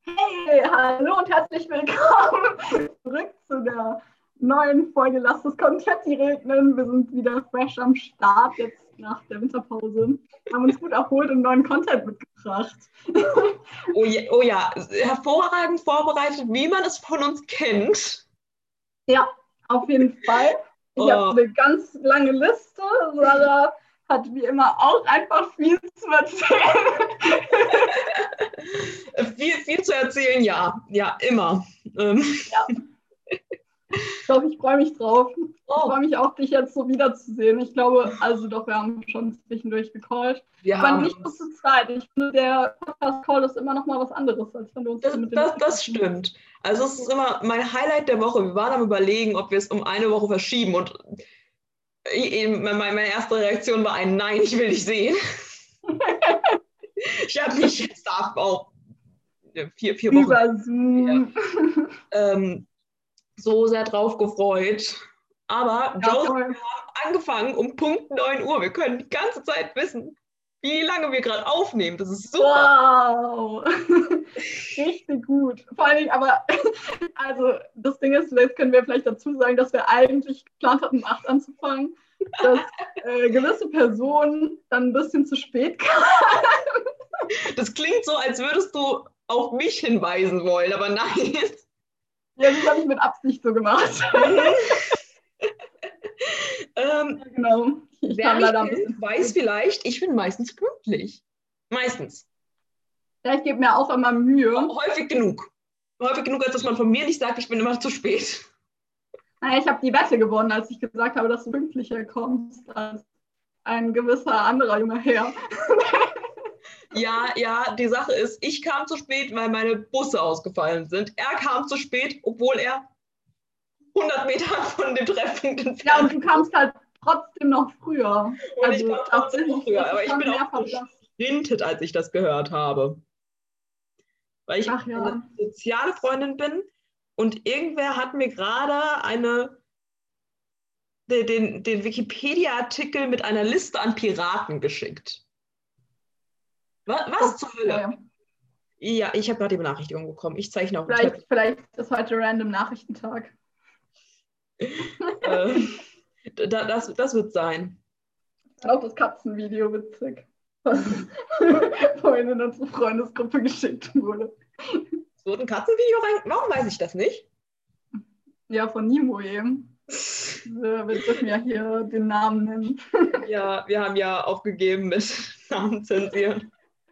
Hey, hallo und herzlich willkommen zurück zu der neuen Folge Lasst es Konfetti regnen. Wir sind wieder fresh am Start, jetzt nach der Winterpause. Haben uns gut erholt und neuen Content mitgebracht. Oh ja, hervorragend vorbereitet, wie man es von uns kennt. Ja, auf jeden Fall. Ich habe eine ganz lange Liste. Sarah hat wie immer auch einfach viel zu erzählen. Viel zu erzählen, ja. Ja, immer. Ja. Doch, ich freue mich drauf. Ich freue mich auch, dich jetzt so wiederzusehen. Ich glaube, also doch, wir haben schon zwischendurch gecallt. Aber nicht so zur Zeit. Ich finde, der Podcast-Call ist immer noch mal was anderes, als wenn wir uns mit dem Das stimmt. Also es ist immer mein Highlight der Woche. Wir waren am Überlegen, ob wir es um eine Woche verschieben. Und meine erste Reaktion war ein Nein, ich will dich sehen. Ich habe mich jetzt auch vier Wochen über Zoom so sehr drauf gefreut. Aber ja, Joe, wir haben angefangen um Punkt 9 Uhr. Wir können die ganze Zeit wissen, wie lange wir gerade aufnehmen. Das ist super. Wow. Richtig gut. Vor allen Dingen, aber, also das Ding ist, jetzt können wir vielleicht dazu sagen, dass wir eigentlich geplant hatten, um 8 anzufangen, dass gewisse Personen dann ein bisschen zu spät kamen. Das klingt so, als würdest du auf mich hinweisen wollen, aber nein. Ja, das habe ich mit Absicht so gemacht. Genau. Wer mich kennt, weiß vielleicht, ich bin meistens pünktlich. Meistens. Ja, ich gebe mir auch immer Mühe. Häufig genug. Häufig genug, als dass man von mir nicht sagt, ich bin immer zu spät. Naja, ich habe die Wette gewonnen, als ich gesagt habe, dass du pünktlicher kommst als ein gewisser anderer junger Herr. Ja, die Sache ist, ich kam zu spät, weil meine Busse ausgefallen sind. Er kam zu spät, obwohl er 100 Meter von dem Treffpunkt entfernt. Ja, und du kamst halt trotzdem noch früher. Und also, ich kam trotzdem noch früher, aber ich bin auch gesprintet, als ich das gehört habe. Weil ich eine soziale Freundin bin und irgendwer hat mir gerade den Wikipedia-Artikel mit einer Liste an Piraten geschickt. Was zur Hölle? Ja, ich habe gerade die Benachrichtigung bekommen. Ich zeichne auf dem Tablet. Vielleicht ist heute random Nachrichtentag. Das wird sein. Auch das Katzenvideo witzig, was vorhin in unsere Freundesgruppe geschickt wurde. Es wurde ein Katzenvideo rein? Warum weiß ich das nicht? Ja, von Nimo eben. Wir dürfen ja hier den Namen nennen. Ja, wir haben ja aufgegeben mit Namen zensieren.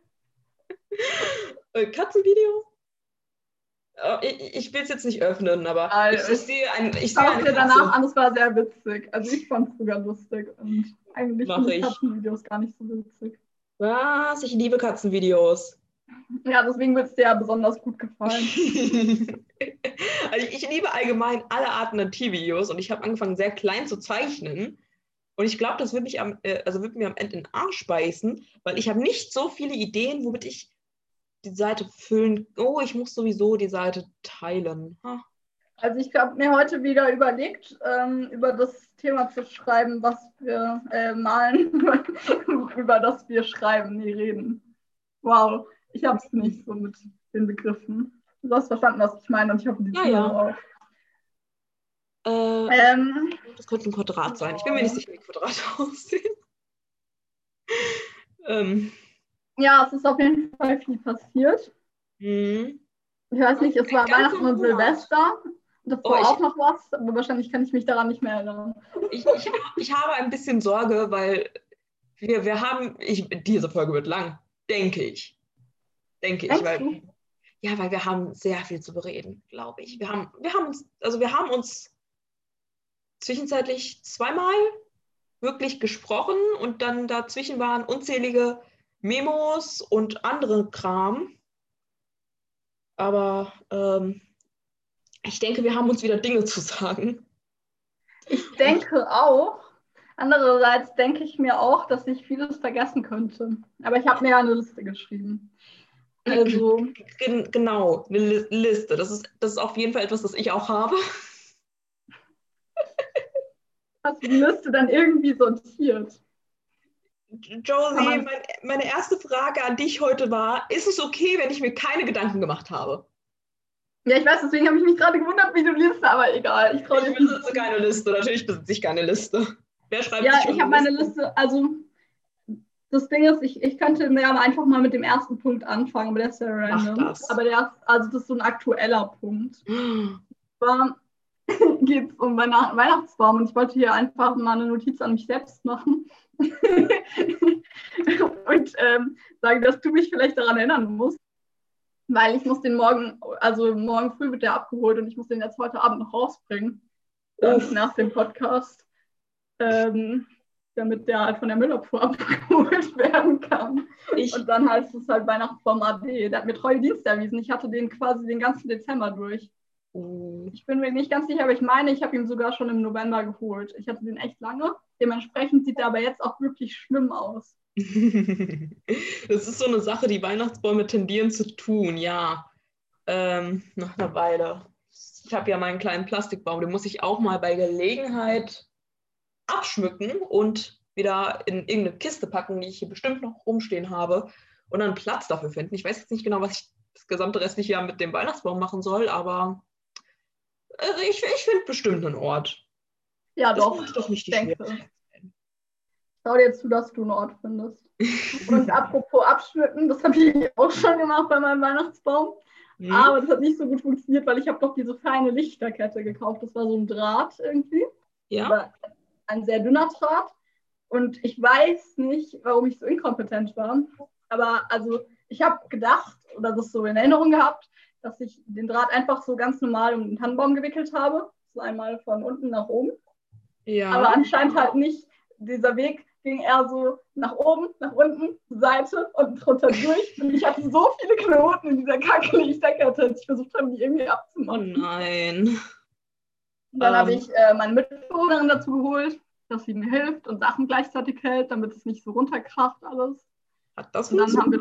Katzenvideo? Ich will es jetzt nicht öffnen, aber ich sehe eine Katze. Danach an, es war sehr witzig. Also ich fand es sogar lustig und eigentlich finde ich Katzenvideos gar nicht so witzig. Was? Ich liebe Katzenvideos. Ja, deswegen wird es dir ja besonders gut gefallen. Also ich liebe allgemein alle Arten an Tiervideos und ich habe angefangen, sehr klein zu zeichnen. Und ich glaube, das wird mir am Ende in den Arsch beißen, weil ich habe nicht so viele Ideen, womit ich die Seite füllen. Oh, ich muss sowieso die Seite teilen. Also ich habe mir heute wieder überlegt, über das Thema zu schreiben, was wir malen, über das wir schreiben, reden. Wow, ich habe es nicht so mit den Begriffen. Du hast verstanden, was ich meine, und ich hoffe, die Zuhörer auch. Das könnte ein Quadrat sein. Ich bin mir nicht sicher, wie Quadrate aussehen. Ja, es ist auf jeden Fall viel passiert. Ich weiß nicht, es war Weihnachten und Silvester. Das war auch noch was, aber wahrscheinlich kann ich mich daran nicht mehr erinnern. Ich habe ein bisschen Sorge, weil diese Folge wird lang, denke ich. Weil wir haben sehr viel zu bereden, glaube ich. Wir haben uns zwischenzeitlich zweimal wirklich gesprochen und dann dazwischen waren unzählige Memos und andere Kram. Aber ich denke, wir haben uns wieder Dinge zu sagen. Ich denke auch. Andererseits denke ich mir auch, dass ich vieles vergessen könnte. Aber ich habe mir ja eine Liste geschrieben. Also, genau, eine Liste. Das ist auf jeden Fall etwas, das ich auch habe. Hast du die Liste dann irgendwie sortiert? Josie, meine erste Frage an dich heute war, ist es okay, wenn ich mir keine Gedanken gemacht habe? Ja, ich weiß, deswegen habe ich mich gerade gewundert, wie du liest, aber egal. Ich besitze keine Liste. Natürlich besitze ich keine Liste. Wer schreibt Ja, sich schon ich habe meine Liste, also das Ding ist, ich könnte mir aber einfach mal mit dem ersten Punkt anfangen, aber der ist ja random. Mach das. Aber das ist so ein aktueller Punkt. Zwar geht es um Weihnachtsbaum und ich wollte hier einfach mal eine Notiz an mich selbst machen und sagen, dass du mich vielleicht daran erinnern musst, weil ich muss den morgen früh wird der abgeholt und ich muss den jetzt heute Abend noch rausbringen, nach dem Podcast, damit der halt von der Müllabfuhr abgeholt werden kann. Und dann heißt es halt Weihnachtsbaum AD. Der hat mir treue Dienste erwiesen. Ich hatte den quasi den ganzen Dezember durch. Ich bin mir nicht ganz sicher, aber ich meine, ich habe ihn sogar schon im November geholt. Ich hatte den echt lange. Dementsprechend sieht er aber jetzt auch wirklich schlimm aus. Das ist so eine Sache, die Weihnachtsbäume tendieren zu tun, ja. Nach einer Weile. Ich habe ja meinen kleinen Plastikbaum, den muss ich auch mal bei Gelegenheit abschmücken und wieder in irgendeine Kiste packen, die ich hier bestimmt noch rumstehen habe und dann Platz dafür finden. Ich weiß jetzt nicht genau, was ich das gesamte restliche Jahr mit dem Weihnachtsbaum machen soll, aber ich finde bestimmt einen Ort. Ja, das doch. Ist doch nicht die Schwierigkeit. Schau dir zu, dass du einen Ort findest. Und apropos abschmücken, das habe ich auch schon gemacht bei meinem Weihnachtsbaum. Aber das hat nicht so gut funktioniert, weil ich habe doch diese feine Lichterkette gekauft. Das war so ein Draht irgendwie. Ja. Aber ein sehr dünner Draht. Und ich weiß nicht, warum ich so inkompetent war. Aber also ich habe gedacht, oder das so in Erinnerung gehabt, dass ich den Draht einfach so ganz normal um den Tannenbaum gewickelt habe. So einmal von unten nach oben. Ja. Aber anscheinend halt nicht. Dieser Weg ging eher so nach oben, nach unten, zur Seite und drunter durch. Und ich hatte so viele Knoten in dieser Kacke-Lichterkette, dass ich versucht habe, die irgendwie abzumachen. Oh nein. Und dann habe ich meine Mitbewohnerin dazu geholt, dass sie mir hilft und Sachen gleichzeitig hält, damit es nicht so runterkracht alles. Hat das funktioniert? Hat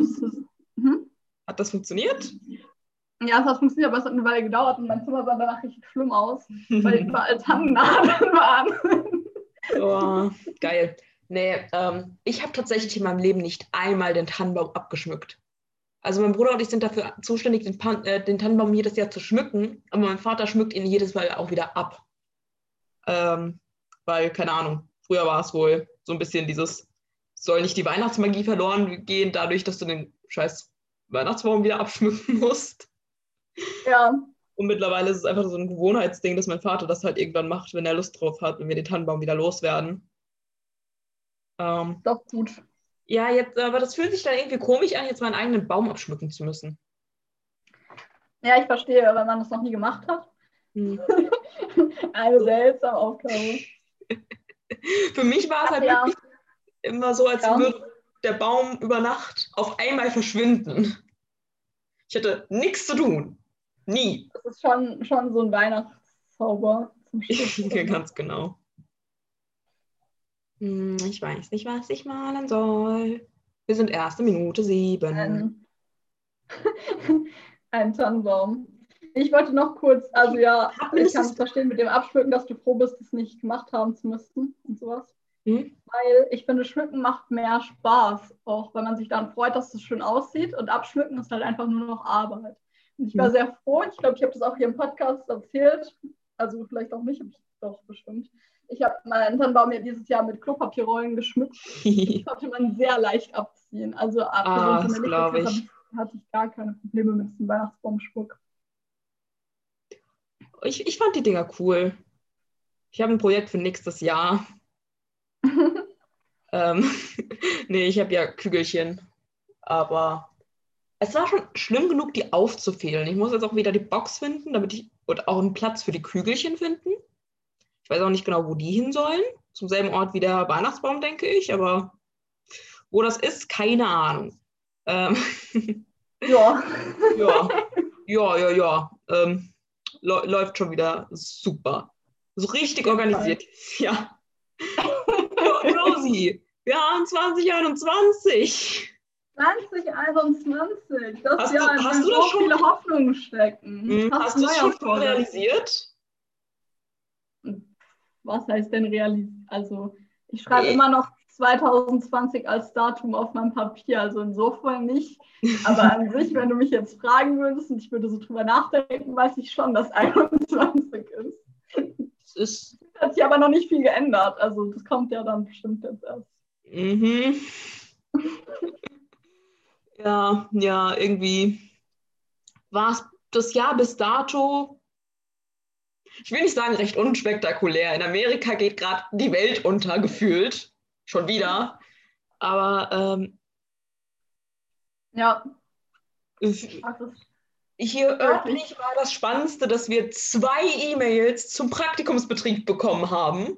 das funktioniert? Ja, es hat funktioniert, aber es hat eine Weile gedauert und mein Zimmer sah danach richtig schlimm aus, weil überall Tannennadeln waren. Oh, geil. Nee, ich habe tatsächlich in meinem Leben nicht einmal den Tannenbaum abgeschmückt. Also mein Bruder und ich sind dafür zuständig, den Tannenbaum jedes Jahr zu schmücken, aber mein Vater schmückt ihn jedes Mal auch wieder ab. Weil, keine Ahnung, früher war es wohl so ein bisschen dieses, soll nicht die Weihnachtsmagie verloren gehen, dadurch, dass du den scheiß Weihnachtsbaum wieder abschmücken musst. Ja. Und mittlerweile ist es einfach so ein Gewohnheitsding, dass mein Vater das halt irgendwann macht, wenn er Lust drauf hat, wenn wir den Tannenbaum wieder loswerden. Doch gut. Ja, jetzt, aber das fühlt sich dann irgendwie komisch an, jetzt meinen eigenen Baum abschmücken zu müssen. Ja, ich verstehe, wenn man das noch nie gemacht hat. Eine seltsame Aufgabe. Für mich war es halt wirklich immer so, als würde der Baum über Nacht auf einmal verschwinden. Ich hatte nichts zu tun. Nie. Das ist schon so ein Weihnachtszauber zum Schluss. Ganz genau. Ich weiß nicht, was ich malen soll. Wir sind erste Minute 7. Ein Tannenbaum. Ich wollte noch kurz, also ja, ich kann es verstehen mit dem Abschmücken, dass du froh bist, es nicht gemacht haben zu müssen und sowas. Weil ich finde, Schmücken macht mehr Spaß, auch weil man sich dann freut, dass es schön aussieht, und Abschmücken ist halt einfach nur noch Arbeit. Und ich war sehr froh, ich glaube, ich habe das auch hier im Podcast erzählt, also vielleicht auch nicht, doch bestimmt. Ich habe meinen Tannenbaum ja dieses Jahr mit Klopapierrollen geschmückt. Das konnte man sehr leicht abziehen. Also abgesehen von der Lichterkette hatte ich gar keine Probleme mit diesem Weihnachtsbaumschmuck. Ich fand die Dinger cool. Ich habe ein Projekt für nächstes Jahr. Nee, ich habe ja Kügelchen. Aber es war schon schlimm genug, die aufzufädeln. Ich muss jetzt auch wieder die Box finden, und auch einen Platz für die Kügelchen finden. Ich weiß auch nicht genau, wo die hin sollen. Zum selben Ort wie der Weihnachtsbaum, denke ich. Aber wo das ist, keine Ahnung. Ja. Ja. Läuft schon wieder super. So richtig organisiert. Ja. Rosie, wir haben 2021. 2021. Das Jahr, in dem so viele Hoffnungen stecken. Hast du das schon voll realisiert? Was heißt denn realisiert? Also, ich schreibe immer noch 2020 als Datum auf meinem Papier, also insofern nicht. Aber an sich, wenn du mich jetzt fragen würdest und ich würde so drüber nachdenken, weiß ich schon, dass 21 ist. Hat sich aber noch nicht viel geändert. Also das kommt ja dann bestimmt jetzt erst. Mhm. Ja, irgendwie war es das Jahr bis dato, ich will nicht sagen recht unspektakulär. In Amerika geht gerade die Welt unter, gefühlt. Schon wieder. Aber ja. Hier örtlich war das Spannendste, dass wir 2 E-Mails zum Praktikumsbetrieb bekommen haben.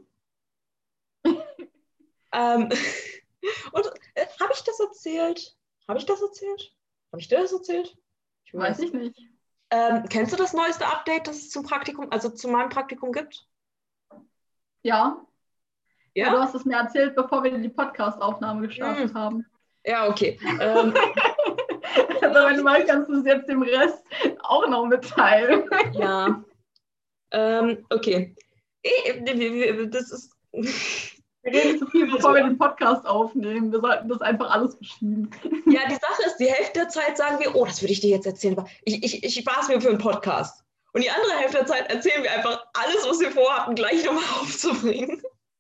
Und habe ich das erzählt? Habe ich dir das erzählt? Weiß ich nicht. Kennst du das neueste Update, das es zum Praktikum, also zu meinem Praktikum gibt? Ja. Ja? Du hast es mir erzählt, bevor wir die Podcast-Aufnahme gestartet haben. Ja, okay. Aber wenn du mal kannst du es jetzt dem Rest auch noch mitteilen. Ja. Okay. Das ist... Wir reden zu viel, bevor wir den Podcast aufnehmen. Wir sollten das einfach alles verschieben. Ja, die Sache ist, die Hälfte der Zeit sagen wir, oh, das würde ich dir jetzt erzählen, aber ich spare es mir für einen Podcast. Und die andere Hälfte der Zeit erzählen wir einfach alles, was wir vorhatten, gleich nochmal aufzubringen.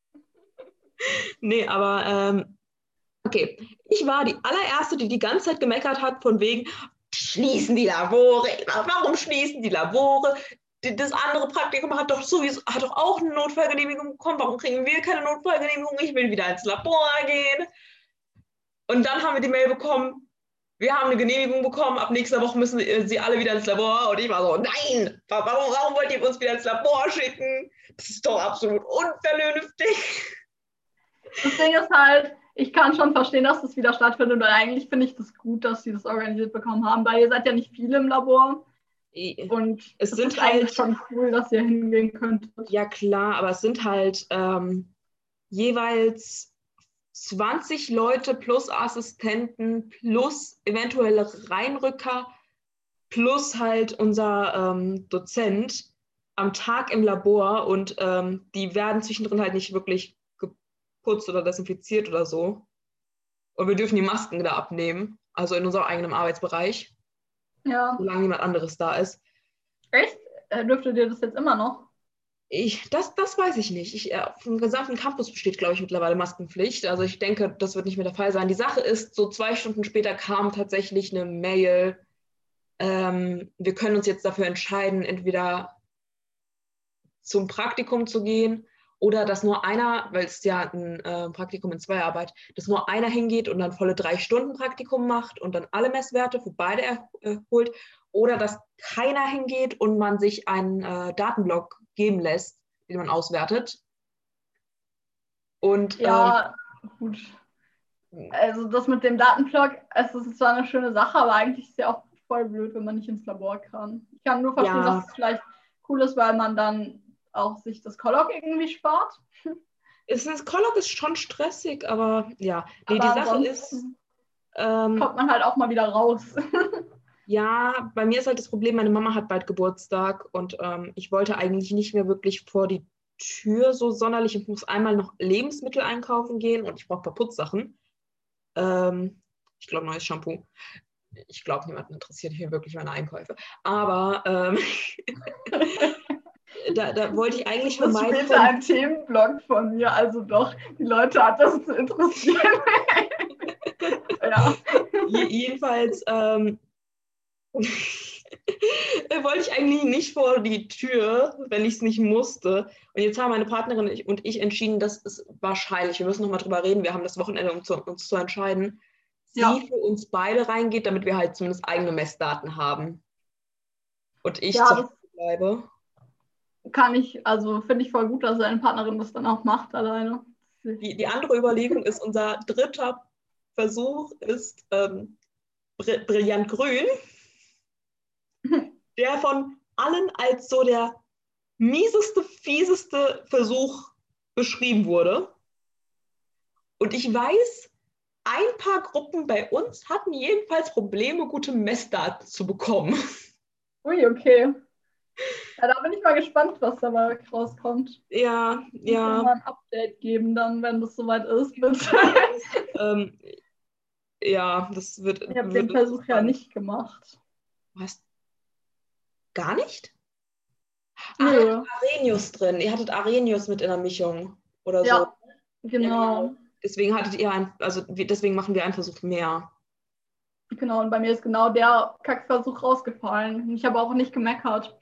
Nee, aber okay. Ich war die allererste, die ganze Zeit gemeckert hat von wegen, schließen die Labore. Warum schließen die Labore? Das andere Praktikum hat doch auch eine Notfallgenehmigung bekommen. Warum kriegen wir keine Notfallgenehmigung? Ich will wieder ins Labor gehen. Und dann haben wir die Mail bekommen, wir haben eine Genehmigung bekommen, ab nächster Woche müssen sie alle wieder ins Labor. Und ich war so, nein, warum wollt ihr uns wieder ins Labor schicken? Das ist doch absolut unvernünftig. Das Ding ist halt, ich kann schon verstehen, dass das wieder stattfindet. Und eigentlich finde ich das gut, dass sie das organisiert bekommen haben, weil ihr seid ja nicht viele im Labor. Und es ist eigentlich schon cool, dass ihr hingehen könntet. Ja klar, aber es sind halt jeweils 20 Leute plus Assistenten plus eventuelle Reinrücker plus halt unser Dozent am Tag im Labor und die werden zwischendrin halt nicht wirklich geputzt oder desinfiziert oder so. Und wir dürfen die Masken da abnehmen, also in unserem eigenen Arbeitsbereich. Ja. Solange jemand anderes da ist. Echt? Dürftet ihr das jetzt immer noch? Das weiß ich nicht. Auf dem gesamten Campus besteht, glaube ich, mittlerweile Maskenpflicht. Also ich denke, das wird nicht mehr der Fall sein. Die Sache ist, so 2 Stunden später kam tatsächlich eine Mail. Wir können uns jetzt dafür entscheiden, entweder zum Praktikum zu gehen oder dass nur einer, weil es ja ein Praktikum in Zweiarbeit, dass nur einer hingeht und dann volle 3 Stunden Praktikum macht und dann alle Messwerte für beide erholt. Oder dass keiner hingeht und man sich einen Datenblock geben lässt, den man auswertet. Und, ja, gut. Also das mit dem Datenblock, es ist zwar eine schöne Sache, aber eigentlich ist es ja auch voll blöd, wenn man nicht ins Labor kann. Ich kann nur verstehen, dass es vielleicht cool ist, weil man dann auch sich das Kolloq irgendwie spart. Das Kolloq ist schon stressig, aber ja. Nee, die Sache ist... kommt man halt auch mal wieder raus. Ja, bei mir ist halt das Problem, meine Mama hat bald Geburtstag und ich wollte eigentlich nicht mehr wirklich vor die Tür so sonderlich. Ich muss einmal noch Lebensmittel einkaufen gehen und ich brauche ein paar Putzsachen. Ich glaube, neues Shampoo. Ich glaube, niemanden interessiert hier wirklich meine Einkäufe. Aber da wollte ich eigentlich vermeiden. Das ist später ein Themenblog von mir, also doch, die Leute hat das zu interessieren. Ja. Jedenfalls wollte ich eigentlich nicht vor die Tür, wenn ich es nicht musste. Und jetzt haben meine Partnerin und ich entschieden, dass es wahrscheinlich, wir müssen nochmal drüber reden, wir haben das Wochenende, um uns zu entscheiden, sie für uns beide reingeht, damit wir halt zumindest eigene Messdaten haben. Und ich zu Hause bleibe. Finde ich voll gut, dass seine Partnerin das dann auch macht alleine. Die andere Überlegung ist, unser dritter Versuch ist Brillant Grün, der von allen als so der mieseste, fieseste Versuch beschrieben wurde. Und ich weiß, ein paar Gruppen bei uns hatten jedenfalls Probleme, gute Messdaten zu bekommen. Ui, okay. Ja, da bin ich mal gespannt, was dabei rauskommt. Ja, Ich kann ja. mal ein Update geben, dann, wenn das soweit ist, bitte. Ähm, ja, das wird, Ich habe wird den Versuch ja interessant. nicht gemacht. Was? Gar nicht? Ach, ihr hattet Nö. Arrhenius drin. Ihr hattet Arrhenius mit in der Mischung oder so. Ja, Ja, genau. genau. Deswegen hattet ihr deswegen machen wir einen Versuch mehr. Genau, und bei mir ist genau der Kackversuch rausgefallen. Ich habe auch nicht gemeckert.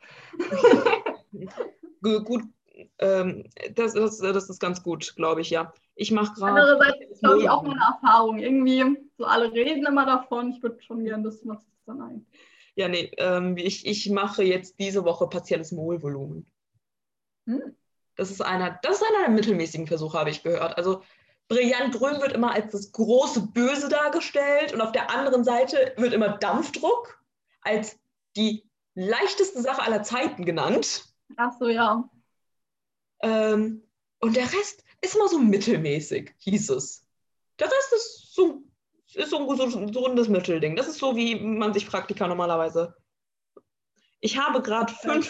Gut, das ist ganz gut, glaube ich, ja. Ich mache gerade Andererseits ist, glaube ich, auch mal Smallwood. eine Erfahrung. Irgendwie, so alle reden immer davon. Ich würde schon gerne wissen, was das dann eigentlich. Ja, nee, ich mache jetzt diese Woche partielles Molvolumen. Hm. Das ist einer der mittelmäßigen Versuche, habe ich gehört. Also Brillant Grün wird immer als das große Böse dargestellt und auf der anderen Seite wird immer Dampfdruck als die leichteste Sache aller Zeiten genannt. Ach so, ja. Und der Rest ist immer so mittelmäßig, hieß es. Der Rest ist so ein rundes Mittelding. Das ist so, wie man sich Praktika normalerweise. Ich habe gerade Ja,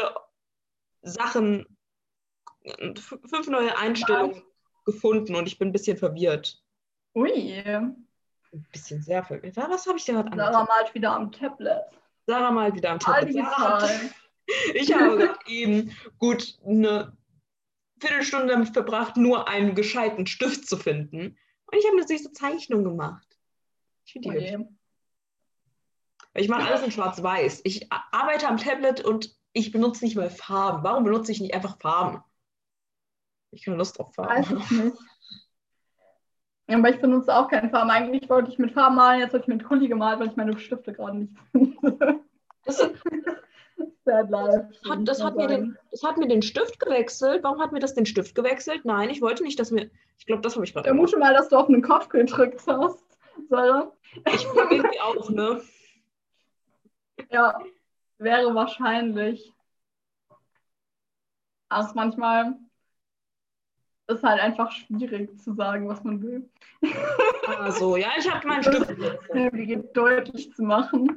5 neue bald. Einstellungen gefunden und ich bin ein bisschen verwirrt. Ui. Ein bisschen sehr verwirrt. Was habe ich denn gerade Sarah angezeigt? malt wieder am Tablet. Sarah mal wieder am Mal Tablet. digital. Ich habe gerade eben gut eine Viertelstunde damit verbracht, nur einen gescheiten Stift zu finden. Und ich habe eine süße Zeichnung gemacht. Ich finde die hübsch. Ui. Ich mache alles in Schwarz-Weiß. Ich arbeite am Tablet und ich benutze nicht mal Farben. Warum benutze ich nicht einfach Farben? Ich keine Lust auf Farben. Weiß ich nicht. Ja, aber ich benutze auch keine Farben. Eigentlich wollte ich mit Farben malen, jetzt habe ich mit Kuli gemalt, weil ich meine Stifte gerade nicht finde. Das, Sad life, würde ich das mal hat mir sagen. den Stift gewechselt. Warum hat mir das den Stift gewechselt? Nein, ich wollte nicht, dass mir. Ich glaube, das habe ich Ich gerade gemacht. vermute mal, dass du auf einen Kopf gedrückt hast, Sarah. Ich glaube irgendwie auch, ne? Ja, wäre wahrscheinlich. Aber manchmal ist halt einfach schwierig zu sagen, was man will. Ah, so. Ja, ich habe meinen Das Stift gewechselt. irgendwie deutlich zu machen.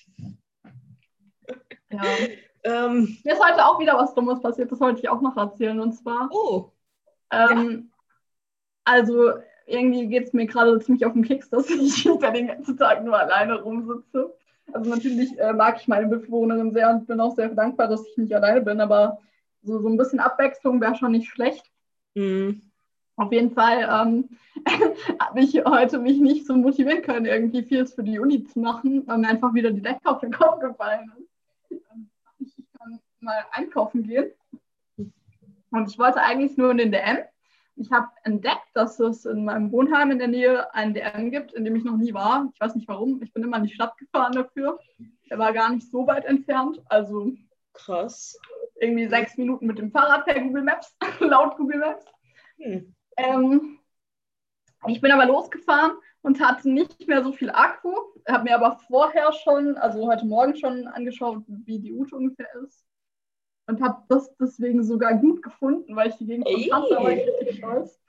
Ja. Mir ist heute auch wieder was Dummes passiert, das wollte ich auch noch erzählen. Und zwar, Oh, ja. ähm, also irgendwie geht es mir gerade ziemlich auf den Keks, dass ich da den ganzen Tag nur alleine rumsitze. Also natürlich mag ich meine Mitbewohnerin sehr und bin auch sehr dankbar, dass ich nicht alleine bin, aber so ein bisschen Abwechslung wäre schon nicht schlecht. Hm. Auf jeden Fall habe ich heute mich nicht so motivieren können, irgendwie vieles für die Uni zu machen, weil mir einfach wieder die Decke auf den Kopf gefallen ist. Ich kann mal einkaufen gehen. Und ich wollte eigentlich nur in den DM. Ich habe entdeckt, dass es in meinem Wohnheim in der Nähe einen DM gibt, in dem ich noch nie war. Ich weiß nicht warum. Ich bin immer in die Stadt gefahren dafür. Der war gar nicht so weit entfernt. Also Krass. irgendwie 6 Minuten mit dem Fahrrad per Google Maps, laut Google Maps. Hm. Ich bin aber losgefahren und hatte nicht mehr so viel Akku. Habe mir aber vorher schon, also heute Morgen schon angeschaut, wie die Route ungefähr ist. Und habe das deswegen sogar gut gefunden, weil ich die Gegend schon kannte, da war ich richtig stolz.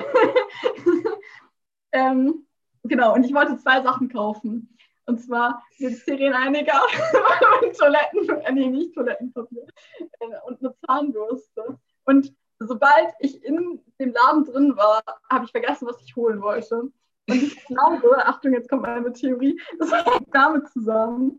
Genau, und ich wollte 2 Sachen kaufen. Und zwar Glycerin-Einiger und nicht Toilettenpapier, und eine Zahnbürste. Und sobald ich in dem Laden drin war, habe ich vergessen, was ich holen wollte. Und ich glaube, Achtung, jetzt kommt meine Theorie, das hängt damit zusammen,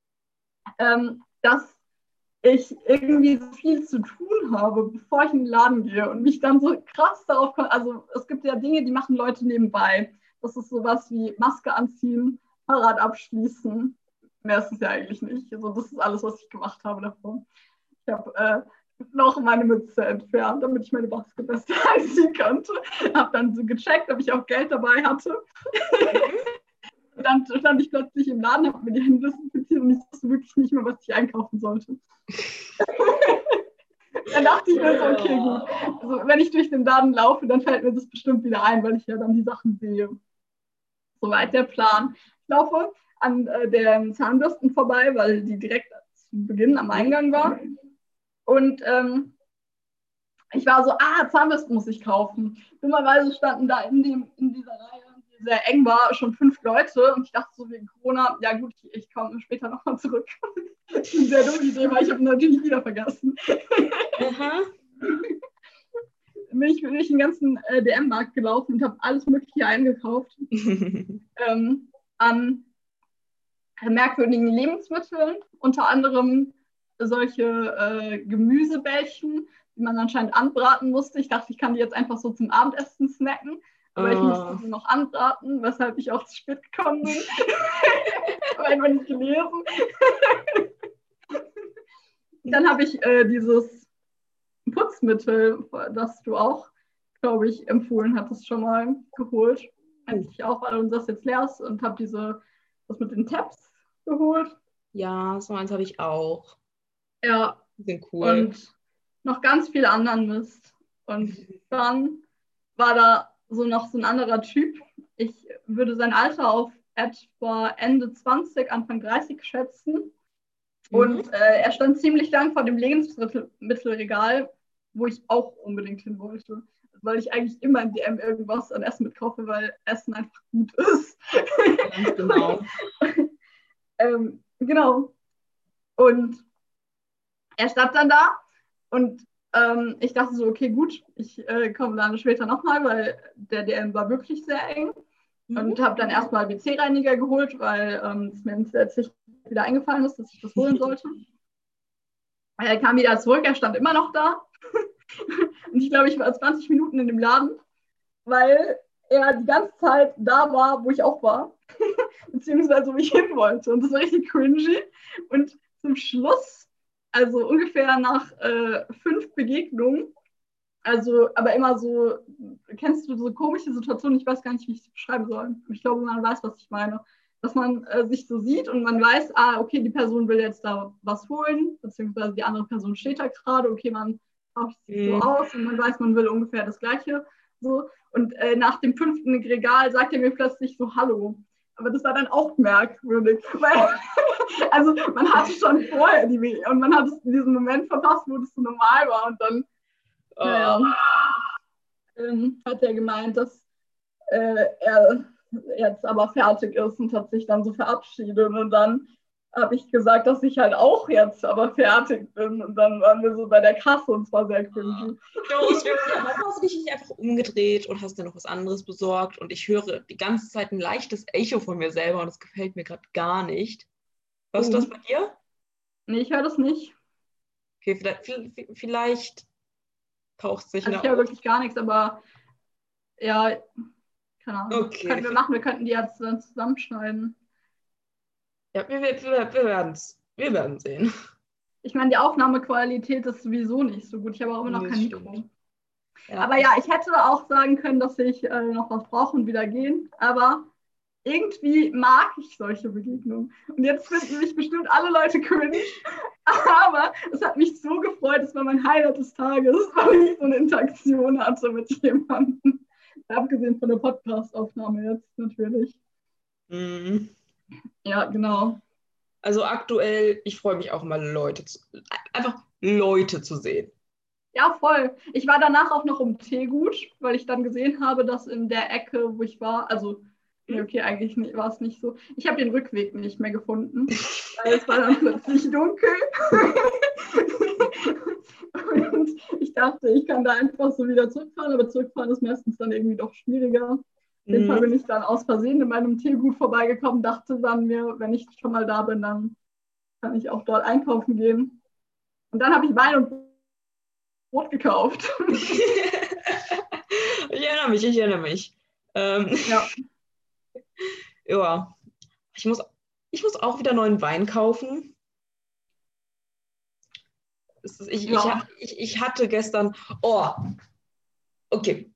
dass ich irgendwie so viel zu tun habe, bevor ich in den Laden gehe und mich dann so krass darauf komme. Also es gibt ja Dinge, die machen Leute nebenbei. Das ist sowas wie Maske anziehen, Fahrrad abschließen. Mehr ist es ja eigentlich nicht. Also das ist alles, was ich gemacht habe davor. Ich habe noch meine Mütze entfernt, damit ich meine Maske besser anziehen konnte. Habe dann so gecheckt, ob ich auch Geld dabei hatte. Und dann stand ich plötzlich im Laden, habe mir die Hände desinfiziert und ich wusste wirklich nicht mehr, was ich einkaufen sollte. Dann dachte ich mir so, okay, gut. Also, wenn ich durch den Laden laufe, dann fällt mir das bestimmt wieder ein, weil ich ja dann die Sachen sehe. Soweit der Plan. Ich laufe an den Zahnbürsten vorbei, weil die direkt zu Beginn am Eingang war. Und ich war so, Zahnbürsten muss ich kaufen. Dummerweise standen da in dieser Reihe, die sehr eng war, schon 5 Leute. Und ich dachte so wegen Corona, ja gut, ich komme später nochmal zurück. Das ist eine sehr dumme Idee, weil ich habe natürlich wieder vergessen. Aha. Bin ich den ganzen DM-Markt gelaufen und habe alles Mögliche eingekauft. An merkwürdigen Lebensmitteln, unter anderem solche Gemüsebällchen, die man anscheinend anbraten musste. Ich dachte, ich kann die jetzt einfach so zum Abendessen snacken, aber ich musste sie noch anbraten, weshalb ich auch zu spät gekommen bin. Aber einfach nicht gelesen. Dann habe ich dieses Putzmittel, das du auch, glaube ich, empfohlen hattest, schon mal geholt. Als ich auch, weil das jetzt leer ist, und habe das mit den Tabs geholt. Ja, so eins habe ich auch. Ja. Die sind cool. Und noch ganz viel anderen Mist. Und dann war da noch so ein anderer Typ. Ich würde sein Alter auf etwa Ende 20, Anfang 30 schätzen. Und er stand ziemlich lang vor dem Lebensmittelregal, wo ich auch unbedingt hin wollte. Weil ich eigentlich immer in DM irgendwas an Essen mitkaufe, weil Essen einfach gut ist. Ganz genau. Genau. Und er stand dann da und ich dachte so, okay, gut, ich komme dann später nochmal, weil der DM war wirklich sehr eng. Und habe dann erstmal WC-Reiniger geholt, weil es mir letztlich wieder eingefallen ist, dass ich das holen sollte. Er kam wieder zurück, er stand immer noch da. Und ich glaube, ich war 20 Minuten in dem Laden, weil er die ganze Zeit da war, wo ich auch war. Beziehungsweise wo ich hin wollte. Und das war richtig cringy. Und zum Schluss, also ungefähr nach 5 Begegnungen, also, aber immer so, kennst du so komische Situationen, ich weiß gar nicht, wie ich es beschreiben soll. Ich glaube, man weiß, was ich meine. Dass man sich so sieht und man weiß, okay, die Person will jetzt da was holen, beziehungsweise die andere Person steht da gerade, okay, man tauscht sich so aus und man weiß, man will ungefähr das Gleiche. So. Und nach dem 5. Regal sagt er mir plötzlich so Hallo. Aber das war dann auch merkwürdig. Weil, also man hatte schon vorher und man hat diesen Moment verpasst, wo das so normal war und dann hat er gemeint, dass er jetzt aber fertig ist und hat sich dann so verabschiedet. Und dann habe ich gesagt, dass ich halt auch jetzt aber fertig bin. Und dann waren wir so bei der Kasse und es war sehr cringy. Warum hast du dich nicht einfach umgedreht und hast dir noch was anderes besorgt? Und ich höre die ganze Zeit ein leichtes Echo von mir selber und das gefällt mir gerade gar nicht. Hörst du das bei dir? Nee, ich höre das nicht. Okay, vielleicht taucht es sich also ich höre wirklich gar nichts, aber ja, keine Ahnung. Okay. Könnten wir machen, wir könnten die jetzt dann zusammenschneiden. Ja, wir werden sehen. Ich meine, die Aufnahmequalität ist sowieso nicht so gut. Ich habe auch immer noch kein Mikro. Ja. Aber ja, ich hätte auch sagen können, dass ich noch was brauche und wieder gehen. Aber irgendwie mag ich solche Begegnungen. Und jetzt finden mich bestimmt alle Leute cringe. Aber es hat mich so gefreut. Es war mein Highlight des Tages, weil ich so eine Interaktion hatte mit jemandem. Abgesehen von der Podcast-Aufnahme jetzt natürlich. Ja, genau. Also aktuell, ich freue mich auch mal einfach Leute zu sehen. Ja, voll. Ich war danach auch noch im Teegut, weil ich dann gesehen habe, dass in der Ecke, wo ich war, also, okay, eigentlich war es nicht so. Ich habe den Rückweg nicht mehr gefunden, weil es war dann plötzlich dunkel. Und ich dachte, ich kann da einfach so wieder zurückfahren, aber zurückfahren ist meistens dann irgendwie doch schwieriger. Auf jeden Fall bin ich dann aus Versehen in meinem Teegut vorbeigekommen, dachte dann mir, wenn ich schon mal da bin, dann kann ich auch dort einkaufen gehen. Und dann habe ich Wein und Brot gekauft. Ich erinnere mich. Ja. Ja. Ich muss auch wieder neuen Wein kaufen. Ich hatte gestern. Okay.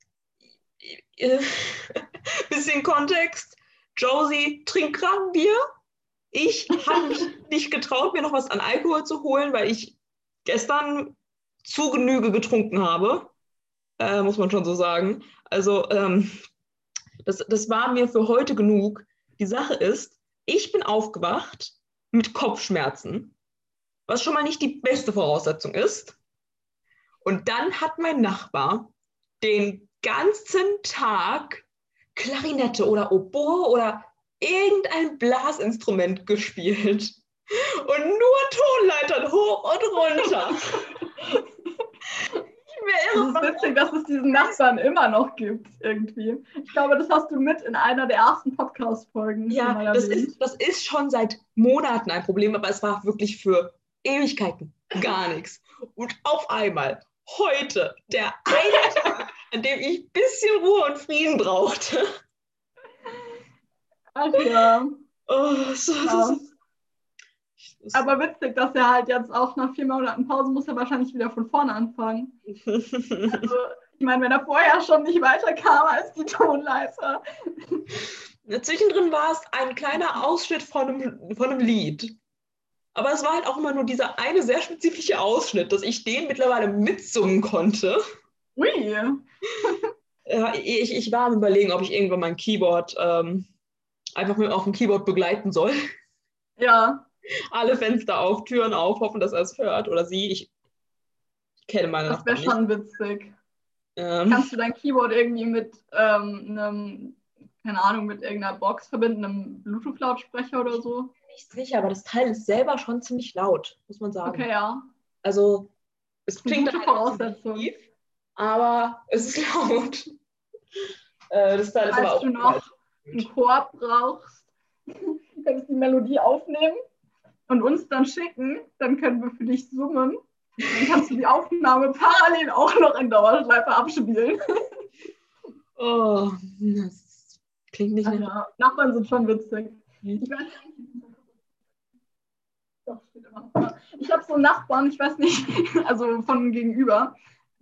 Bisschen Kontext. Josie trinkt gerade Bier. Ich habe mich nicht getraut, mir noch was an Alkohol zu holen, weil ich gestern zu Genüge getrunken habe. Muss man schon so sagen. Also das war mir für heute genug. Die Sache ist, ich bin aufgewacht mit Kopfschmerzen, was schon mal nicht die beste Voraussetzung ist. Und dann hat mein Nachbar den ganzen Tag Klarinette oder Oboe oder irgendein Blasinstrument gespielt. und nur Tonleitern hoch und runter. Es ist witzig, dass es diesen Nachbarn immer noch gibt, irgendwie. Ich glaube, das hast du mit in einer der ersten Podcast-Folgen schon mal Ja, das erwähnt. ist schon seit Monaten ein Problem, aber es war wirklich für Ewigkeiten gar nichts. Und auf einmal, heute, der eine Tag, an dem ich ein bisschen Ruhe und Frieden brauchte. Ach ja. Oh, Ja. Aber witzig, dass er halt jetzt auch nach 4 Monaten Pause muss er wahrscheinlich wieder von vorne anfangen. Also, ich meine, wenn er vorher schon nicht weiterkam als die Tonleiter. Zwischendrin war es ein kleiner Ausschnitt von einem Lied. Aber es war halt auch immer nur dieser eine sehr spezifische Ausschnitt, dass ich den mittlerweile mitsummen konnte. Ui. Ich war am Überlegen, ob ich irgendwann mein Keyboard einfach mit auf dem Keyboard begleiten soll. Ja. Alle Fenster auf, Türen auf, hoffen, dass er es hört oder sie. Ich kenne meine Das wäre Nachbarn nicht. schon witzig. Kannst du dein Keyboard irgendwie mit einem, keine Ahnung, mit irgendeiner Box verbinden, einem Bluetooth-Lautsprecher oder so? Ich bin nicht sicher, aber das Teil ist selber schon ziemlich laut, muss man sagen. Okay, ja. Also, es klingt gute halt Voraussetzung. tief, aber es ist laut. Das Teil ist aber Falls auch du noch einen Chor brauchst, könntest die Melodie aufnehmen und uns dann schicken, dann können wir für dich summen. Dann kannst du die Aufnahme parallel auch noch in Dauerschleife abspielen. Oh, das klingt nicht Ja, Nachbarn sind schon witzig. Ich weiß nicht. Doch, steht immer noch. Ich habe so einen Nachbarn, ich weiß nicht, also von gegenüber.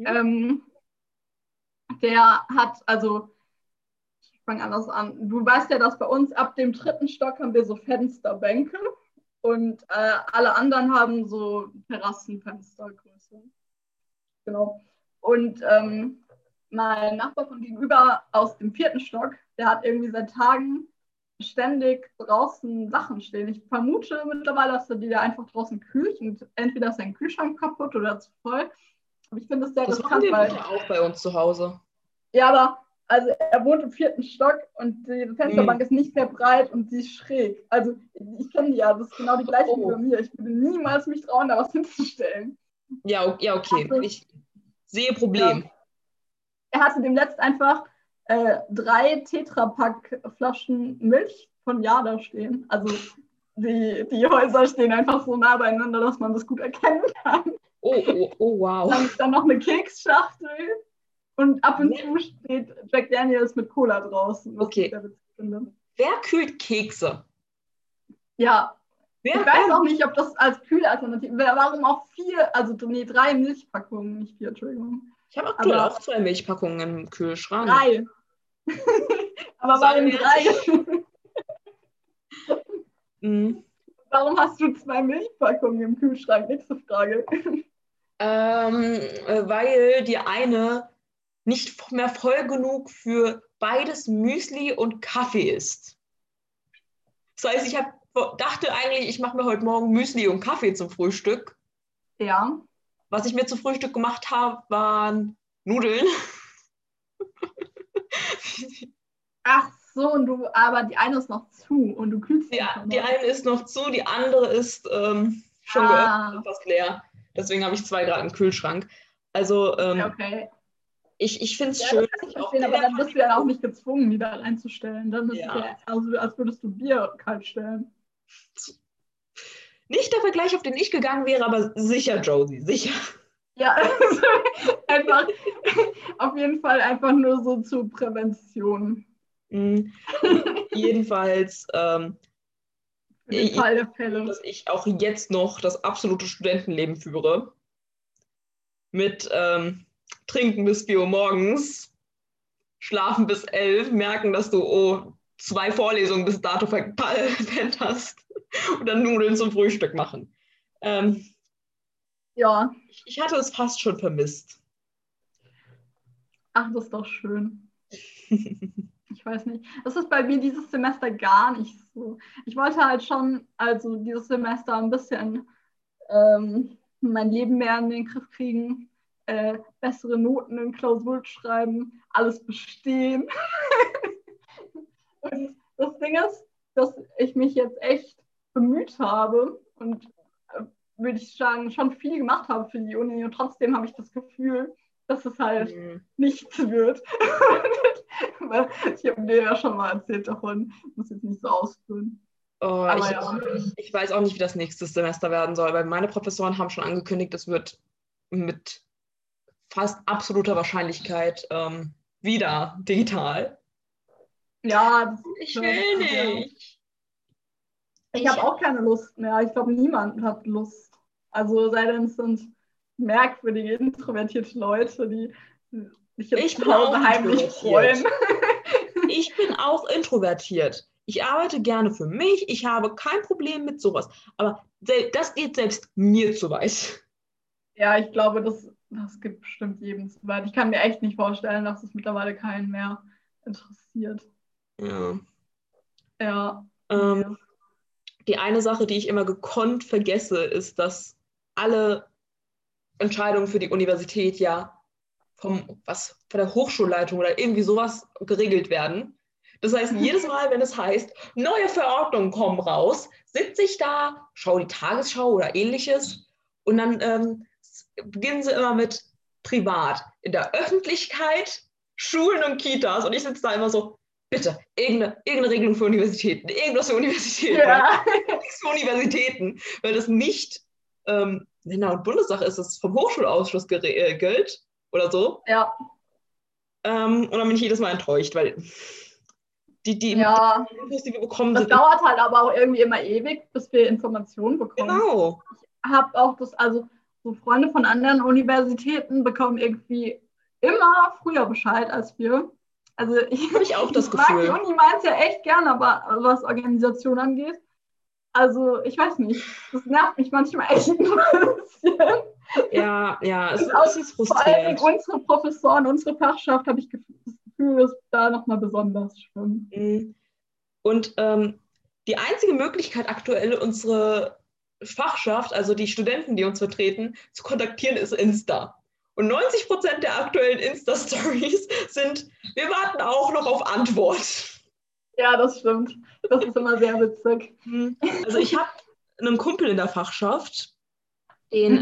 Der hat, also, ich fange anders an. Du weißt ja, dass bei uns ab dem 3. Stock haben wir so Fensterbänke und alle anderen haben so Terrassenfenstergröße. Genau. Und mein Nachbar von gegenüber aus dem 4. Stock, der hat irgendwie seit Tagen ständig draußen Sachen stehen. Ich vermute mittlerweile, dass er die da einfach draußen kühlt und entweder ist sein Kühlschrank kaputt oder zu voll. Aber ich finde das sehr riskant, weil das auch bei uns zu Hause. Ja, aber also er wohnt im 4. Stock und die Fensterbank ist nicht sehr breit und sie ist schräg. Also ich kenne die ja, das ist genau die gleiche wie bei mir. Ich würde niemals mich trauen, da was hinzustellen. Ja, okay. Ich sehe Problem. Ja. Er hatte demnächst einfach 3 Tetrapack-Flaschen Milch von Jada stehen. Also die Häuser stehen einfach so nah beieinander, dass man das gut erkennen kann. Oh wow. Dann noch eine Keksschachtel und ab und zu steht Jack Daniels mit Cola draußen. Okay. Wer kühlt Kekse? Ja. Ich weiß auch nicht, ob das als Kühlalternative wäre. Warum auch 3 Milchpackungen, nicht 4, Entschuldigung. Ich habe aktuell auch 2 Milchpackungen im Kühlschrank. 3. Aber warum 3? Warum hast du 2 Milchpackungen im Kühlschrank? Nächste Frage. Weil die eine nicht mehr voll genug für beides Müsli und Kaffee ist. Das heißt, ich dachte eigentlich, ich mache mir heute Morgen Müsli und Kaffee zum Frühstück. Ja. Was ich mir zum Frühstück gemacht habe, waren Nudeln. Ach so, aber die eine ist noch zu und du kühlst die eine ist noch zu, die andere ist schon geöffnet und fast leer. Deswegen habe ich 2 gerade im Kühlschrank. Also, okay. Ich finde es schön. Aber dann bist du ja auch nicht gezwungen, die da reinzustellen. Dann ist es ja also, als würdest du Bier kalt stellen. Nicht der Vergleich, auf den ich gegangen wäre, aber sicher, Josie, sicher. Ja, einfach auf jeden Fall einfach nur so zur Prävention. Jedenfalls, Für den Fall der Fälle. Dass ich auch jetzt noch das absolute Studentenleben führe. Mit Trinken bis 4 Uhr morgens, schlafen bis 11, merken, dass du 2 Vorlesungen bis dato verpennt hast und dann Nudeln zum Frühstück machen. Ja. Ich hatte es fast schon vermisst. Ach, das ist doch schön. Ich weiß nicht. Das ist bei mir dieses Semester gar nicht so. Ich wollte halt schon, also dieses Semester ein bisschen mein Leben mehr in den Griff kriegen, bessere Noten in Klausuren schreiben, alles bestehen. Und das Ding ist, dass ich mich jetzt echt bemüht habe und würde ich sagen, schon viel gemacht habe für die Uni und trotzdem habe ich das Gefühl, dass es halt nichts wird. Weil ich habe dir ja schon mal erzählt davon, ich muss jetzt nicht so ausführen. Oh, Aber ja. ich weiß auch nicht, wie das nächste Semester werden soll, weil meine Professoren haben schon angekündigt, es wird mit fast absoluter Wahrscheinlichkeit wieder digital. Ja, Ich will nicht. Ich habe auch keine Lust mehr. Ich glaube, niemand hat Lust. Also sei denn, es sind merkwürdige, introvertierte Leute, die sich jetzt zu Hause heimlich freuen. Ich bin auch introvertiert. Ich arbeite gerne für mich. Ich habe kein Problem mit sowas. Aber das geht selbst mir zu weit. Ja, ich glaube, das gibt bestimmt jedem zu weit. Ich kann mir echt nicht vorstellen, dass es mittlerweile keinen mehr interessiert. Ja. Ja. Die eine Sache, die ich immer gekonnt vergesse, ist, dass alle Entscheidungen für die Universität ja von der Hochschulleitung oder irgendwie sowas geregelt werden. Das heißt, jedes Mal, wenn es heißt, neue Verordnungen kommen raus, sitze ich da, schaue die Tagesschau oder ähnliches und dann beginnen sie immer mit privat. In der Öffentlichkeit, Schulen und Kitas und ich sitze da immer so, bitte, irgendeine Regelung für Universitäten, irgendwas für Universitäten, Ja. nichts für Universitäten, weil das nicht Länder- und Bundessache ist, das vom Hochschulausschuss gilt oder so. Ja. Und dann bin ich jedes Mal enttäuscht, weil die Infos, die wir bekommen, das sind dauert halt aber auch irgendwie immer ewig, bis wir Informationen bekommen. genau. Ich habe auch also so Freunde von anderen Universitäten bekommen irgendwie immer früher Bescheid als wir. Also Habe ich auch das mag Gefühl. die Uni meint ja echt gern, aber was Organisation angeht, also ich weiß nicht, das nervt mich manchmal echt ein bisschen. Ja, es ist frustrierend. Vor allem unsere Professoren, unsere Fachschaft, habe ich das Gefühl, ist da nochmal besonders schlimm. Und die einzige Möglichkeit aktuell, unsere Fachschaft, also die Studenten, die uns vertreten, zu kontaktieren, ist Insta. Und 90% der aktuellen Insta-Stories sind, wir warten auch noch auf Antwort. Ja, das stimmt. Das ist immer sehr witzig. Also ich habe einen Kumpel in der Fachschaft, den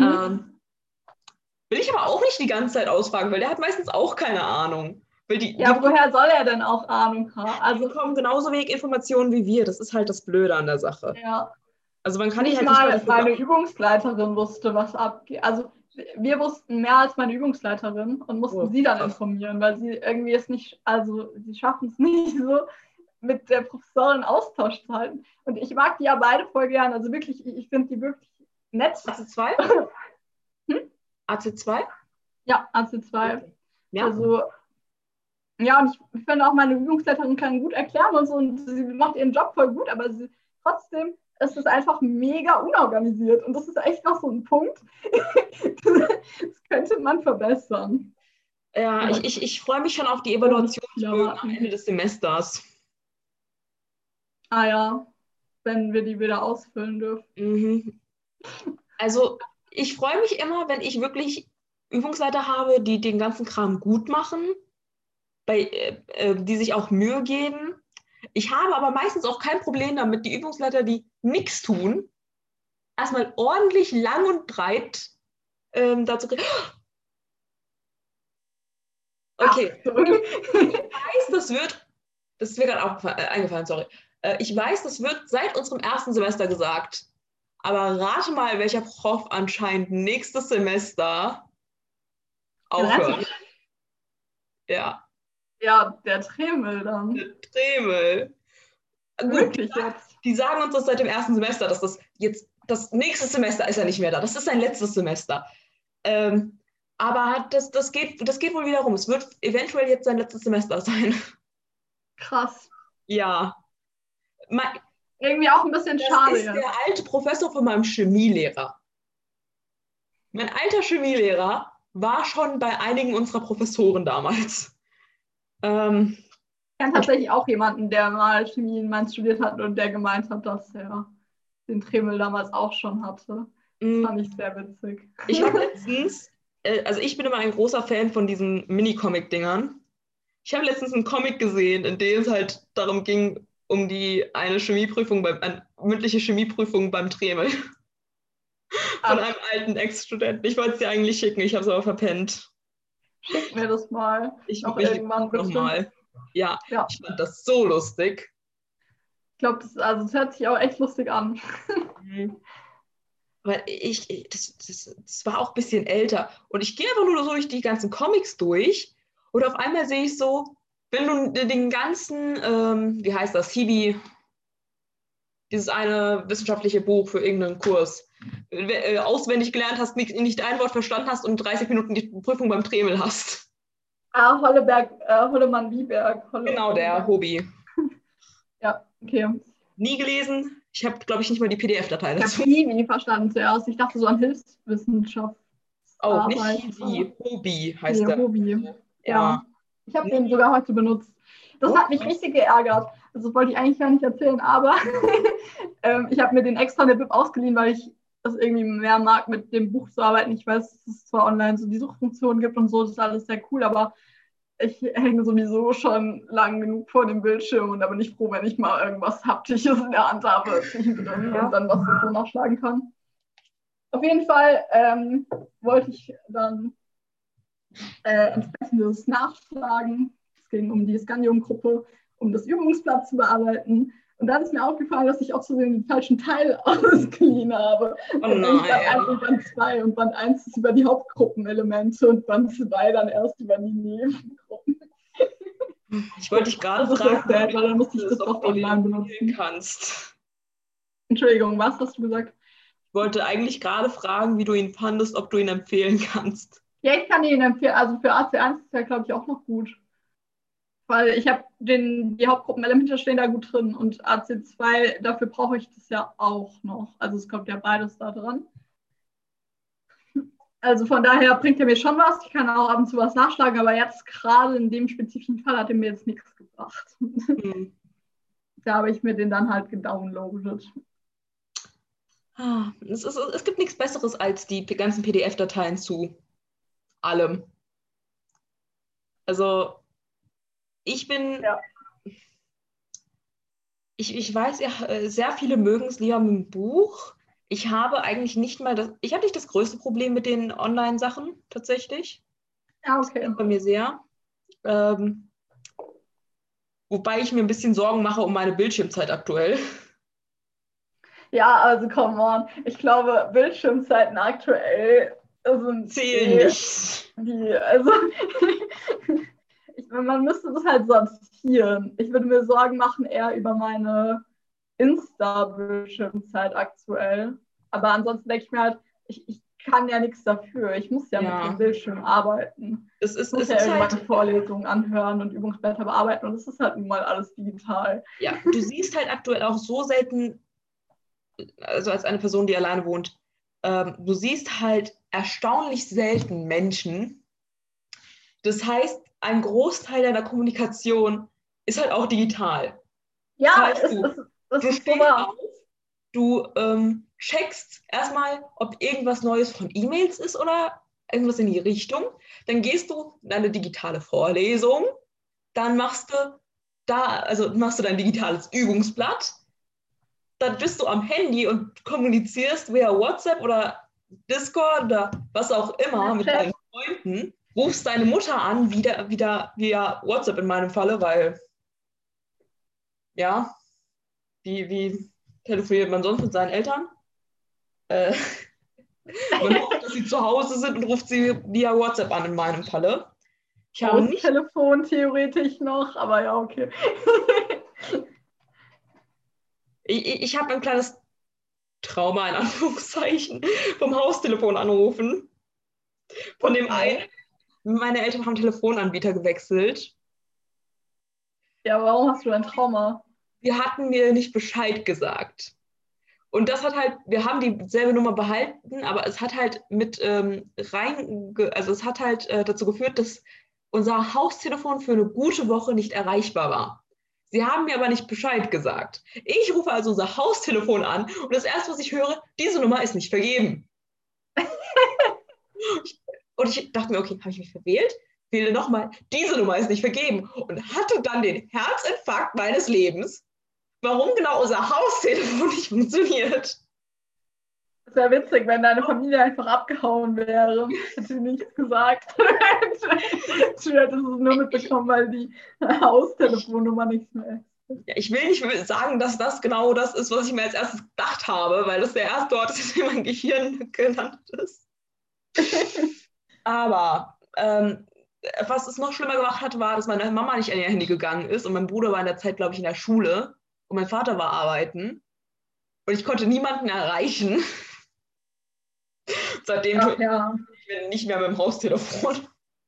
will ich aber auch nicht die ganze Zeit ausfragen, weil der hat meistens auch keine Ahnung. Woher soll er denn auch Ahnung haben? Also die bekommen genauso wenig Informationen wie wir. Das ist halt das Blöde an der Sache. Ja. Also man kann nicht halt mal nicht meine Übungsleiterin wusste, was abgeht. Also wir wussten mehr als meine Übungsleiterin und mussten sie dann informieren, weil sie irgendwie es nicht, also sie schaffen es nicht so, mit der Professorin Austausch zu halten. Und ich mag die ja beide voll gern. Also wirklich, ich finde die wirklich nett. AC2? AC2? Ja, AC2. Okay. Ja. Also, ja, und ich finde auch, meine Übungsleiterin kann gut erklären und so und sie macht ihren Job voll gut, aber trotzdem ist es einfach mega unorganisiert. Und das ist echt noch so ein Punkt. Das könnte man verbessern. Ja, ich freue mich schon auf die Evaluationsbögen am Ende des Semesters. Ah ja, wenn wir die wieder ausfüllen dürfen. Also ich freue mich immer, wenn ich wirklich Übungsleiter habe, die den ganzen Kram gut machen, die sich auch Mühe geben. Ich habe aber meistens auch kein Problem damit, die Übungsleiter, die nichts tun, erstmal ordentlich lang und breit dazu kriegen. Okay. Ich weiß, das ist mir gerade auch eingefallen, sorry. Ich weiß, das wird seit unserem ersten Semester gesagt. Aber rate mal, welcher Prof anscheinend nächstes Semester aufhört. Ja. Ja, der Tremel dann. Der Tremel. Gut, die sagen uns das seit dem ersten Semester, dass das nächste Semester ist ja nicht mehr da. Das ist sein letztes Semester. Aber das geht wohl wieder rum. Es wird eventuell jetzt sein letztes Semester sein. Krass. Ja. Irgendwie auch ein bisschen schade. Das ist der alte Professor von meinem Chemielehrer. Mein alter Chemielehrer war schon bei einigen unserer Professoren damals. Ich kenne tatsächlich auch jemanden, der mal Chemie in Mainz studiert hat und der gemeint hat, dass er den Tremel damals auch schon hatte. Das fand ich sehr witzig. Ich habe letztens, also ich bin immer ein großer Fan von diesen Mini-Comic-Dingern. Ich habe letztens einen Comic gesehen, in dem es halt darum ging, um eine mündliche Chemieprüfung beim Tremel. von einem alten Ex-Studenten. Ich wollte es dir eigentlich schicken, ich habe es aber verpennt. Schick mir das mal. Ich Irgendwann noch mal. Ja, Ja. ich fand das so lustig. Ich glaube, das hört sich auch echt lustig an. Weil das war auch ein bisschen älter. Und ich gehe einfach nur so durch die ganzen Comics durch und auf einmal sehe ich so, wenn du den ganzen, wie heißt das, Hibi, dieses eine wissenschaftliche Buch für irgendeinen Kurs, auswendig gelernt hast, nicht ein Wort verstanden hast und 30 Minuten die Prüfung beim Tremel hast. Hollemann Wieberg. Genau, der Hobby. Ja, okay. Nie gelesen. Ich habe, glaube ich, nicht mal die PDF-Datei Ich dazu. habe Hiwi verstanden zuerst. Ich dachte so an Hilfswissenschaft. Oh, nicht Hiwi. Hobby heißt der. Hobby. Ja. Ich habe den sogar heute benutzt. Das hat mich richtig geärgert. Das wollte ich eigentlich gar nicht erzählen, aber ich habe mir den extra in der Bib ausgeliehen, weil ich das irgendwie mehr mag, mit dem Buch zu arbeiten. Ich weiß, dass es zwar online so die Suchfunktion gibt und so, das ist alles sehr cool, aber ich hänge sowieso schon lang genug vor dem Bildschirm und da bin ich froh, wenn ich mal irgendwas Haptisches in der Hand habe zwischendrin und dann was so nachschlagen kann. Auf jeden Fall wollte ich dann entsprechendes nachschlagen. Es ging um die Scandium-Gruppe, um das Übungsblatt zu bearbeiten. Und dann ist mir aufgefallen, dass ich auch so den falschen Teil ausgeliehen habe. Oh nein. Band 1 und Band 2 und Band 1 ist über die Hauptgruppenelemente und Band 2 dann erst über die Nebengruppen. Ich wollte dich gerade fragen, weil dann musste ich das doch online benutzen. Kannst. Entschuldigung, was hast du gesagt? Ich wollte eigentlich gerade fragen, wie du ihn fandest, ob du ihn empfehlen kannst. Ja, ich kann ihn empfehlen. Also für AC1 ist er, glaube ich, auch noch gut. Weil ich habe die Hauptgruppenelemente stehen da gut drin und AC2, dafür brauche ich das ja auch noch. Also es kommt ja beides da dran. Also von daher bringt er mir schon was. Ich kann auch ab und zu was nachschlagen, aber jetzt gerade in dem spezifischen Fall hat er mir jetzt nichts gebracht. Da habe ich mir den dann halt gedownloadet. Es gibt nichts Besseres als die ganzen PDF-Dateien zu allem. Also ich bin, ja. Ich weiß, ja, sehr viele mögen es lieber mit dem Buch. Ich habe eigentlich nicht mal ich habe nicht das größte Problem mit den Online-Sachen tatsächlich. Ja, okay. Das bei mir sehr. Wobei ich mir ein bisschen Sorgen mache um meine Bildschirmzeit aktuell. Ja, also come on. Ich glaube, Bildschirmzeiten aktuell zählen nicht. Man müsste das halt sortieren. Ich würde mir Sorgen machen eher über meine Insta-Bildschirmzeit aktuell. Aber ansonsten denke ich mir halt, ich kann ja nichts dafür. Ich muss ja mit dem Bildschirm arbeiten. Ich muss ja irgendwann Vorlesungen anhören und Übungsblätter bearbeiten und es ist halt nun mal alles digital. Ja, du siehst halt aktuell auch so selten, also als eine Person, die alleine wohnt, du siehst halt erstaunlich selten Menschen. Das heißt, ein Großteil deiner Kommunikation ist halt auch digital. Ja, das heißt, es ist so wahr. Du checkst erstmal, ob irgendwas Neues von E-Mails ist oder irgendwas in die Richtung. Dann gehst du in eine digitale Vorlesung. Dann machst du dein digitales Übungsblatt. Dann bist du am Handy und kommunizierst via WhatsApp oder Discord oder was auch immer mit deinen Freunden. Rufst deine Mutter an, wieder via WhatsApp in meinem Falle, weil ja, wie telefoniert man sonst mit seinen Eltern? Man hofft, dass sie zu Hause sind und ruft sie via WhatsApp an in meinem Falle. Ich habe nicht Telefon theoretisch noch, aber ja, okay. Ich habe ein kleines Trauma, in Anführungszeichen, vom Haustelefon anrufen. Von dem einen. Meine Eltern haben Telefonanbieter gewechselt. Ja, warum hast du ein Trauma? Wir hatten mir nicht Bescheid gesagt. Und das hat halt, wir haben dieselbe Nummer behalten, aber es hat halt es hat halt dazu geführt, dass unser Haustelefon für eine gute Woche nicht erreichbar war. Sie haben mir aber nicht Bescheid gesagt. Ich rufe also unser Haustelefon an und das Erste, was ich höre, diese Nummer ist nicht vergeben. Und ich dachte mir, okay, habe ich mich verwählt? Wähle nochmal, diese Nummer ist nicht vergeben. Und hatte dann den Herzinfarkt meines Lebens, warum genau unser Haustelefon nicht funktioniert. Es wäre witzig, wenn deine Familie einfach abgehauen wäre. Hätte sie nichts gesagt. Du hättest es nur mitbekommen, weil die Haustelefonnummer nichts mehr ist. Ja, ich will nicht sagen, dass das genau das ist, was ich mir als erstes gedacht habe, weil das der erste Ort ist, in mein Gehirn gelandet ist. Aber was es noch schlimmer gemacht hat, war, dass meine Mama nicht an ihr Handy gegangen ist und mein Bruder war in der Zeit, glaube ich, in der Schule und mein Vater war arbeiten und ich konnte niemanden erreichen. Seitdem Ach ja. ich nicht mehr mit dem Haustelefon.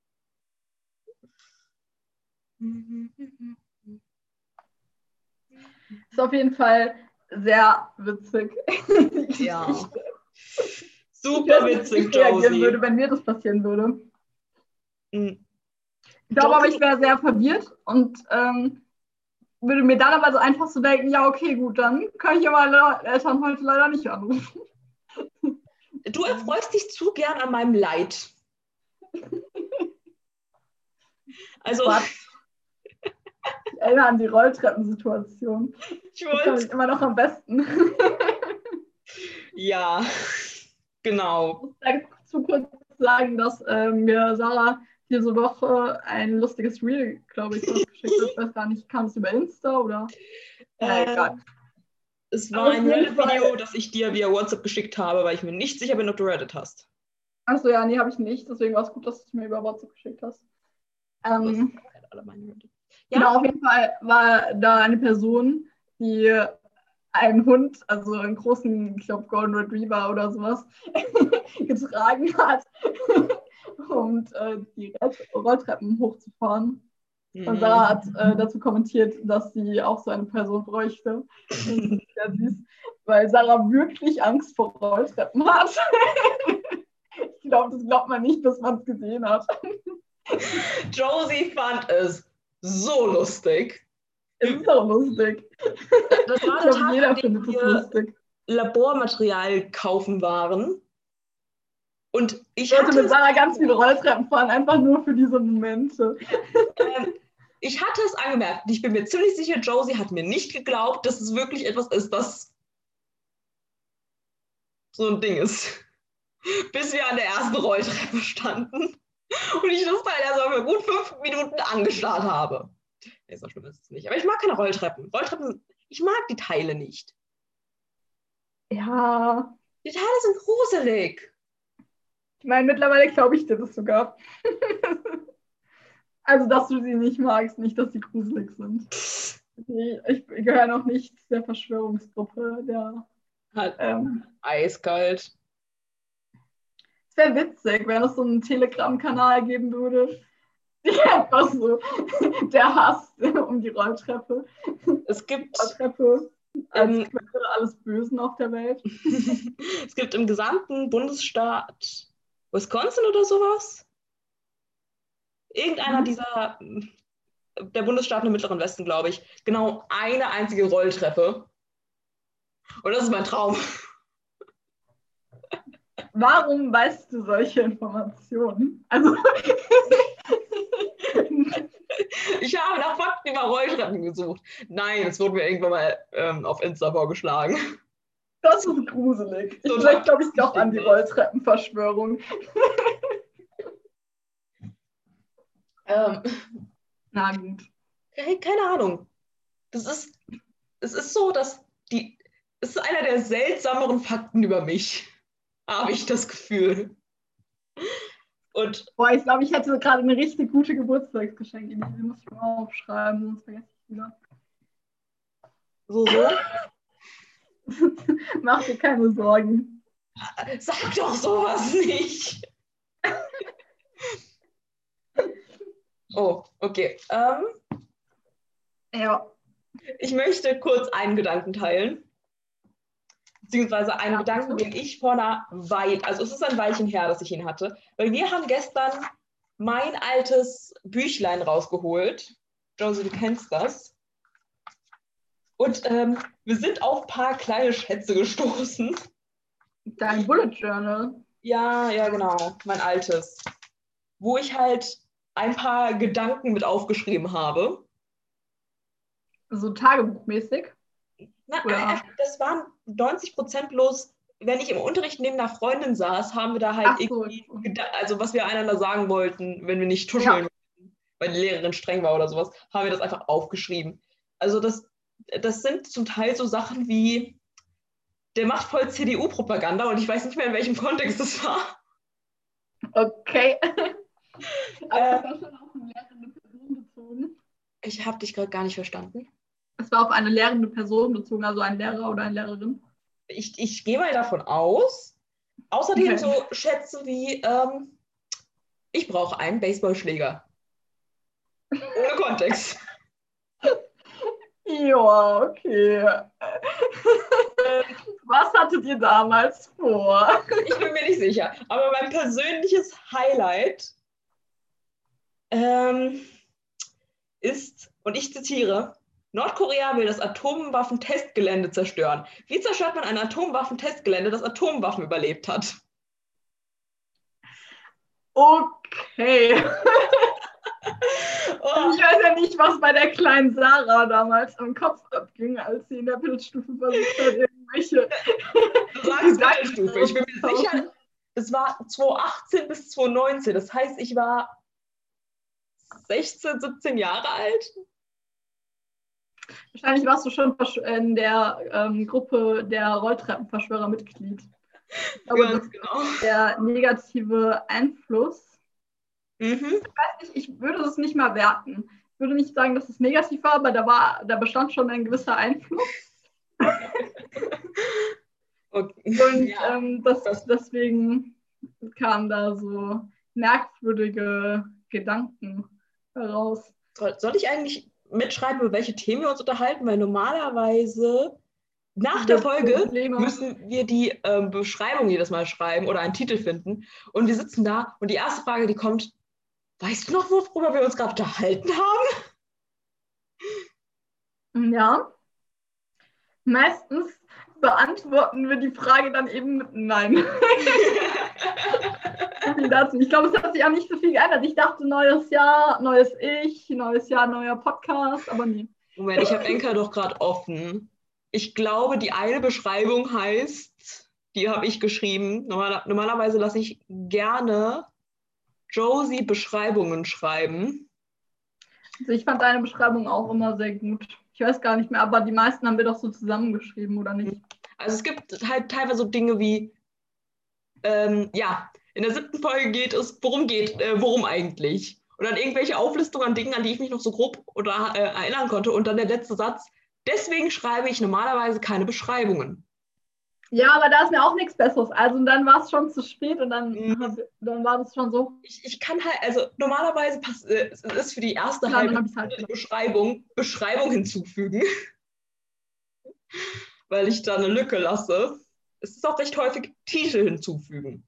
Ist auf jeden Fall sehr witzig. Ja. Super witzig, ich reagieren Josie. würde, wenn mir das passieren würde. Mhm. Ich glaube aber, ich wäre sehr verwirrt und würde mir dann aber so einfach so denken, ja, okay, gut, dann kann ich ja meine Eltern heute leider nicht anrufen. Du erfreust dich zu gern an meinem Leid. Also, ich erinnere an die Rolltreppensituation. ich Das kann ich wollte. immer noch am besten. Ja, genau. Ich muss dazu kurz sagen, dass mir Sarah diese Woche ein lustiges Reel, glaube ich, geschickt hat. Ich weiß gar nicht, kam es über Insta oder? Egal. Es war ein Reddit-Video, das ich dir via WhatsApp geschickt habe, weil ich mir nicht sicher bin, ob du Reddit hast. Achso, ja, nee, habe ich nicht. Deswegen war es gut, dass du es mir über WhatsApp geschickt hast. Genau, auf jeden Fall war da eine Person, die einen Hund, also einen großen, ich glaube Golden Retriever oder sowas, getragen hat, um die Rolltreppen hochzufahren. Und Sarah hat dazu kommentiert, dass sie auch so eine Person bräuchte. Sehr süß, weil Sarah wirklich Angst vor Rolltreppen hat. Ich glaube, das glaubt man nicht, bis man es gesehen hat. Josie fand es so lustig. Es ist auch lustig. Das war der Tag, an dem wir Labormaterial kaufen waren. Und ich hatte mit Sarah ganz viele Rolltreppen fahren, einfach nur für diese Momente. Ich hatte es angemerkt. Ich bin mir ziemlich sicher, Josie hat mir nicht geglaubt, dass es wirklich etwas ist, das so ein Ding ist. Bis wir an der ersten Rolltreppe standen und ich das Teil erst mal für gut 5 Minuten angestarrt habe. Nee, so schlimm ist es nicht. Aber ich mag keine Rolltreppen. Ich mag die Teile nicht. Ja. Die Teile sind gruselig. Ich meine, mittlerweile glaube ich dir das sogar. Also, dass du sie nicht magst, nicht, dass sie gruselig sind. Ich gehöre noch nicht zu der Verschwörungsgruppe. Eiskalt. Es wäre witzig, wenn es so einen Telegram-Kanal geben würde. Einfach so der Hass um die Rolltreppe. Es gibt Rolltreppe als Quelle alles Bösen auf der Welt. Es gibt im gesamten Bundesstaat Wisconsin oder sowas. Irgendeiner der Bundesstaaten im Mittleren Westen, glaube ich, genau eine einzige Rolltreppe. Und das ist mein Traum. Warum weißt du solche Informationen? Also ich habe nach Fakten über Rolltreppen gesucht. Nein, es wurde mir irgendwann mal auf Insta vorgeschlagen. Das ist gruselig. Vielleicht glaube ich doch an die Rolltreppenverschwörung. Na gut. Keine Ahnung. Es ist so, dass es ist einer der seltsameren Fakten über mich, habe ich das Gefühl. Und ich glaube, ich hätte gerade eine richtig gute Geburtstagsgeschenke. Die muss ich mal aufschreiben, sonst vergesse ich wieder. So? Mach dir keine Sorgen. Sag doch sowas nicht. Oh, okay. Ja. Ich möchte kurz einen Gedanken teilen. Beziehungsweise einen Gedanken, den ich vor einer Weile, also es ist ein Weilchen her, dass ich ihn hatte, weil wir haben gestern mein altes Büchlein rausgeholt. Josie, du kennst das. Und wir sind auf ein paar kleine Schätze gestoßen. Dein Bullet Journal? Ja, genau, mein altes. Wo ich halt ein paar Gedanken mit aufgeschrieben habe. So tagebuchmäßig? Das waren 90% bloß wenn ich im Unterricht neben einer Freundin saß, haben wir da halt Ach so. irgendwie, also was wir einander sagen wollten, wenn wir nicht Ja. tuscheln, weil die Lehrerin streng war oder sowas, haben wir das einfach aufgeschrieben. Also das sind zum Teil so Sachen wie, der macht voll CDU-Propaganda und ich weiß nicht mehr, in welchem Kontext das war. Okay. Aber das war schon auf eine lehrende Person bezogen. Ich habe dich gerade gar nicht verstanden. Es war auf eine lehrende Person bezogen, also ein Lehrer oder eine Lehrerin. Ich gehe mal davon aus. Außerdem Okay. so Schätze wie, ich brauche einen Baseballschläger. Ohne Kontext. Ja, okay. Was hattet ihr damals vor? Ich bin mir nicht sicher. Aber mein persönliches Highlight ist, und ich zitiere, Nordkorea will das Atomwaffentestgelände zerstören. Wie zerstört man ein Atomwaffentestgelände, das Atomwaffen überlebt hat? Okay. Oh, Ich weiß ja nicht, was bei der kleinen Sarah damals am Kopf abging, als sie in der Mittelstufe versucht hat, irgendwelche. du sagst Mittelstufe. Ich bin mir sicher, es war 2018 bis 2019. Das heißt, ich war 16, 17 Jahre alt. Wahrscheinlich warst du schon in der Gruppe der Rolltreppenverschwörer Mitglied. Aber Ganz das genau. ist der negative Einfluss. Mhm. Ich weiß nicht, ich würde das nicht mal werten. Ich würde nicht sagen, dass es negativ war, aber da bestand schon ein gewisser Einfluss. Okay. Und Ja, deswegen kamen da so merkwürdige Gedanken heraus. soll ich eigentlich mitschreiben, über welche Themen wir uns unterhalten? Weil normalerweise nach der Folge Probleme. müssen wir die Beschreibung jedes Mal schreiben oder einen Titel finden. Und wir sitzen da und die erste Frage, die kommt, weißt du noch, worüber wir uns gerade unterhalten haben? Ja, meistens beantworten wir die Frage dann eben mit Nein. Ich glaube, es hat sich auch nicht so viel geändert. Ich dachte, neues Jahr, neues Ich, neues Jahr, neuer Podcast, aber nie. Moment, ich habe Enka doch gerade offen. Ich glaube, die eine Beschreibung heißt, die habe ich geschrieben. Normalerweise lasse ich gerne Josie Beschreibungen schreiben. Also ich fand deine Beschreibung auch immer sehr gut. Ich weiß gar nicht mehr, aber die meisten haben wir doch so zusammengeschrieben, oder nicht? Also es gibt halt teilweise so Dinge wie, ja, in der 7. Folge geht es, worum eigentlich? Und dann irgendwelche Auflistungen an Dingen, an die ich mich noch so grob oder erinnern konnte. Und dann der letzte Satz, deswegen schreibe ich normalerweise keine Beschreibungen. Ja, aber da ist mir auch nichts Besseres. Also dann war es schon zu spät und dann war das schon so. Ich kann halt, also normalerweise es ist für die erste halbe Beschreibung hinzufügen, weil ich da eine Lücke lasse. Es ist auch recht häufig Titel hinzufügen.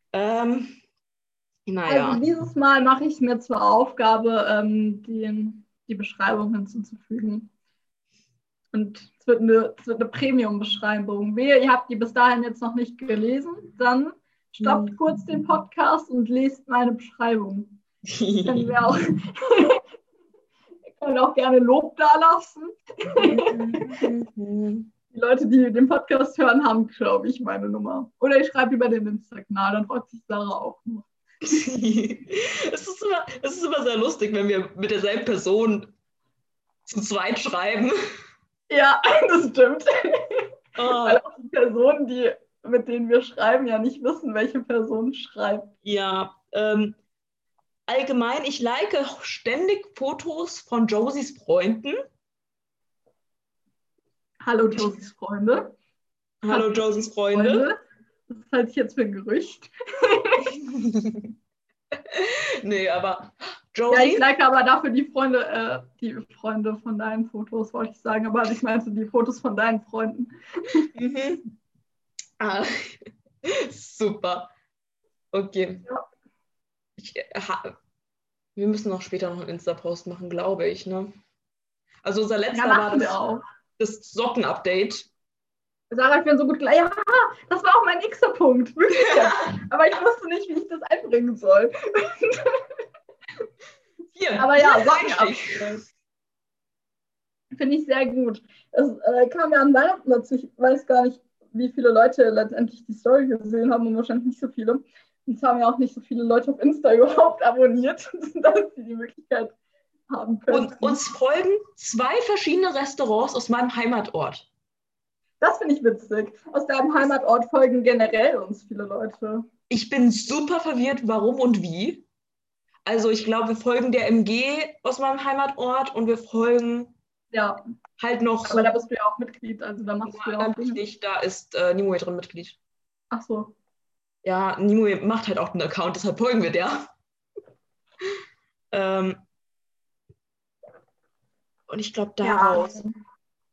Naja. Also dieses Mal mache ich mir zur Aufgabe, die Beschreibung hinzuzufügen. Und es wird eine Premium-Beschreibung. Wehe, ihr habt die bis dahin jetzt noch nicht gelesen, dann stoppt kurz den Podcast und lest meine Beschreibung. Können wir auch, können auch gerne Lob dalassen. Die Leute, die den Podcast hören, haben, glaube ich, meine Nummer. Oder ich schreibe über den Insta-Kanal, dann freut sich Sarah auch noch. Es ist immer sehr lustig, wenn wir mit derselben Person zu zweit schreiben. Ja, das stimmt. Oh. Weil auch die Personen, mit denen wir schreiben, ja nicht wissen, welche Person schreibt. Ja, allgemein, ich like ständig Fotos von Josies Freunden. Hallo Josies Freunde. Hallo Josies Freunde. Das halte ich jetzt für ein Gerücht. Nee, aber Josie. Ja, ich like aber dafür die Freunde von deinen Fotos, wollte ich sagen. Aber ich meinte die Fotos von deinen Freunden. Mhm. Ah, super. Okay. Ja. Wir müssen noch später noch einen Insta-Post machen, glaube ich. Ne? Also unser letzter war das Socken-Update. Sarah, ich bin so gut. Ja, das war auch mein nächster Punkt. Wirklich. Aber ich wusste nicht, wie ich das einbringen soll. Hier, aber ja, Socken-Update. Finde ich sehr gut. Es kam ja an Weihnachten dazu. Ich weiß gar nicht, wie viele Leute letztendlich die Story gesehen haben und wahrscheinlich nicht so viele. Und es haben ja auch nicht so viele Leute auf Insta überhaupt abonniert, dass sie die Möglichkeit haben können. Und uns folgen 2 verschiedene Restaurants aus meinem Heimatort. Das finde ich witzig. Aus deinem Heimatort folgen generell uns viele Leute. Ich bin super verwirrt, warum und wie. Also ich glaube, wir folgen der MG aus meinem Heimatort und wir folgen halt noch so. Aber da bist du ja auch Mitglied, also da machst du ja auch Dinge. Nicht, da ist Nimue drin Mitglied. Ach so. Ja, Nimue macht halt auch einen Account, deshalb folgen wir der. Und ich glaube, daraus. Ja.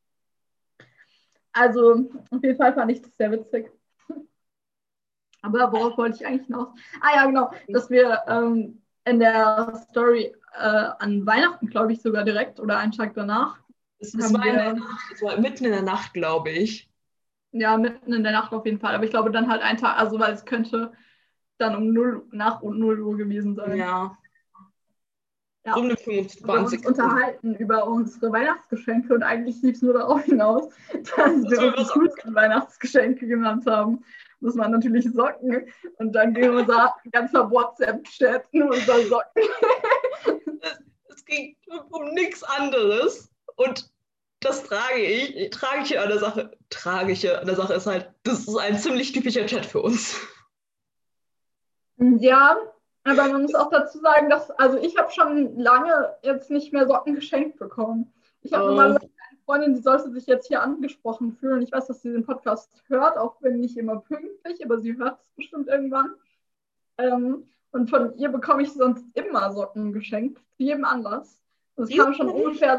Also, auf jeden Fall fand ich das sehr witzig. Aber worauf wollte ich eigentlich noch? Ah ja, genau, dass wir in der Story an Weihnachten, glaube ich, sogar direkt oder einen Tag danach. Es war in der Nacht, es war mitten in der Nacht, glaube ich. Ja, mitten in der Nacht auf jeden Fall. Aber ich glaube dann halt einen Tag, also weil es könnte dann nach 0 Uhr gewesen sein. Ja. Ja. Um wir haben uns unterhalten über unsere Weihnachtsgeschenke und eigentlich lief es nur darauf hinaus, dass wir uns die coolsten Weihnachtsgeschenke genannt haben. Das waren natürlich Socken und dann ging unser ganzer WhatsApp-Chat nur über Socken. Es ging um nichts anderes und das Tragische an der Sache ist halt, das ist ein ziemlich typischer Chat für uns. Ja, aber man muss auch dazu sagen, dass, also ich habe schon lange jetzt nicht mehr Socken geschenkt bekommen. Ich habe normalerweise eine Freundin, die sollte sich jetzt hier angesprochen fühlen. Ich weiß, dass sie den Podcast hört, auch wenn nicht immer pünktlich, aber sie hört es bestimmt irgendwann. Und von ihr bekomme ich sonst immer Socken geschenkt, zu jedem Anlass. Und es kam schon ungefähr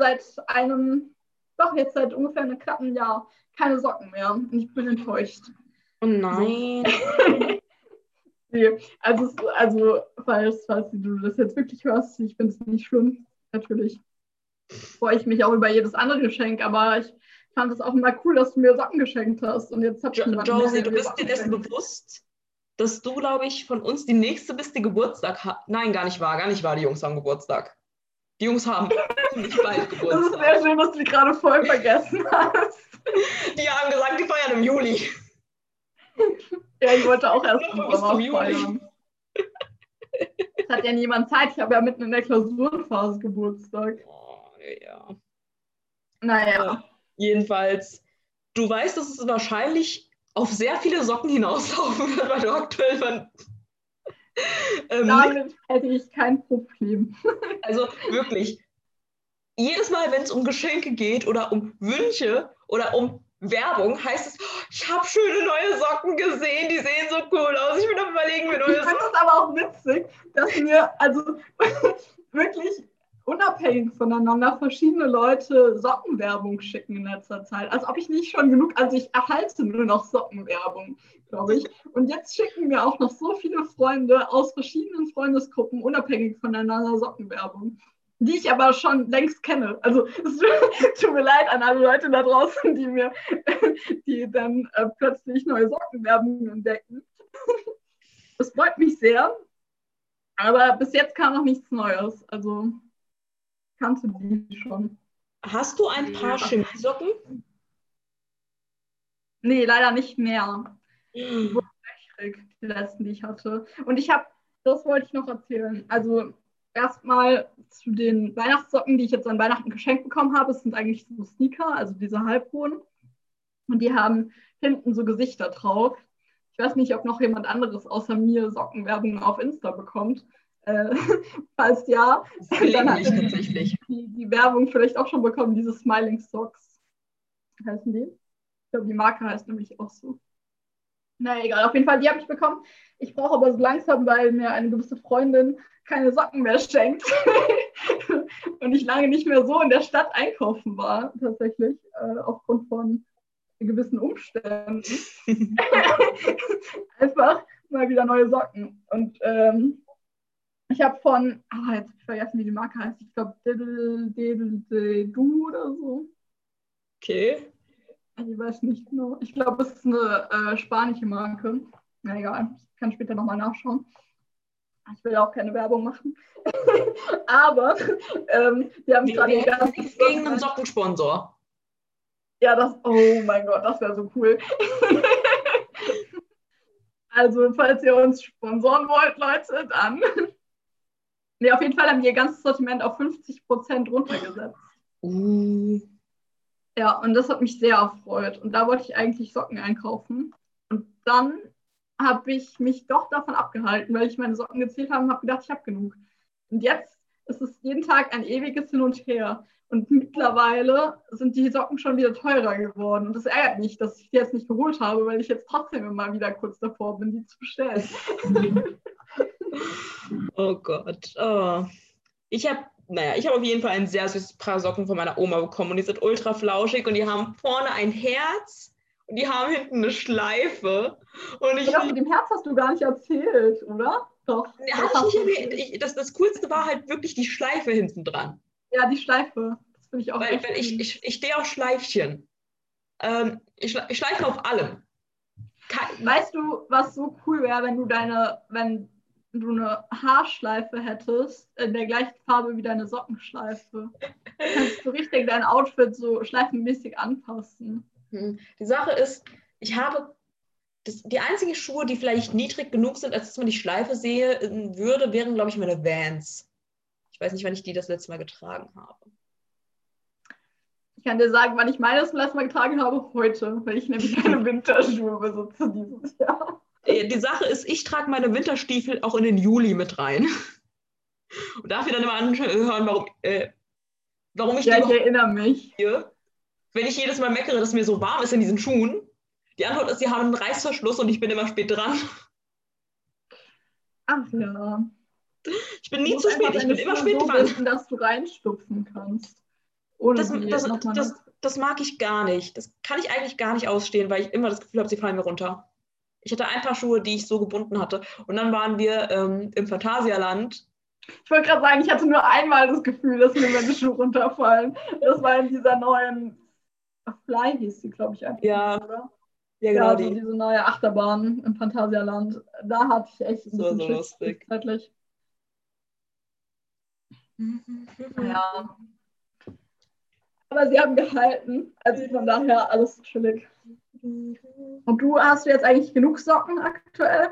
seit ungefähr einem knappen Jahr keine Socken mehr. Und ich bin enttäuscht. Oh nein. Nee, also falls du das jetzt wirklich hörst, ich finde es nicht schlimm. Natürlich freue ich mich auch über jedes andere Geschenk, aber ich fand es auch immer cool, dass du mir Socken geschenkt hast. Und jetzt Josie, du bist dir dessen bewusst, dass du, glaube ich, von uns die Nächste bist, die Geburtstag hat. Nein, gar nicht wahr. Die Jungs haben Geburtstag. Die Jungs haben nicht bald Geburtstag. Das ist sehr schön, dass du die gerade voll vergessen hast. Die haben gesagt, die feiern im Juli. Ja, ich wollte auch erst im Sommer feiern. Es hat ja niemand Zeit. Ich habe ja mitten in der Klausurenphase Geburtstag. Oh, ja. Naja. Jedenfalls, du weißt, dass es wahrscheinlich auf sehr viele Socken hinauslaufen wird, weil du aktuell damit hätte ich kein Problem. Also wirklich, jedes Mal, wenn es um Geschenke geht oder um Wünsche oder um Werbung, heißt es, ich habe schöne neue Socken gesehen, die sehen so cool aus. Ich bin am Überlegen, mir neue Socken. Ich finde es aber auch witzig, dass mir also wirklich unabhängig voneinander verschiedene Leute Sockenwerbung schicken in letzter Zeit. Als ob ich nicht schon genug, also ich erhalte nur noch Sockenwerbung, glaube ich. Und jetzt schicken mir auch noch so viele Freunde aus verschiedenen Freundesgruppen unabhängig voneinander Sockenwerbung, die ich aber schon längst kenne. Also es tut mir leid an alle Leute da draußen, die dann plötzlich neue Sockenwerbung entdecken. Das freut mich sehr, aber bis jetzt kam noch nichts Neues. Also kannst du die schon. Hast du ein paar Chemiesocken? Nee, leider nicht mehr. Die wurden löchrig, die letzten, die ich hatte. Und das wollte ich noch erzählen. Also erstmal zu den Weihnachtssocken, die ich jetzt an Weihnachten geschenkt bekommen habe. Es sind eigentlich so Sneaker, also diese halbhohen. Und die haben hinten so Gesichter drauf. Ich weiß nicht, ob noch jemand anderes außer mir Sockenwerbung auf Insta bekommt. Falls ja, dann hat die Werbung vielleicht auch schon bekommen, diese Smiling Socks. Heißen die? Ich glaube, die Marke heißt nämlich auch so. Na egal, auf jeden Fall, die habe ich bekommen. Ich brauche aber so langsam, weil mir eine gewisse Freundin keine Socken mehr schenkt. Und ich lange nicht mehr so in der Stadt einkaufen war, tatsächlich, aufgrund von gewissen Umständen. Einfach mal wieder neue Socken. Und ich habe jetzt habe ich vergessen, wie die Marke heißt. Ich glaube, Du oder so. Okay. Ich weiß nicht genau. Ich glaube, es ist eine spanische Marke. Na egal, ich kann später nochmal nachschauen. Ich will auch keine Werbung machen. Aber die haben gerade nichts gegen einen Sockensponsor. Ja, oh mein Gott, das wäre so cool. Also, falls ihr uns sponsoren wollt, Leute, dann. Nee, auf jeden Fall haben wir ihr ganzes Sortiment auf 50% runtergesetzt. Ja, und das hat mich sehr erfreut. Und da wollte ich eigentlich Socken einkaufen. Und dann habe ich mich doch davon abgehalten, weil ich meine Socken gezählt habe und habe gedacht, ich habe genug. Und jetzt ist es jeden Tag ein ewiges Hin und Her. Und mittlerweile sind die Socken schon wieder teurer geworden. Und das ärgert mich, dass ich die jetzt nicht geholt habe, weil ich jetzt trotzdem immer wieder kurz davor bin, die zu bestellen. Oh Gott. Oh. Ich habe auf jeden Fall ein sehr süßes Paar Socken von meiner Oma bekommen und die sind ultra flauschig und die haben vorne ein Herz und die haben hinten eine Schleife. Und das mit dem Herz hast du gar nicht erzählt, oder? Doch. Ja, hatte ich nicht erwähnt. Das Coolste war halt wirklich die Schleife hinten dran. Ja, die Schleife. Das finde ich auch weil ich stehe auf Schleifchen. Ich schleife auf allem. Weißt du, was so cool wäre, wenn du eine Haarschleife hättest, in der gleichen Farbe wie deine Sockenschleife? Dann kannst du richtig dein Outfit so schleifenmäßig anpassen. Die Sache ist, ich habe die einzigen Schuhe, die vielleicht niedrig genug sind, als dass man die Schleife sehen würde, wären, glaube ich, meine Vans. Ich weiß nicht, wann ich die das letzte Mal getragen habe. Ich kann dir sagen, wann ich meine das letzte Mal getragen habe, heute, weil ich nämlich keine Winterschuhe besitze dieses Jahr. Die Sache ist, ich trage meine Winterstiefel auch in den Juli mit rein. Und darf ich dann immer anhören, warum ich ich erinnere mich. Wenn ich jedes Mal meckere, dass mir so warm ist in diesen Schuhen. Die Antwort ist, sie haben einen Reißverschluss und ich bin immer spät dran. Ach ja. Ich bin nie zu spät, ich bin immer spät dran. Wissen, dass du reinstupfen kannst. Das mag ich gar nicht. Das kann ich eigentlich gar nicht ausstehen, weil ich immer das Gefühl habe, sie fallen mir runter. Ich hatte ein paar Schuhe, die ich so gebunden hatte. Und dann waren wir im Phantasialand. Ich wollte gerade sagen, ich hatte nur einmal das Gefühl, dass mir meine Schuhe runterfallen. Das war in dieser neuen Fly, hieß sie, glaube ich, einfach. Ja, oder? Ja, genau. Also diese neue Achterbahn im Phantasialand. Da hatte ich echt ein bisschen so lustig. Zeitlich. Ja. Aber sie haben gehalten. Also von daher alles chillig. Und hast du jetzt eigentlich genug Socken aktuell?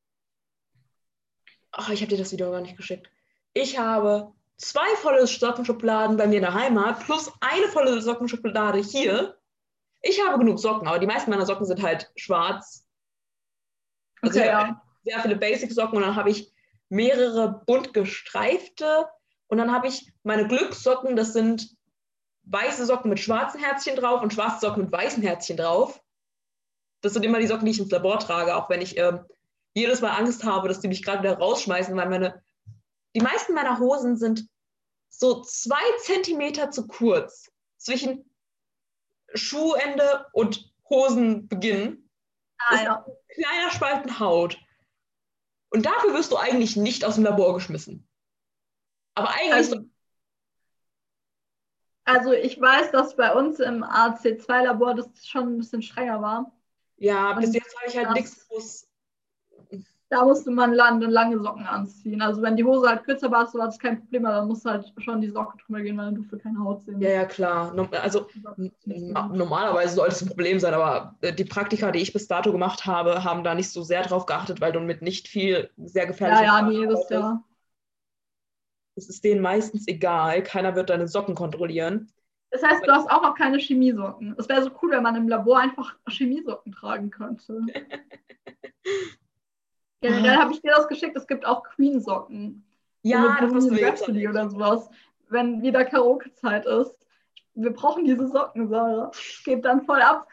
Ach, ich habe dir das Video gar nicht geschickt. Ich habe 2 volle Sockenschubladen bei mir in der Heimat plus eine volle Sockenschublade hier. Ich habe genug Socken, aber die meisten meiner Socken sind halt schwarz. Also okay, ich habe sehr viele Basic-Socken und dann habe ich mehrere bunt gestreifte und dann habe ich meine Glückssocken, das sind weiße Socken mit schwarzen Herzchen drauf und schwarze Socken mit weißen Herzchen drauf. Das sind immer die Socken, die ich ins Labor trage, auch wenn ich jedes Mal Angst habe, dass die mich gerade wieder rausschmeißen, weil die meisten meiner Hosen sind so 2 Zentimeter zu kurz zwischen Schuhende und Hosenbeginn. Das ist ein kleiner Spalten Haut. Und dafür wirst du eigentlich nicht aus dem Labor geschmissen. Aber eigentlich... Also ich weiß, dass bei uns im AC2-Labor das schon ein bisschen strenger war. Ja, bis jetzt habe ich halt nichts. Da musste man lange Socken anziehen. Also wenn die Hose halt kürzer war, so war das kein Problem, aber dann musst du halt schon die Socke drüber gehen, weil dann durfte keine Haut sehen. Ja, klar. Also normalerweise sollte es ein Problem sein, aber die Praktika, die ich bis dato gemacht habe, haben da nicht so sehr drauf geachtet, weil du mit nicht viel sehr gefährlichen es ist denen meistens egal. Keiner wird deine Socken kontrollieren. Das heißt, du hast auch noch keine Chemiesocken. Es wäre so cool, wenn man im Labor einfach Chemiesocken tragen könnte. Generell habe ich dir das geschickt, es gibt auch Queen-Socken. Ja, das ist Rhapsody oder sowas. Wenn wieder Karaoke-Zeit ist. Wir brauchen diese Socken, Sarah. Es geht dann voll ab.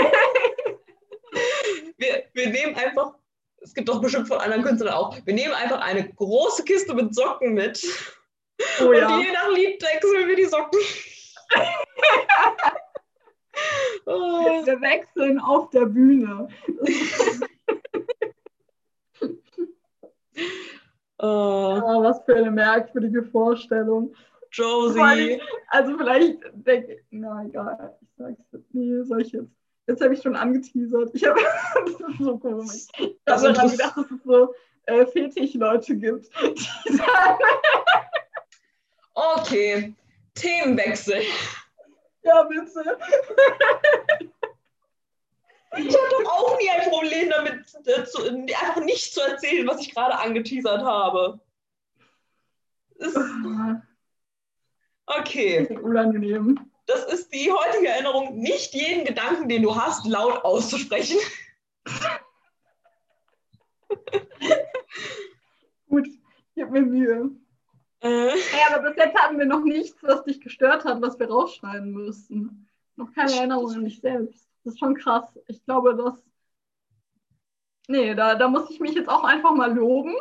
Wir nehmen einfach, es gibt doch bestimmt von anderen Künstlern auch, wir nehmen einfach eine große Kiste mit Socken mit. Oh, und je nach Lied wechseln wir die Socken. Wir wechseln auf der Bühne. Was für eine merkwürdige Vorstellung. Josie. Also vielleicht denke ich, na egal, ich sag's jetzt. Nee, soll ich jetzt? Jetzt habe ich schon angeteasert. Das ist so komisch. Ich habe daran gedacht, dass es so Fetisch-Leute gibt. Die sagen okay, Themenwechsel. Ja, bitte. Ich habe doch auch nie ein Problem damit, einfach nicht zu erzählen, was ich gerade angeteasert habe. Okay. Unangenehm. Das ist die heutige Erinnerung, nicht jeden Gedanken, den du hast, laut auszusprechen. Gut, gib mir Mühe. Ja, aber bis jetzt hatten wir noch nichts, was dich gestört hat, was wir rausschneiden müssten. Noch keine Erinnerung an dich selbst. Das ist schon krass. Ich glaube, dass. Nee, da muss ich mich jetzt auch einfach mal loben.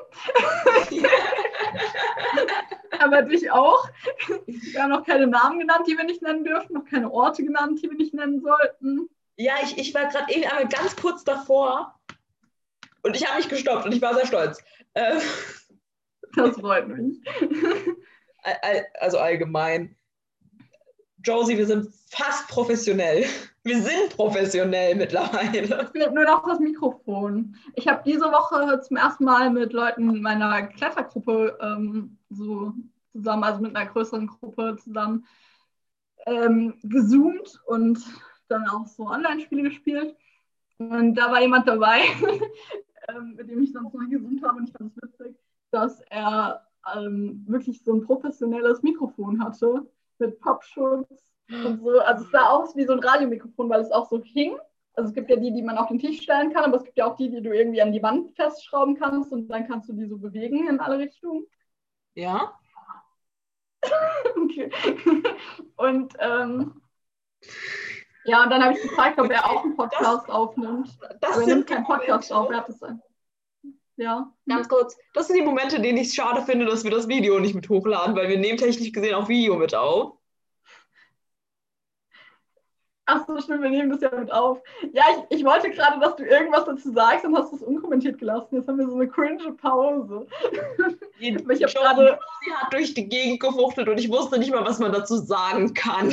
Aber dich auch. Wir haben noch keine Namen genannt, die wir nicht nennen dürfen, noch keine Orte genannt, die wir nicht nennen sollten. Ja, ich war gerade eben einmal ganz kurz davor und ich habe mich gestoppt und ich war sehr stolz. Das freut mich. Also allgemein. Josie, wir sind fast professionell. Wir sind professionell mittlerweile. Es fehlt nur noch das Mikrofon. Ich habe diese Woche zum ersten Mal mit Leuten meiner Klettergruppe so zusammen, also mit einer größeren Gruppe zusammen gezoomt und dann auch so Online-Spiele gespielt. Und da war jemand dabei, mit dem ich sonst noch gezoomt habe und ich fand es witzig, dass er wirklich so ein professionelles Mikrofon hatte mit Popschutz und so. Also es sah aus wie so ein Radiomikrofon, weil es auch so hing. Also es gibt ja die man auf den Tisch stellen kann, aber es gibt ja auch die du irgendwie an die Wand festschrauben kannst und dann kannst du die so bewegen in alle Richtungen. Ja. Okay. Und ja, und dann habe ich gefragt, ob er auch einen Podcast aufnimmt. Das aber er nimmt keinen Podcast Momente. auf, er hat es ja. Ganz kurz, das sind die Momente, denen ich es schade finde, dass wir das Video nicht mit hochladen, weil wir nehmen technisch gesehen auch Video mit auf. Ach so, stimmt, wir nehmen das ja mit auf. Ja, ich wollte gerade, dass du irgendwas dazu sagst und hast es unkommentiert gelassen. Jetzt haben wir so eine cringe Pause. Aber ich habe sie hat durch die Gegend gefuchtelt und ich wusste nicht mal, was man dazu sagen kann.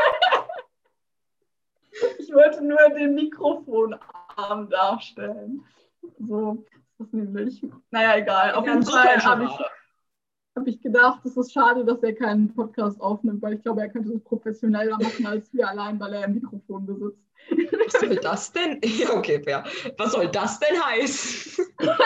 Ich wollte nur den Mikrofonarm darstellen. So ist das nämlich. Naja, egal. Auf jeden Fall habe ich gedacht, es ist schade, dass er keinen Podcast aufnimmt, weil ich glaube, er könnte es professioneller machen als wir allein, weil er ein Mikrofon besitzt. Was soll das denn? Ja, okay, fair. Was soll das denn heißen?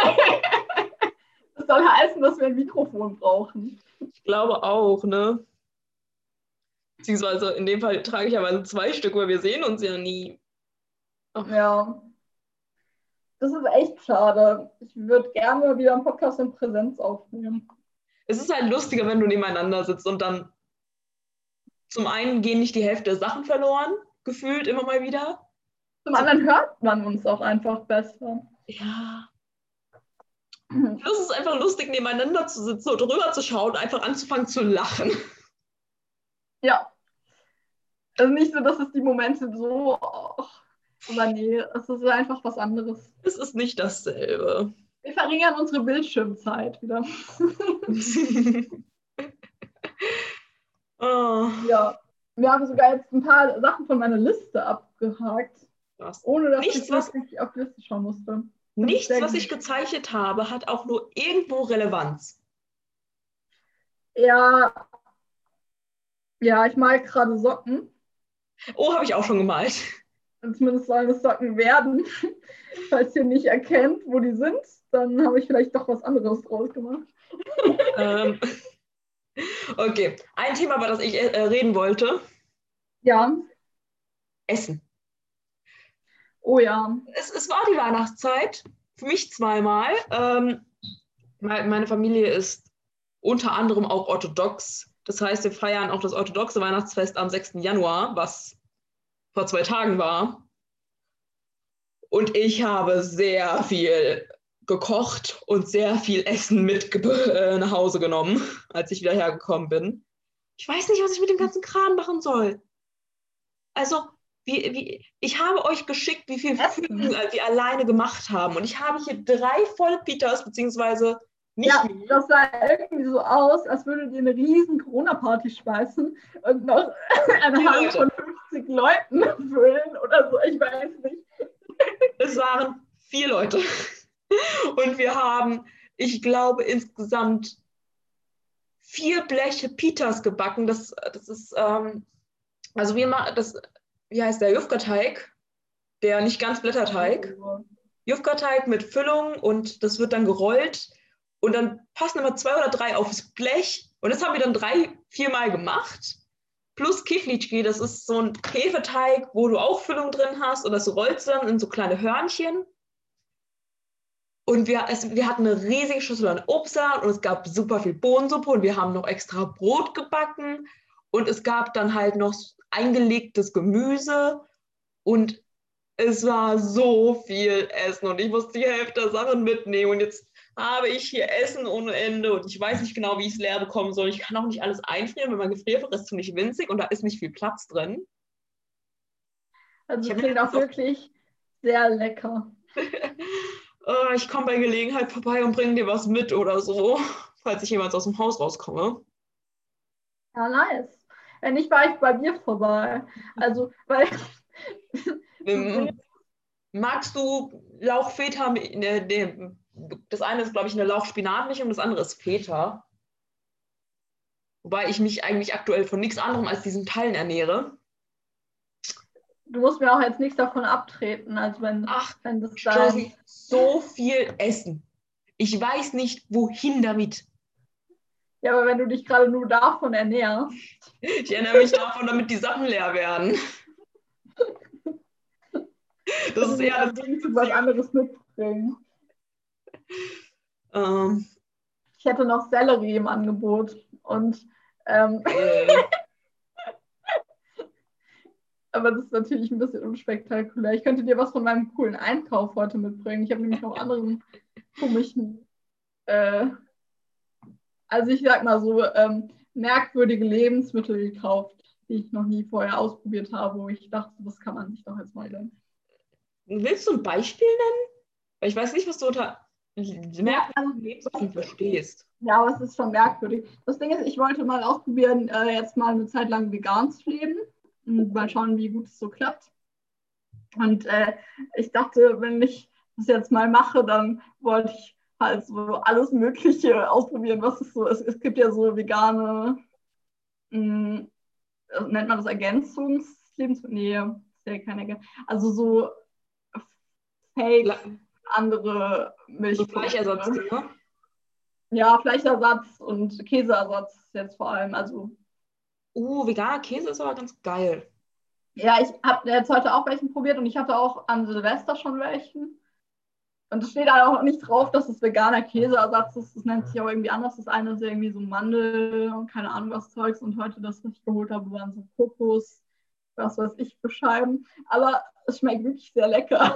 Das soll heißen, dass wir ein Mikrofon brauchen. Ich glaube auch, ne? Beziehungsweise in dem Fall trage ich aber 2 Stück, weil wir sehen uns ja nie. Ach. Ja. Das ist echt schade. Ich würde gerne wieder einen Podcast in Präsenz aufnehmen. Es ist halt lustiger, wenn du nebeneinander sitzt und dann zum einen gehen nicht die Hälfte der Sachen verloren, gefühlt immer mal wieder. Zum anderen hört man uns auch einfach besser. Ja. Es ist einfach lustig, nebeneinander zu sitzen und rüber zu schauen und einfach anzufangen zu lachen. Ja. Also nicht so, dass es die Momente so, aber nee, es ist einfach was anderes. Es ist nicht dasselbe. Wir verringern unsere Bildschirmzeit wieder. Oh. Ja, wir haben sogar jetzt ein paar Sachen von meiner Liste abgehakt, ohne dass ich wirklich auf die Liste schauen musste. Nichts, was ich gezeichnet habe, hat auch nur irgendwo Relevanz. Ja, ich mal gerade Socken. Oh, habe ich auch schon gemalt. Und zumindest sollen es Socken werden. Falls ihr nicht erkennt, wo die sind, dann habe ich vielleicht doch was anderes draus gemacht. Okay, ein Thema, über das ich reden wollte. Ja. Essen. Oh ja. Es war die Weihnachtszeit, für mich zweimal. Meine Familie ist unter anderem auch orthodox. Das heißt, wir feiern auch das orthodoxe Weihnachtsfest am 6. Januar, was vor 2 Tagen war. Und ich habe sehr viel gekocht und sehr viel Essen mit nach Hause genommen, als ich wieder hergekommen bin. Ich weiß nicht, was ich mit dem ganzen Kram machen soll. Also, ich habe euch geschickt, wie viel Fügen wir alleine gemacht haben. Und ich habe hier 3 volle Pitas, beziehungsweise nicht. Ja, das sah irgendwie so aus, als würdet ihr eine riesen Corona-Party speisen und noch eine Halle von 50 Leuten füllen oder so, ich weiß nicht. Es waren 4 Leute. Und wir haben, ich glaube, insgesamt 4 Bleche Pitas gebacken. Das ist Also wie heißt der Jufka-Teig? Der nicht ganz Blätterteig. Jufka-Teig mit Füllung und das wird dann gerollt und dann passen immer 2 oder 3 aufs Blech und das haben wir dann 3, 4 Mal gemacht. Plus Kiflitschki, das ist so ein Hefeteig, wo du auch Füllung drin hast und das rollst du dann in so kleine Hörnchen. Und wir hatten eine riesige Schüssel an Obstsalat und es gab super viel Bohnensuppe und wir haben noch extra Brot gebacken und es gab dann halt noch eingelegtes Gemüse und es war so viel Essen und ich musste die Hälfte der Sachen mitnehmen und jetzt habe ich hier Essen ohne Ende und ich weiß nicht genau, wie ich es leer bekommen soll. Ich kann auch nicht alles einfrieren, weil mein Gefrierfach ist ziemlich winzig und da ist nicht viel Platz drin. Also es klingt auch wirklich sehr lecker. Ich komme bei Gelegenheit vorbei und bringe dir was mit oder so, falls ich jemals aus dem Haus rauskomme. Ja, nice. Wenn nicht, war ich bei mir vorbei. Also, weil magst du Lauch-Feta? Das eine ist, glaube ich, eine Lauch-Spinat-Mischung, das andere ist Feta. Wobei ich mich eigentlich aktuell von nichts anderem als diesen Teilen ernähre. du musst mir auch jetzt nichts davon abtreten, also wenn das Josie, so viel Essen. Ich weiß nicht, wohin damit. Ja, aber wenn du dich gerade nur davon ernährst. Ich ernähre mich davon, damit die Sachen leer werden. Das ist eher das Gegenzug was anderes mitbringen. Ich hätte noch Sellerie im Angebot und aber das ist natürlich ein bisschen unspektakulär. Ich könnte dir was von meinem coolen Einkauf heute mitbringen. Ich habe nämlich noch anderen komischen, also ich sag mal so, merkwürdige Lebensmittel gekauft, die ich noch nie vorher ausprobiert habe, wo ich dachte, das kann man sich doch jetzt mal gönnen. Willst du ein Beispiel nennen? Weil ich weiß nicht, was du unter merkwürdigen Lebensmitteln verstehst. Ja, aber es ist schon merkwürdig. Das Ding ist, ich wollte mal ausprobieren, jetzt mal eine Zeit lang vegan zu leben und mal schauen, wie gut es so klappt. Und ich dachte, wenn ich das jetzt mal mache, dann wollte ich halt so alles Mögliche ausprobieren, was es so ist. Es gibt ja so vegane, nennt man das Ergänzungslebensmittel? Nee, ist ja keine Ergänzung. Also so fake andere Milchprodukte. So Fleischersatz, ne? Ja, Fleischersatz und Käseersatz jetzt vor allem. Also, veganer Käse ist aber ganz geil. ja, ich habe jetzt heute auch welchen probiert und ich hatte auch an Silvester schon welchen. Und es steht da auch nicht drauf, dass es veganer Käseersatz ist. Das nennt sich aber irgendwie anders. Das eine ist irgendwie so Mandel und keine Ahnung was Zeugs. Und heute das, was ich geholt habe, waren so Kokos, was weiß ich, für Scheiben. Aber es schmeckt wirklich sehr lecker.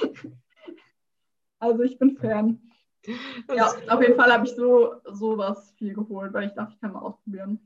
Also ich bin Fan. Ja, auf jeden Fall habe ich sowas viel geholt, weil ich dachte, ich kann mal ausprobieren.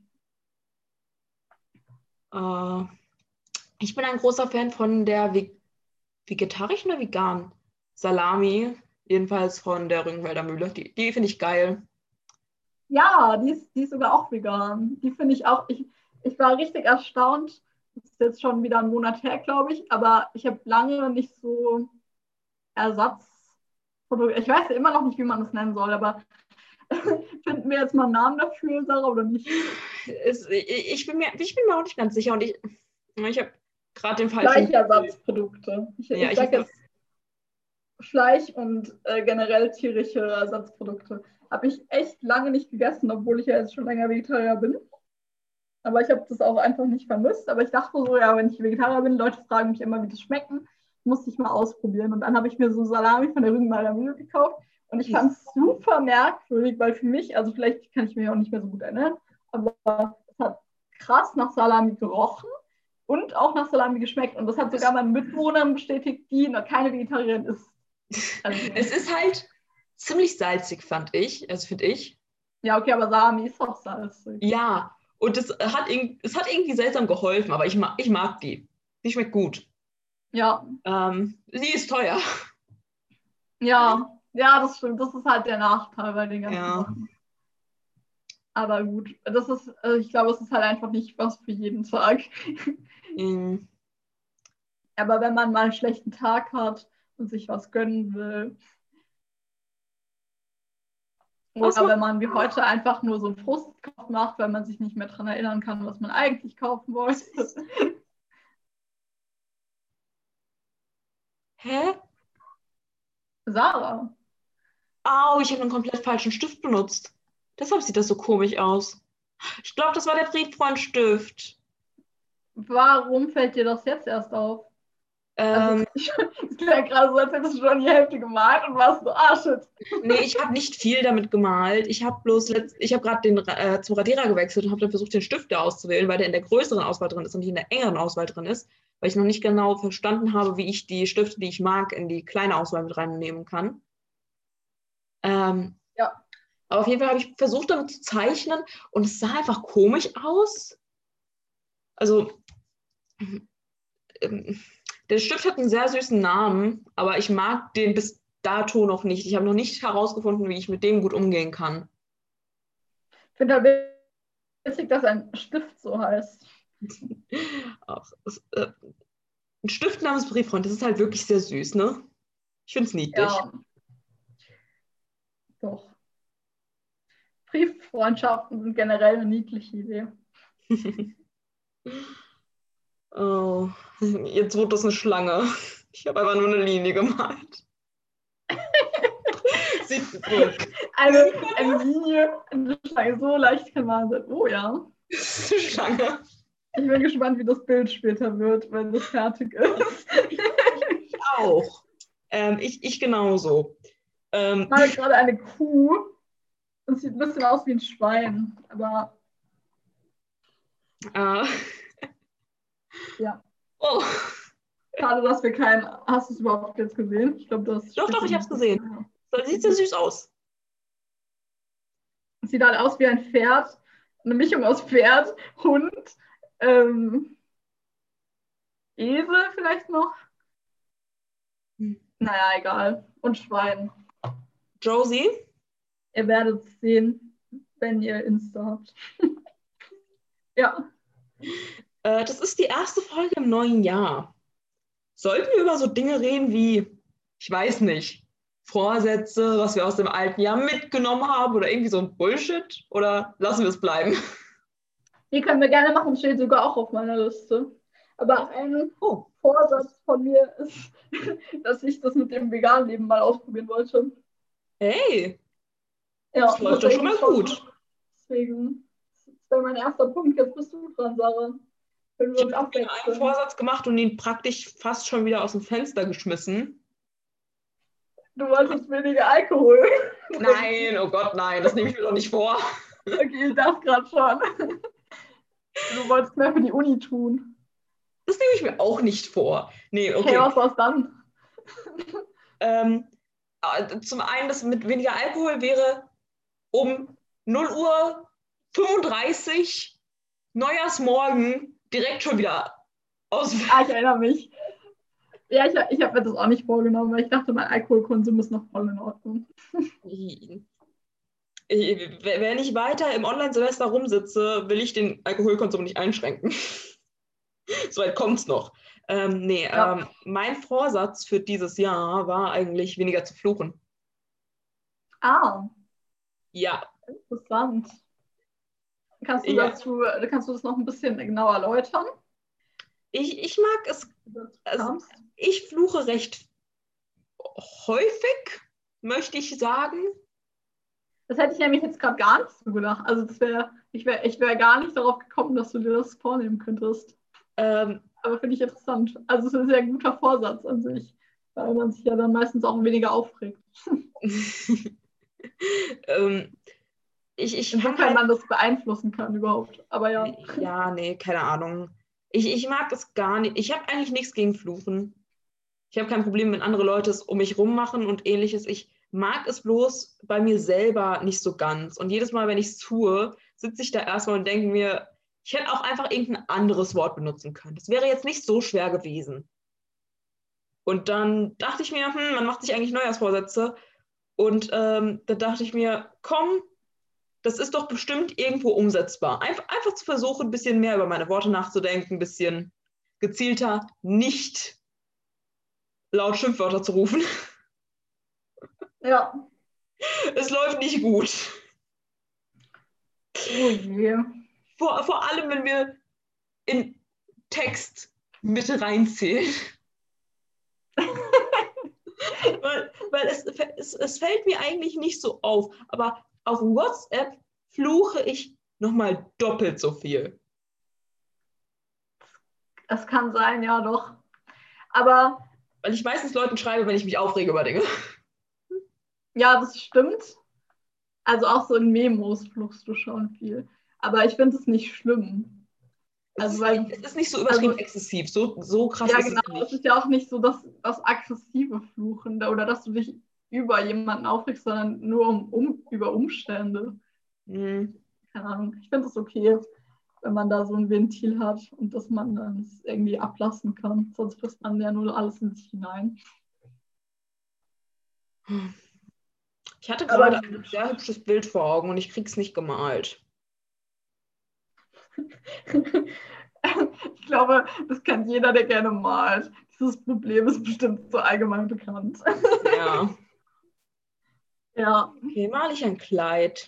Ich bin ein großer Fan von der vegetarischen oder veganen Salami, jedenfalls von der Rügenwalder Mühle. Die finde ich geil. Ja, die ist sogar auch vegan. Die finde ich auch, ich war richtig erstaunt. Das ist jetzt schon wieder einen Monat her, glaube ich, aber ich habe lange nicht so Ersatzprodukte. Ich weiß ja immer noch nicht, wie man das nennen soll, aber finden wir jetzt mal einen Namen dafür, Sarah, oder nicht? Ich bin mir auch nicht ganz sicher und ich habe gerade den falschen... Fleischersatzprodukte. Ich sage jetzt Fleisch und generell tierische Ersatzprodukte. Habe ich echt lange nicht gegessen, obwohl ich ja jetzt schon länger Vegetarier bin. Aber ich habe das auch einfach nicht vermisst. Aber ich dachte so, ja, wenn ich Vegetarier bin, Leute fragen mich immer, wie das schmecken, musste ich mal ausprobieren. Und dann habe ich mir so Salami von der Rügenwalder Mühle gekauft. Und ich fand es super merkwürdig, weil für mich, also vielleicht kann ich mich auch nicht mehr so gut erinnern, aber es hat krass nach Salami gerochen und auch nach Salami geschmeckt. Und das hat sogar meinen Mitbewohnern bestätigt, die noch keine Vegetarierin ist. Also, es ist halt ziemlich salzig, finde ich. Ja, okay, aber Salami ist auch salzig. Ja, und es hat irgendwie seltsam geholfen, aber ich mag die. Die schmeckt gut. Ja. Sie ist teuer. Ja, das stimmt. Das ist halt der Nachteil bei den ganzen Sachen. Aber gut, ich glaube, es ist halt einfach nicht was für jeden Tag. Aber wenn man mal einen schlechten Tag hat und sich was gönnen will. Oder wenn man wie heute einfach nur so einen Frustkauf macht, weil man sich nicht mehr daran erinnern kann, was man eigentlich kaufen wollte. Hä? Sarah. Au, ich habe einen komplett falschen Stift benutzt. Deshalb sieht das so komisch aus. Ich glaube, das war der Brieffreundstift. Warum fällt dir das jetzt erst auf? Also, Ähm, es klingt gerade so, als hättest du schon die Hälfte gemalt und warst so, shit. nee, ich habe nicht viel damit gemalt. Ich habe gerade zum Radierer gewechselt und habe dann versucht, den Stift da auszuwählen, weil der in der größeren Auswahl drin ist und nicht in der engeren Auswahl drin ist, weil ich noch nicht genau verstanden habe, wie ich die Stifte, die ich mag, in die kleine Auswahl mit reinnehmen kann. Ja. Aber auf jeden Fall habe ich versucht, damit zu zeichnen und es sah einfach komisch aus. Also, der Stift hat einen sehr süßen Namen, aber ich mag den bis dato noch nicht. Ich habe noch nicht herausgefunden, wie ich mit dem gut umgehen kann. Ich finde halt witzig, dass ein Stift so heißt. Ein Stift namens Brieffreund, das ist halt wirklich sehr süß, ne? Ich finde es niedlich. Ja, doch. Brieffreundschaften sind generell eine niedliche Idee. Oh, jetzt wird das eine Schlange. Ich habe einfach nur eine Linie gemalt. Sieht gut. Eine Linie, eine Schlange, so leicht kann man sein. Oh ja. Schlange. Ich bin gespannt, wie das Bild später wird, wenn das fertig ist. Ich auch. Ich genauso. Ich male gerade eine Kuh. Das sieht ein bisschen aus wie ein Schwein, aber äh, ja. oh. Schade, dass wir keinen. Hast du es überhaupt jetzt gesehen? Ich glaube, das. Doch, ich habe es gesehen. Das sieht sehr süß aus. Es sieht halt aus wie ein Pferd. Eine Mischung aus Pferd, Hund, Esel vielleicht noch. Naja, egal. Und Schwein. Josie? Ihr werdet es sehen, wenn ihr Insta habt. Ja. Das ist die erste Folge im neuen Jahr. Sollten wir über so Dinge reden wie, ich weiß nicht, Vorsätze, was wir aus dem alten Jahr mitgenommen haben oder irgendwie so ein Bullshit? Oder lassen wir es bleiben? Die können wir gerne machen, steht sogar auch auf meiner Liste. Aber ein Oh. Vorsatz von mir ist, dass ich das mit dem veganen Leben mal ausprobieren wollte. Hey, Ja, das läuft doch schon mal gut. Deswegen, das wäre mein erster Punkt. Jetzt bist du dran, Sarah. Können wir uns Ich habe mir einen abwechseln. Vorsatz gemacht und ihn praktisch fast schon wieder aus dem Fenster geschmissen. Du wolltest weniger Alkohol. Nein, oh Gott, nein, das nehme ich mir doch nicht vor. Okay, ich dachte gerade schon. Du wolltest mehr für die Uni tun. Das nehme ich mir auch nicht vor. Nee, okay. Okay, was war's dann? Zum einen, das mit weniger Alkohol wäre um 0 Uhr 35 Neujahrsmorgen direkt schon wieder aus. Ah, ich erinnere mich. Ja, ich habe mir das auch nicht vorgenommen, weil ich dachte, mein Alkoholkonsum ist noch voll in Ordnung. Wenn ich weiter im Online-Semester rumsitze, will ich den Alkoholkonsum nicht einschränken. Soweit kommt es noch. Mein Vorsatz für dieses Jahr war eigentlich, weniger zu fluchen. Ah. Ja. Interessant. Kannst du das noch ein bisschen genauer erläutern? Ich mag es. Also, ich fluche recht häufig, möchte ich sagen. Das hätte ich nämlich jetzt gerade gar nicht so gedacht. Also ich wäre gar nicht darauf gekommen, dass du dir das vornehmen könntest. Aber finde ich interessant. Also es ist ein sehr guter Vorsatz an sich, weil man sich ja dann meistens auch weniger aufregt. Insofern man das beeinflussen kann überhaupt. Aber ja. Ja, nee, keine Ahnung. Ich mag es gar nicht. Ich habe eigentlich nichts gegen Fluchen. Ich habe kein Problem, wenn andere Leute es um mich rum machen und ähnliches. Ich mag es bloß bei mir selber nicht so ganz. Und jedes Mal, wenn ich es tue, sitze ich da erstmal und denke mir, ich hätte auch einfach irgendein anderes Wort benutzen können. Das wäre jetzt nicht so schwer gewesen. Und dann dachte ich mir, man macht sich eigentlich Neujahrsvorsätze. Und da dachte ich mir, komm, das ist doch bestimmt irgendwo umsetzbar. Einfach zu versuchen, ein bisschen mehr über meine Worte nachzudenken, ein bisschen gezielter, nicht laut Schimpfwörter zu rufen. Ja. Es läuft nicht gut. Oh je. Vor allem, wenn wir in Text mit reinzählen. Weil es fällt mir eigentlich nicht so auf. Aber auf WhatsApp fluche ich nochmal doppelt so viel. Das kann sein, ja doch. Aber Weil ich meistens Leuten schreibe, wenn ich mich aufrege über Dinge. ja, das stimmt. Also auch so in Memos fluchst du schon viel. Aber ich finde es nicht schlimm. Also weil, Es ist nicht so übertrieben also exzessiv. So krass ja ist es genau, es nicht. ist ja auch nicht so das aggressive Fluchen oder dass du dich über jemanden aufregst, sondern nur über Umstände. Hm. Keine Ahnung. Ich finde es okay, wenn man da so ein Ventil hat und dass man dann es irgendwie ablassen kann. Sonst frisst man ja nur alles in sich hinein. Ich hatte Aber gerade ein sehr hübsches Bild vor Augen und ich krieg's nicht gemalt. ich glaube, das kennt jeder, der gerne malt. Dieses Problem ist bestimmt so allgemein bekannt. Ja. ja, Okay, male ich ein Kleid.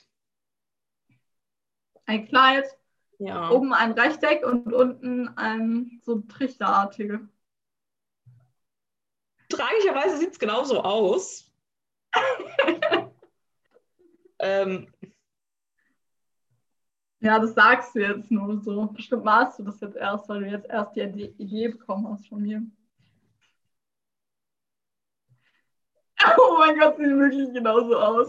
ein Kleid, Ja. oben ein Rechteck und unten ein so trichterartige. Tragischerweise sieht es genauso aus. ähm, Ja, das sagst du jetzt nur so. Bestimmt malst du das jetzt erst, weil du jetzt erst die Idee bekommen hast von mir. Oh mein Gott, sieht wirklich genauso aus.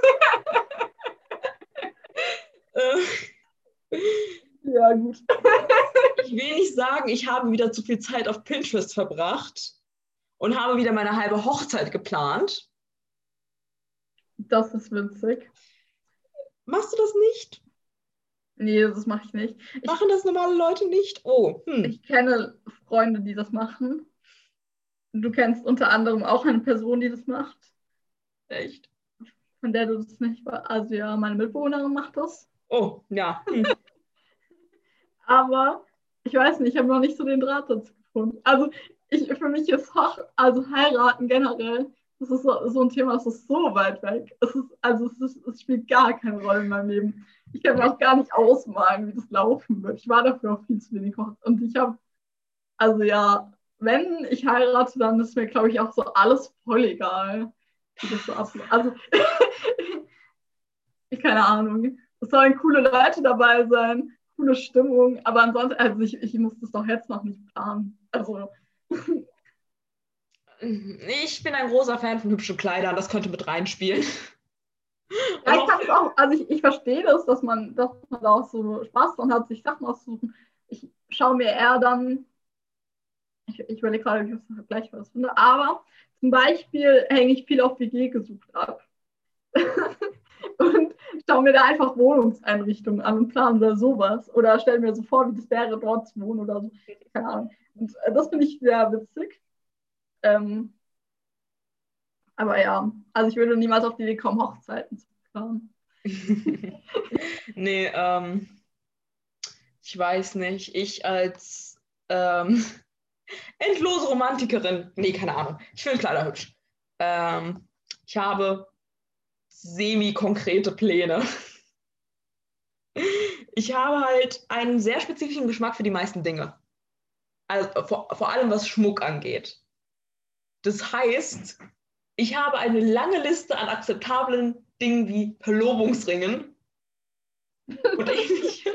ja, gut. Ich will nicht sagen, ich habe wieder zu viel Zeit auf Pinterest verbracht und habe wieder meine halbe Hochzeit geplant. Das ist witzig. Machst du das nicht? Nee, das mache ich nicht. Machen das normale Leute nicht? Oh, Ich kenne Freunde, die das machen. Du kennst unter anderem auch eine Person, die das macht. Echt? Von der du das nicht weißt. Also ja, meine Mitbewohnerin macht das. Oh, ja. Aber ich weiß nicht, ich habe noch nicht so den Draht dazu gefunden. Also für mich ist also heiraten generell, das ist so ein Thema, das ist so weit weg. Es spielt gar keine Rolle in meinem Leben. Ich kann mir auch gar nicht ausmalen, wie das laufen wird. Ich war dafür auch viel zu wenig Hochzeit. Und ich habe, also ja, wenn ich heirate, dann ist mir, glaube ich, auch so alles voll egal, wie das so abläuft. Also, keine Ahnung. Es sollen coole Leute dabei sein, coole Stimmung, aber ansonsten, also ich muss das doch jetzt noch nicht planen. Also. Ich bin ein großer Fan von hübschen Kleidern, das könnte mit reinspielen. Ja, ich kann es auch, also ich verstehe das, dass man da auch so Spaß dran hat, sich Sachen auszusuchen. Ich schaue mir eher dann, ich überlege gerade, wie ich das gleich was finde, aber zum Beispiel hänge ich viel auf WG gesucht ab. und schaue mir da einfach Wohnungseinrichtungen an und plane da sowas. Oder stelle mir so vor, wie das wäre, dort zu wohnen oder so. Keine Ahnung. Und das finde ich sehr witzig. Aber ja, also ich würde niemals auf die Idee kommen, Hochzeiten zu planen. Nee, ich weiß nicht. Ich als endlose Romantikerin, nee, keine Ahnung. Ich finde Kleider hübsch. Ich habe semi-konkrete Pläne. Ich habe halt einen sehr spezifischen Geschmack für die meisten Dinge. Also vor allem was Schmuck angeht. Das heißt, ich habe eine lange Liste an akzeptablen Dingen wie Verlobungsringen und ähnlichem.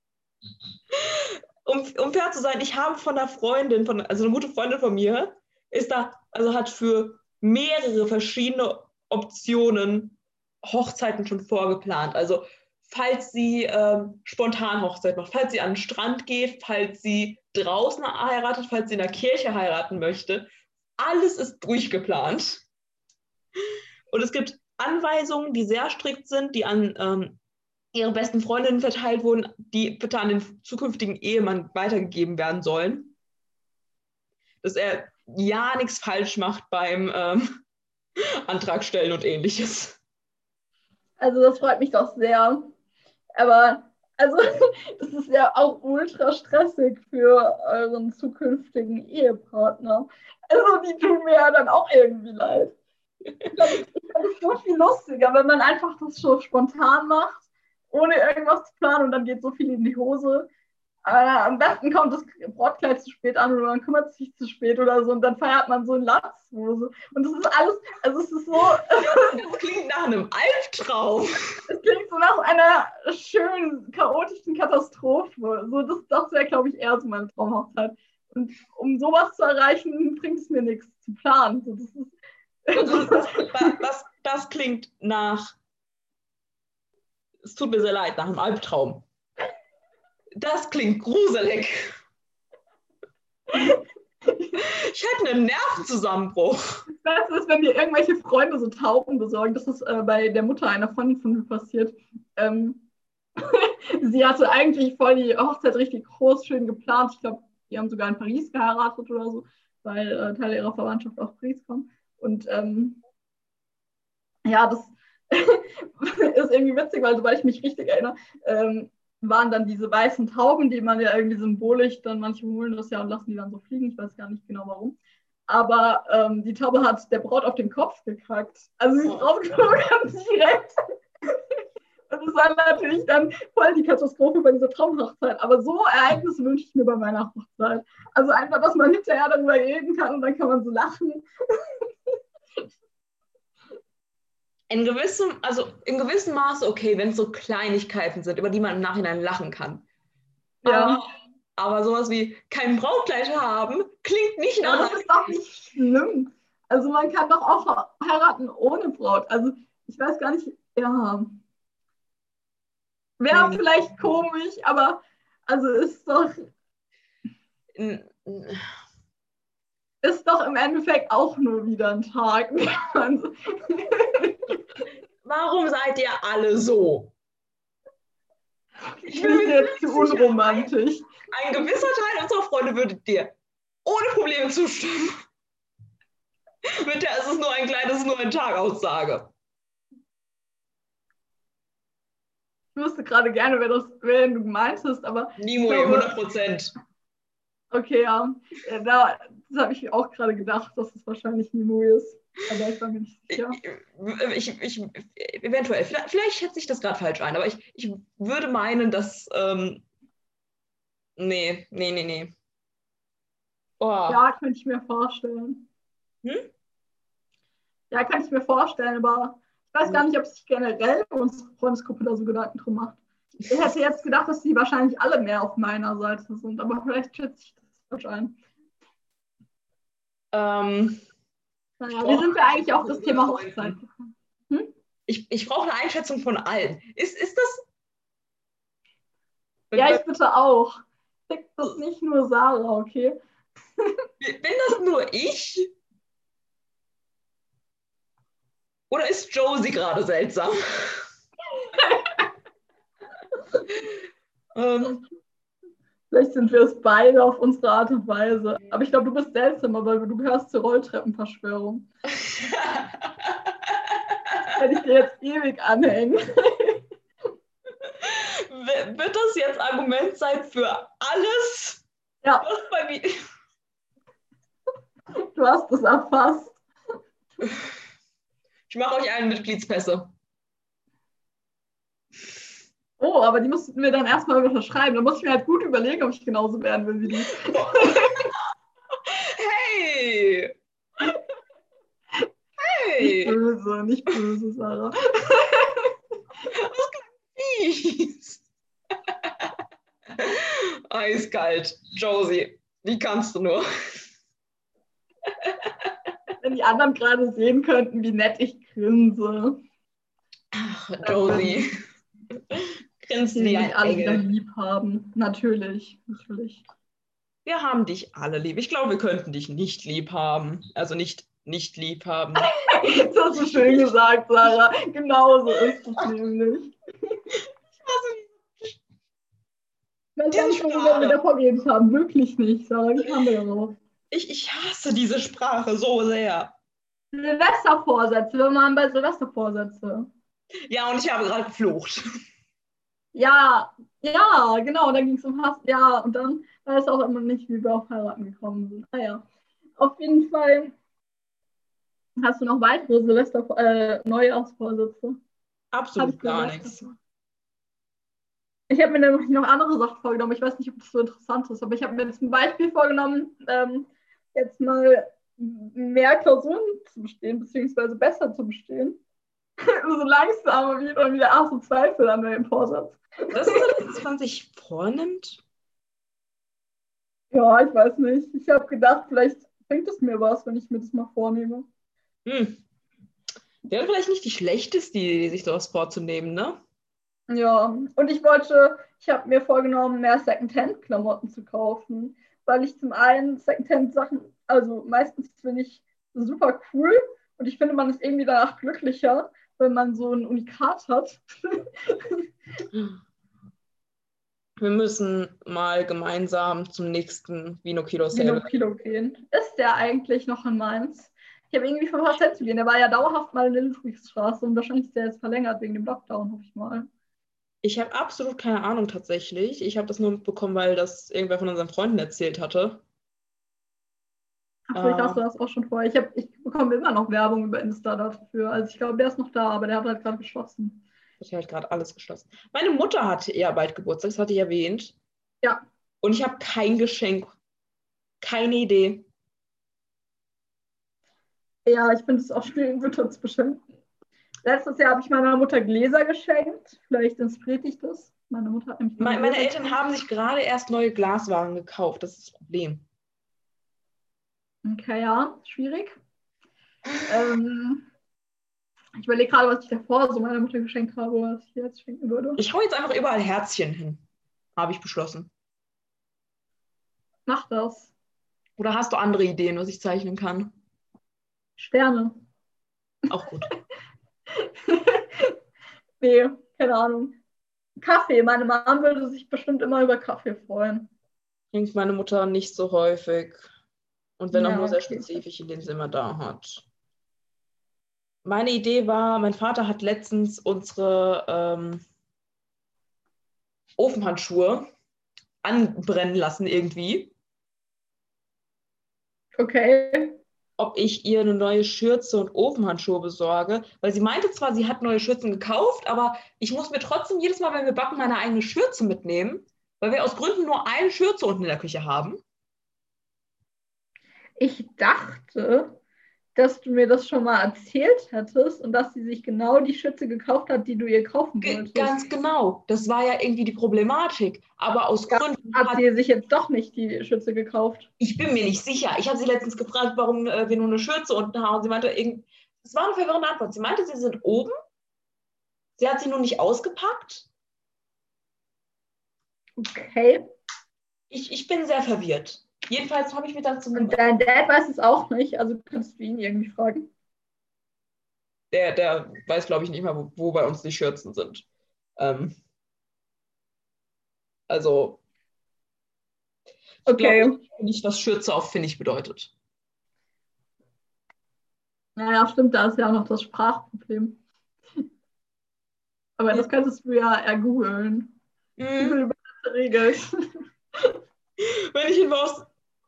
Um fair zu sein, ich habe von einer Freundin, also eine gute Freundin von mir, hat für mehrere verschiedene Optionen Hochzeiten schon vorgeplant. Also falls sie spontan Hochzeit macht, falls sie an den Strand geht, falls sie draußen heiratet, falls sie in der Kirche heiraten möchte, alles ist durchgeplant. Und es gibt Anweisungen, die sehr strikt sind, die an ihre besten Freundinnen verteilt wurden, die bitte an den zukünftigen Ehemann weitergegeben werden sollen. Dass er ja nichts falsch macht beim Antrag stellen und ähnliches. Also das freut mich doch sehr. Aber also das ist ja auch ultra stressig für euren zukünftigen Ehepartner. Also die tun mir ja dann auch irgendwie leid. Ich fand es so viel lustiger, wenn man einfach das so spontan macht, ohne irgendwas zu planen und dann geht so viel in die Hose. Am besten kommt das Brautkleid zu spät an oder man kümmert sich zu spät oder so und dann feiert man so einen Latz. Und das ist alles, also es ist so. Das klingt nach einem Albtraum. Es klingt so nach einer schönen, chaotischen Katastrophe. So, das wäre, glaube ich, eher so meine Traumhochzeit. Und um sowas zu erreichen, bringt es mir nichts zu planen. So, das klingt nach, es tut mir sehr leid, nach einem Albtraum. Das klingt gruselig. Ich hätte einen Nervenzusammenbruch. Das Beste ist, wenn dir irgendwelche Freunde so Tauben besorgen. Das ist bei der Mutter einer Freundin von mir passiert. Sie hatte eigentlich voll die Hochzeit richtig groß, schön geplant. Ich glaube, die haben sogar in Paris geheiratet oder so, weil Teile ihrer Verwandtschaft aus Paris kommen. Und ja, das ist irgendwie witzig, weil sobald ich mich richtig erinnere, waren dann diese weißen Tauben, die man ja irgendwie symbolisch, dann manche holen das ja und lassen die dann so fliegen. Ich weiß gar nicht genau warum. Aber die Taube hat der Braut auf den Kopf gekackt. Also sie ist rausgeflogen direkt. Und das war natürlich dann voll die Katastrophe bei dieser Traumhochzeit. Aber so Ereignisse wünsche ich mir bei meiner Hochzeit. Also einfach, dass man hinterher darüber reden kann und dann kann man so lachen. In gewissem Maße okay, wenn es so Kleinigkeiten sind, über die man im Nachhinein lachen kann. Ja. Aber sowas wie kein Brautkleid haben, klingt nicht nach. Aber das ist doch nicht schlimm. Also man kann doch auch heiraten ohne Braut. Also ich weiß gar nicht, ja. Wäre vielleicht komisch, aber also ist doch im Endeffekt auch nur wieder ein Tag. Warum seid ihr alle so? Ich bin jetzt zu unromantisch. Ein gewisser Teil unserer Freunde würde dir ohne Probleme zustimmen. Mit der ist es nur ein Tag-Aussage. Ich wüsste gerade gerne, wer du gemeint hast, aber. Nimue, 100%. Okay, ja. Das habe ich auch gerade gedacht, dass es wahrscheinlich Nimue ist. Aber ich war mir nicht sicher. Eventuell, vielleicht schätze ich das gerade falsch ein, aber ich würde meinen, dass. Nee. Oh. Ja, könnte ich mir vorstellen. Ja, kann ich mir vorstellen, aber ich weiß gar nicht, ob sich generell unsere Freundesgruppe da so Gedanken drum macht. Ich hätte jetzt gedacht, dass die wahrscheinlich alle mehr auf meiner Seite sind, aber vielleicht schätze ich das falsch ein. Naja, wie sind wir eigentlich auf das Thema Hochzeit gekommen? Ich brauche eine Einschätzung von allen. Ist das? Ja, ich bitte auch. Fickt das nicht nur Sarah, okay? Bin das nur ich? Oder ist Josie gerade seltsam? Vielleicht sind wir es beide auf unsere Art und Weise. Aber ich glaube, du bist seltsamer, weil du gehörst zur Rolltreppenverschwörung. Werde ich dir jetzt ewig anhängen. Wird das jetzt Argument sein für alles? Ja. Was bei mir... Du hast es erfasst. Ich mache euch allen Mitgliedspässe. Oh, aber die mussten wir dann erstmal unterschreiben. Da muss ich mir halt gut überlegen, ob ich genauso werden will wie du. Hey! Hey! Nicht böse, Sarah. Was fies. Eiskalt. Josie, wie kannst du nur? Wenn die anderen gerade sehen könnten, wie nett ich grinse. Ach, Josie. Grinst wie ein alle wieder Engel. lieb haben. Natürlich. Wir haben dich alle lieb. Ich glaube, wir könnten dich nicht lieb haben. Also nicht lieb haben. Das hast du schön gesagt, Sarah. Genauso ist es nämlich. Ich weiß gar nicht, worüber wir davor geredet haben. Wirklich nicht, Sarah. Wie kamen wir darauf? Ich hasse diese Sprache so sehr. Silvestervorsätze. Wir waren bei Silvestervorsätze. Ja, und ich habe gerade geflucht. Ja, genau. Da ging es um Hass. Ja, und dann weiß auch immer nicht, wie wir auf Heiraten gekommen sind. Naja, auf jeden Fall. Hast du noch weitere Neujahrsvorsätze? Absolut gar nichts. Ich habe mir nämlich noch andere Sachen vorgenommen. Ich weiß nicht, ob das so interessant ist, aber ich habe mir zum Beispiel vorgenommen, jetzt mal mehr Klausuren zu bestehen, beziehungsweise besser zu bestehen. So langsam wieder erste Zweifel an dem Vorsatz. Das ist etwas, was man sich vornimmt. Ja, ich weiß nicht. Ich habe gedacht, vielleicht bringt es mir was, wenn ich mir das mal vornehme. Wäre vielleicht nicht die schlechteste Idee, sich sowas vorzunehmen, ne? Ja, und ich habe mir vorgenommen, mehr Secondhand-Klamotten zu kaufen, weil ich zum einen Secondhand-Sachen, also meistens finde ich super cool und ich finde, man ist irgendwie danach glücklicher, wenn man so ein Unikat hat. Wir müssen mal gemeinsam zum nächsten Vino-Kilo Sale. Vino-Kilo gehen. Ist der eigentlich noch in Mainz? Ich habe irgendwie verpasst hinzugehen. Der war ja dauerhaft mal in der Ludwigsstraße und wahrscheinlich ist der jetzt verlängert wegen dem Lockdown, hoffe ich mal. Ich habe absolut keine Ahnung tatsächlich. Ich habe das nur mitbekommen, weil das irgendwer von unseren Freunden erzählt hatte. Ach, vielleicht hast du das auch schon vorher. Ich bekomme immer noch Werbung über Insta dafür. Also ich glaube, der ist noch da, aber der hat halt gerade geschlossen. Das hat halt gerade alles geschlossen. Meine Mutter hatte ja bald Geburtstag, das hatte ich erwähnt. Ja. Und ich habe kein Geschenk. Keine Idee. Ja, ich finde es auch schwierig, Mütter zu beschenken. Letztes Jahr habe ich meiner Mutter Gläser geschenkt. Vielleicht inspiriert dich das. Meine Mutter hat nämlich Meine Eltern haben sich gerade erst neue Glaswaren gekauft. Das ist das Problem. Okay, ja, schwierig. Ich überlege gerade, was ich davor so meiner Mutter geschenkt habe, was ich jetzt schenken würde. Ich hau jetzt einfach überall Herzchen hin. Habe ich beschlossen. Mach das. Oder hast du andere Ideen, was ich zeichnen kann? Sterne. Auch gut. Nee, keine Ahnung. Kaffee. Meine Mom würde sich bestimmt immer über Kaffee freuen. Trinkt meine Mutter nicht so häufig. Und wenn auch Ja, nur sehr okay. spezifisch, in den sie immer da hat. Meine Idee war, mein Vater hat letztens unsere Ofenhandschuhe anbrennen lassen irgendwie. Okay. Ob ich ihr eine neue Schürze und Ofenhandschuhe besorge, weil sie meinte zwar, sie hat neue Schürzen gekauft, aber ich muss mir trotzdem jedes Mal, wenn wir backen, meine eigene Schürze mitnehmen, weil wir aus Gründen nur eine Schürze unten in der Küche haben. Ich dachte, dass du mir das schon mal erzählt hättest und dass sie sich genau die Schürze gekauft hat, die du ihr kaufen wolltest. Ganz genau. Das war ja irgendwie die Problematik. Aber aus Gründen hat sie sich jetzt doch nicht die Schürze gekauft. Ich bin mir nicht sicher. Ich habe sie letztens gefragt, warum wir nur eine Schürze unten haben. Und sie meinte, es war eine verwirrende Antwort. Sie meinte, sie sind oben. Sie hat sie nur nicht ausgepackt. Okay. Ich bin sehr verwirrt. Jedenfalls habe ich mir dann Und dein Dad weiß es auch nicht, also kannst du ihn irgendwie fragen. Der weiß, glaube ich, nicht mal, wo bei uns die Schürzen sind. Also, ich glaube nicht, was Schürze auf Finnisch bedeutet. Naja, stimmt, da ist ja auch noch das Sprachproblem. Aber das könntest du ja ergoogeln. Google übersetzt regelt. Wenn ich ihn was.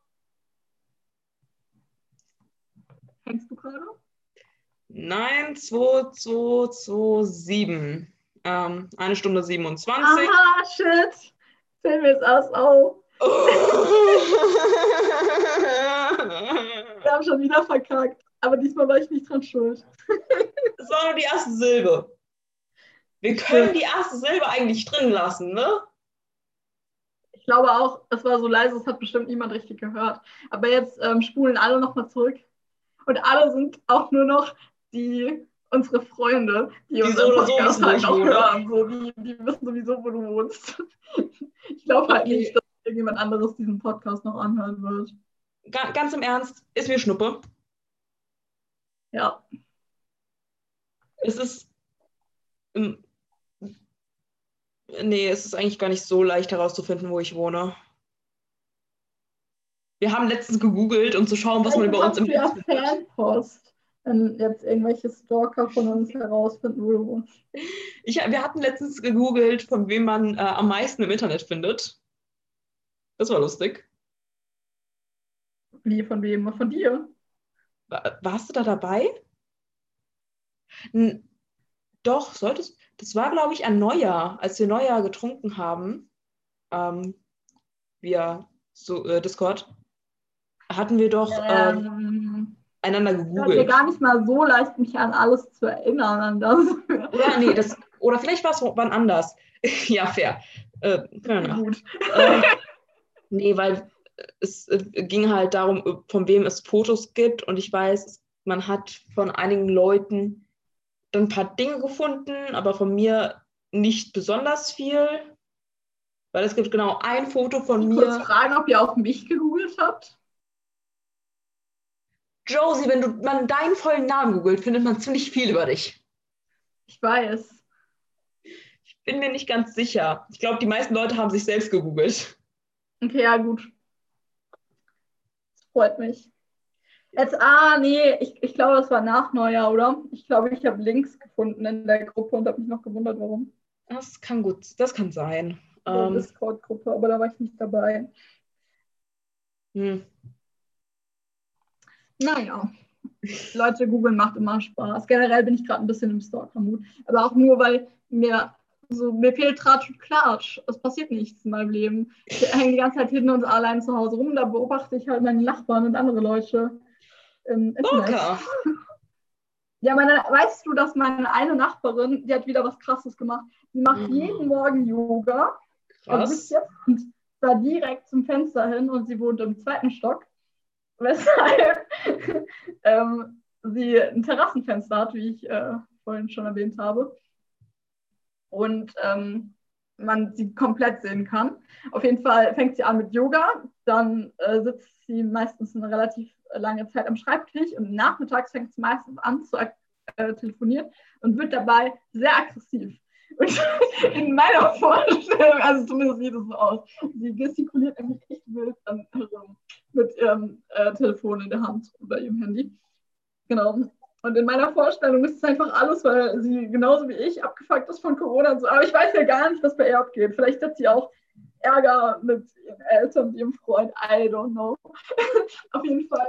Hängst du gerade? Nein, 2227. 1 Stunde 27. Aha, shit. Zählen wir es aus auf. Wir haben schon wieder verkackt. Aber diesmal war ich nicht dran schuld. Das war nur die erste Silbe. Wir können die erste Silbe eigentlich drin lassen, ne? Ich glaube auch, es war so leise, es hat bestimmt niemand richtig gehört. Aber jetzt spulen alle nochmal zurück. Und alle sind auch nur noch unsere Freunde, die uns so oder so wissen, halt wo ich wohne. Hören. So, die wissen sowieso, wo du wohnst. Ich glaube halt nicht, dass irgendjemand anderes diesen Podcast noch anhören wird. Ganz im Ernst, ist mir Schnuppe. Ja. Es ist. Nee, es ist eigentlich gar nicht so leicht herauszufinden, wo ich wohne. Wir haben letztens gegoogelt, um zu schauen, was man über uns im Netz findet. Fanpost, wenn jetzt irgendwelche Stalker von uns herausfinden, wo du wohnst. Wir hatten letztens gegoogelt, von wem man am meisten im Internet findet. Das war lustig. Wie, von wem? Von dir? Warst du da dabei? Doch, solltest. Das war, glaube ich, an Neujahr, als wir Neujahr getrunken haben, via Discord, hatten wir doch einander fällt mir gegoogelt. gar nicht mal so leicht, mich an alles zu erinnern, an das. Oder nee, oder vielleicht war es wann anders. Ja, fair. Gut. Nee, weil es ging halt darum, von wem es Fotos gibt. Und ich weiß, man hat von einigen Leuten dann ein paar Dinge gefunden, aber von mir nicht besonders viel. Weil es gibt genau ein Foto von Ich kurz mir. fragen, ob ihr auch mich gegoogelt habt. Josie, wenn man deinen vollen Namen googelt, findet man ziemlich viel über dich. Ich weiß. Ich bin mir nicht ganz sicher. Ich glaube, die meisten Leute haben sich selbst gegoogelt. Okay, ja, gut. Das freut mich. Jetzt, nee, ich glaube, das war nach Neujahr, oder? Ich glaube, ich habe Links gefunden in der Gruppe und habe mich noch gewundert, warum. Das kann sein. In der Discord-Gruppe, aber da war ich nicht dabei. Naja, Leute, googeln macht immer Spaß. Generell bin ich gerade ein bisschen im Stalker-Mut. Aber auch nur, weil mir fehlt Tratsch und Klatsch. Es passiert nichts in meinem Leben. Ich hänge die ganze Zeit hinten und allein zu Hause rum. Da beobachte ich halt meine Nachbarn und andere Leute im Internet. Stalker. Ja, weißt du, dass meine eine Nachbarin, die hat wieder was Krasses gemacht. Sie macht jeden Morgen Yoga. Also bis jetzt, und da direkt zum Fenster hin und sie wohnt im 2. Stock. Weshalb sie ein Terrassenfenster hat, wie ich vorhin schon erwähnt habe. Und man sie komplett sehen kann. Auf jeden Fall fängt sie an mit Yoga, dann sitzt sie meistens eine relativ lange Zeit am Schreibtisch und nachmittags fängt sie meistens an zu telefonieren und wird dabei sehr aggressiv. Und in meiner Vorstellung, also zumindest sieht es so aus, sie gestikuliert nämlich echt wild mit ihrem Telefon in der Hand oder ihrem Handy. Genau. Und in meiner Vorstellung ist es einfach alles, weil sie genauso wie ich abgefuckt ist von Corona und so. Aber ich weiß ja gar nicht, was bei ihr abgeht. Vielleicht hat sie auch Ärger mit ihren Eltern und ihrem Freund. I don't know. Auf jeden Fall.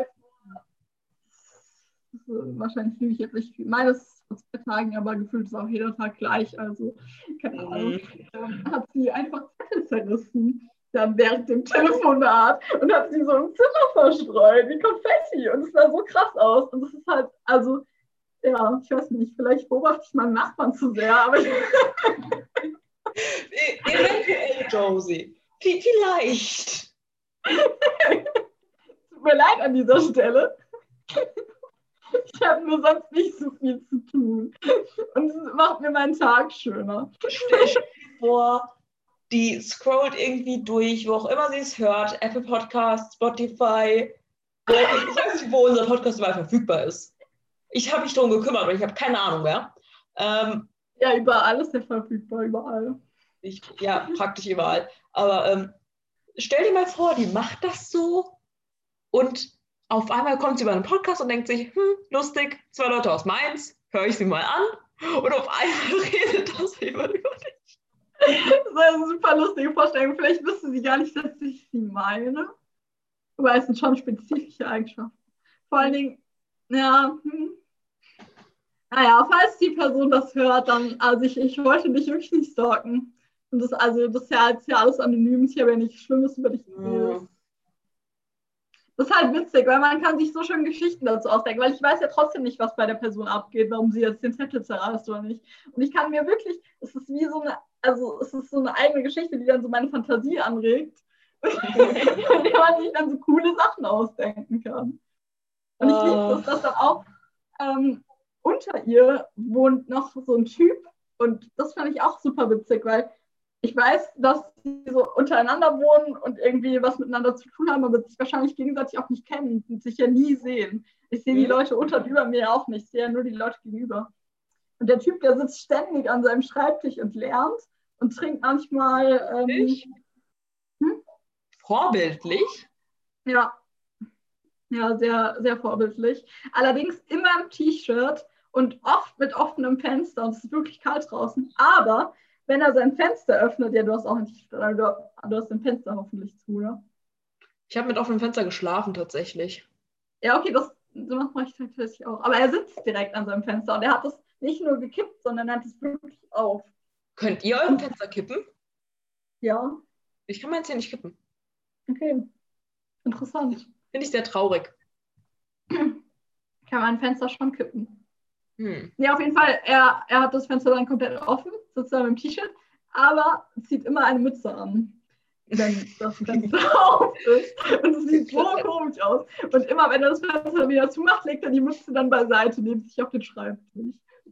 Wahrscheinlich lüge ich jetzt nicht viel. Meines vor 2 Tagen, aber gefühlt ist auch jeder Tag gleich. Also, keine Ahnung. Hat sie einfach Zettel zerrissen. Dann während dem Telefonat und hat sie so im Zimmer verstreut, wie Konfetti. Und es sah so krass aus. Und es ist halt, also, ja, ich weiß nicht, vielleicht beobachte ich meinen Nachbarn zu sehr, aber eventuell, Josie. Vielleicht. Tut mir leid an dieser Stelle. Ich habe nur sonst nicht so viel zu tun. Und es macht mir meinen Tag schöner. Stell dir vor, die scrollt irgendwie durch, wo auch immer sie es hört. Apple Podcasts, Spotify. Ich weiß nicht, wo unser Podcast überall verfügbar ist. Ich habe mich darum gekümmert, aber ich habe keine Ahnung mehr. Ja, überall ist der verfügbar, überall. Ja, praktisch überall. Aber stell dir mal vor, die macht das so und auf einmal kommt sie über einen Podcast und denkt sich, lustig, 2 Leute aus Mainz, höre ich sie mal an und auf einmal redet das über dich. Das ist eine super lustige Vorstellung. Vielleicht wüsste sie gar nicht, dass ich sie meine. Aber es sind schon spezifische Eigenschaften. Vor allen Dingen, ja, naja, falls die Person das hört, dann, also ich wollte dich wirklich nicht stalken. Und das ist ja jetzt ja alles anonym, ich habe ja nichts Schlimmes über dich geredet. Das ist halt witzig, weil man kann sich so schön Geschichten dazu ausdenken, weil ich weiß ja trotzdem nicht, was bei der Person abgeht, warum sie jetzt den Zettel zerreißt oder nicht. Und ich kann mir wirklich, es ist wie so eine, also es ist so eine eigene Geschichte, die dann so meine Fantasie anregt, in der man sich dann so coole Sachen ausdenken kann. Und ich liebe das, dass dann auch unter ihr wohnt noch so ein Typ und das fand ich auch super witzig, weil ich weiß, dass sie so untereinander wohnen und irgendwie was miteinander zu tun haben, aber sich wahrscheinlich gegenseitig auch nicht kennen und sich ja nie sehen. Ich sehe die Leute unter und über mir auch nicht, ich sehe ja nur die Leute gegenüber. Und der Typ, der sitzt ständig an seinem Schreibtisch und lernt und trinkt manchmal... Vorbildlich? Ja, sehr, sehr vorbildlich. Allerdings immer im T-Shirt und oft mit offenem Fenster und es ist wirklich kalt draußen. Aber wenn er sein Fenster öffnet, ja, du hast auch ein T-Shirt, du hast ein Fenster hoffentlich zu, oder? Ich habe mit offenem Fenster geschlafen tatsächlich. Ja, okay, das mache ich tatsächlich auch. Aber er sitzt direkt an seinem Fenster und er hat das nicht nur gekippt, sondern er hat es wirklich auf. Könnt ihr eure Fenster kippen? Ja, Ich kann meins ja nicht kippen. okay. Interessant. Finde ich sehr traurig. Kann man ein Fenster schon kippen. Hm. Nee, auf jeden Fall, er hat das Fenster dann komplett offen, sozusagen im T-Shirt, aber zieht immer eine Mütze an, wenn das Fenster auf ist. Und es sieht so komisch aus. Und immer, wenn er das Fenster wieder zumacht, legt er die Mütze dann beiseite, neben sich auf den Schreibtisch.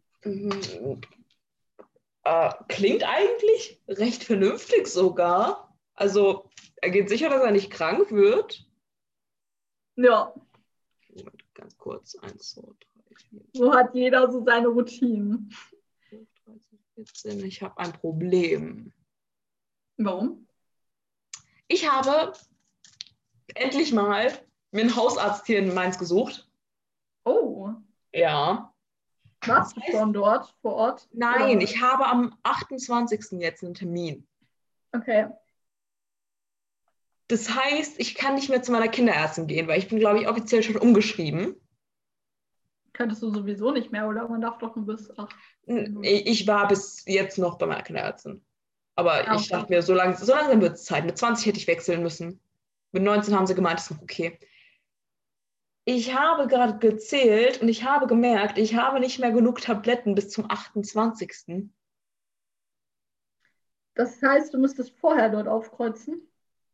Klingt eigentlich recht vernünftig sogar. Also, er geht sicher, dass er nicht krank wird. Ja. Moment, ganz kurz. 1, 2, 3, 4. So hat jeder so seine Routinen. 13, 14. Ich habe ein Problem. Warum? Ich habe endlich mal mir einen Hausarzt hier in Mainz gesucht. Oh. Ja. Warst du schon dort vor Ort? Nein, Oder? ich habe am 28. jetzt einen Termin. Okay. Das heißt, ich kann nicht mehr zu meiner Kinderärztin gehen, weil ich bin, glaube ich, offiziell schon umgeschrieben. Könntest du sowieso nicht mehr, oder? Man darf doch nur bis 8. Ich war bis jetzt noch bei meiner Kinderärztin. Aber Ah, ich okay. dachte mir, so langsam wird es Zeit. Mit 20 hätte ich wechseln müssen. Mit 19 haben sie gemeint, ist noch okay. Ich habe gerade gezählt und ich habe gemerkt, ich habe nicht mehr genug Tabletten bis zum 28. Das heißt, du müsstest vorher dort aufkreuzen?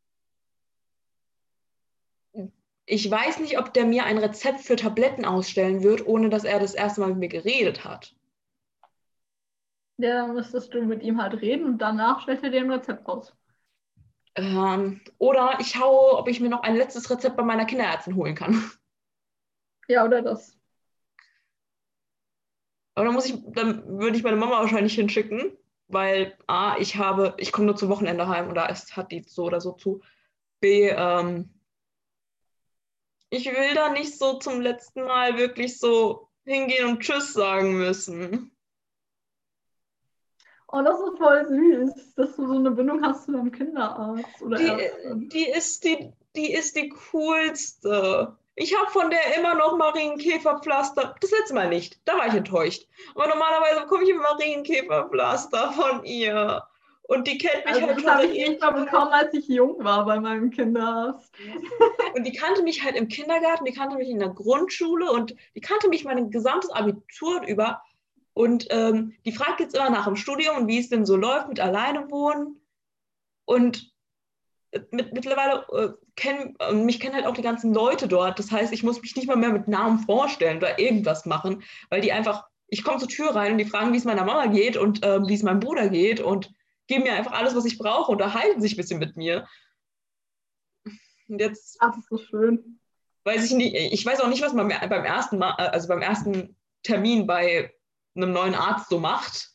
Ich weiß nicht, ob der mir ein Rezept für Tabletten ausstellen wird, ohne dass er das erste Mal mit mir geredet hat. Ja, dann müsstest du mit ihm halt reden und danach stellt er dir ein Rezept aus. Oder ich schaue, ob ich mir noch ein letztes Rezept bei meiner Kinderärztin holen kann. Ja, oder das. Aber dann würde ich meine Mama wahrscheinlich hinschicken, weil A, ich komme nur zum Wochenende heim oder es hat die so oder so zu. B, ich will da nicht so zum letzten Mal wirklich so hingehen und Tschüss sagen müssen. Oh, das ist voll süß, dass du so eine Bindung hast zu deinem Kinderarzt oder Ärztin. Die ist die coolste. Ich habe von der immer noch Marienkäferpflaster. Das letzte Mal nicht. Da war ich enttäuscht. Aber normalerweise bekomme ich immer Marienkäferpflaster von ihr. Und die kennt mich Also halt das schon habe seit ich nicht mal bekommen, als ich jung war bei meinem Kinderarzt. Und die kannte mich halt im Kindergarten, die kannte mich in der Grundschule und die kannte mich mein gesamtes Abitur über. Und die fragt jetzt immer nach dem Studium und wie es denn so läuft mit alleine wohnen. Und mittlerweile mich kennen halt auch die ganzen Leute dort. Das heißt, ich muss mich nicht mal mehr mit Namen vorstellen oder irgendwas machen, weil die einfach, ich komme zur Tür rein und die fragen, wie es meiner Mama geht und wie es meinem Bruder geht und geben mir einfach alles, was ich brauche, unterhalten sich ein bisschen mit mir. Und jetzt Ach, das ist so schön. weiß ich nicht, ich weiß auch nicht, was man beim ersten Mal, also beim ersten Termin bei einem neuen Arzt so macht.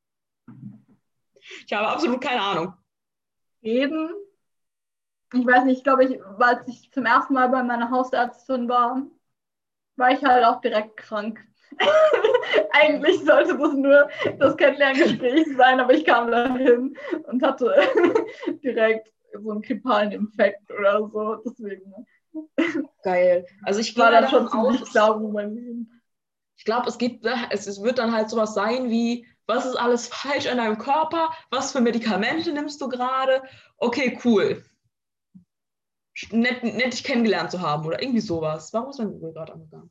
Ich habe absolut keine Ahnung. Reden. Ich weiß nicht, ich glaube, als ich zum ersten Mal bei meiner Hausärztin war, war ich halt auch direkt krank. Eigentlich sollte das nur das Kennenlerngespräch sein, aber ich kam dahin und hatte direkt so einen grippalen Infekt oder so. Deswegen Geil. Also ich gehe war mal dann schon davon aus, ziemlich klar, wo mein Leben. ich glaube, es wird dann halt sowas sein wie, was ist alles falsch an deinem Körper? Was für Medikamente nimmst du gerade? Okay, cool. Nett, dich kennengelernt zu haben oder irgendwie sowas. Warum ist mein Google gerade angegangen?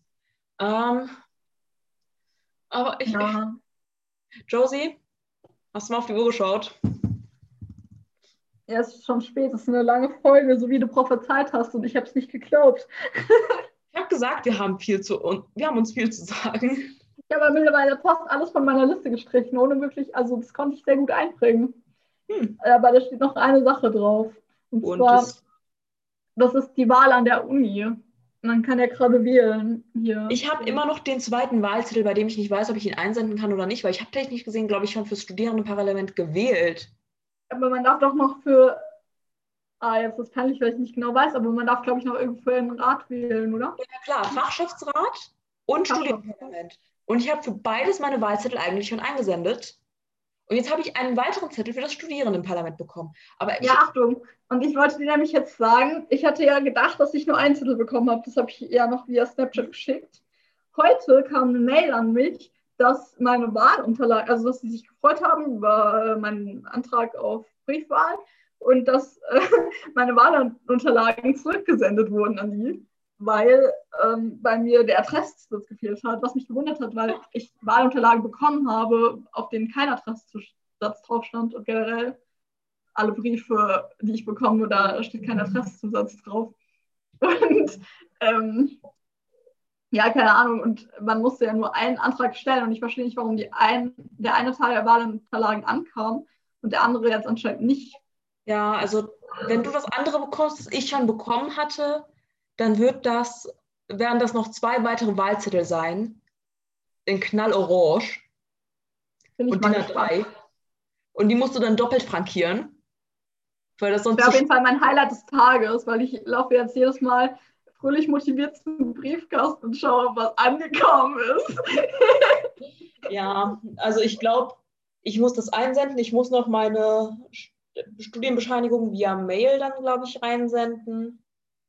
Aber Ja. Josie, hast du mal auf die Uhr geschaut? Ja, es ist schon spät, es ist eine lange Folge, so wie du prophezeit hast und ich habe es nicht geglaubt. Ich habe gesagt, wir haben uns viel zu sagen. Ich habe mittlerweile fast alles von meiner Liste gestrichen, ohne wirklich, also das konnte ich sehr gut einbringen. Aber da steht noch eine Sache drauf. Und zwar, das ist die Wahl an der Uni. Und man kann ja gerade wählen hier. Ich habe immer noch den zweiten Wahlzettel, bei dem ich nicht weiß, ob ich ihn einsenden kann oder nicht, weil ich habe technisch gesehen, glaube ich, schon fürs Studierendenparlament gewählt. Aber man darf doch noch für, jetzt ist es peinlich, weil ich nicht genau weiß, aber man darf, glaube ich, noch irgendwo für einen Rat wählen, oder? Ja klar, Fachschaftsrat und Studierendenparlament. Und ich habe für beides meine Wahlzettel eigentlich schon eingesendet. Und jetzt habe ich einen weiteren Zettel für das Studierendenparlament bekommen. Aber ja, Achtung. Und ich wollte dir nämlich jetzt sagen, ich hatte ja gedacht, dass ich nur einen Zettel bekommen habe. Das habe ich ja noch via Snapchat geschickt. Heute kam eine Mail an mich, dass meine Wahlunterlagen, also dass sie sich gefreut haben über meinen Antrag auf Briefwahl und dass meine Wahlunterlagen zurückgesendet wurden an die, weil bei mir der Adresszusatz gefehlt hat, was mich gewundert hat, weil ich Wahlunterlagen bekommen habe, auf denen kein Adresszusatz drauf stand und generell alle Briefe, die ich bekomme, da steht kein Adresszusatz drauf. Und ja, keine Ahnung. Und man musste ja nur einen Antrag stellen und ich verstehe nicht, warum der eine Teil der Wahlunterlagen ankam und der andere jetzt anscheinend nicht. Ja, also wenn du das andere bekommst, das ich schon bekommen hatte, dann werden das noch 2 weitere Wahlzettel sein, in knallorange und DIN A3. Und die musst du dann doppelt frankieren, weil das sonst wäre auf jeden Fall mein Highlight des Tages, weil ich laufe jetzt jedes Mal fröhlich motiviert zum Briefkasten und schaue, was angekommen ist. Ja, also ich glaube, ich muss das einsenden. Ich muss noch meine Studienbescheinigung via Mail dann, glaube ich, einsenden.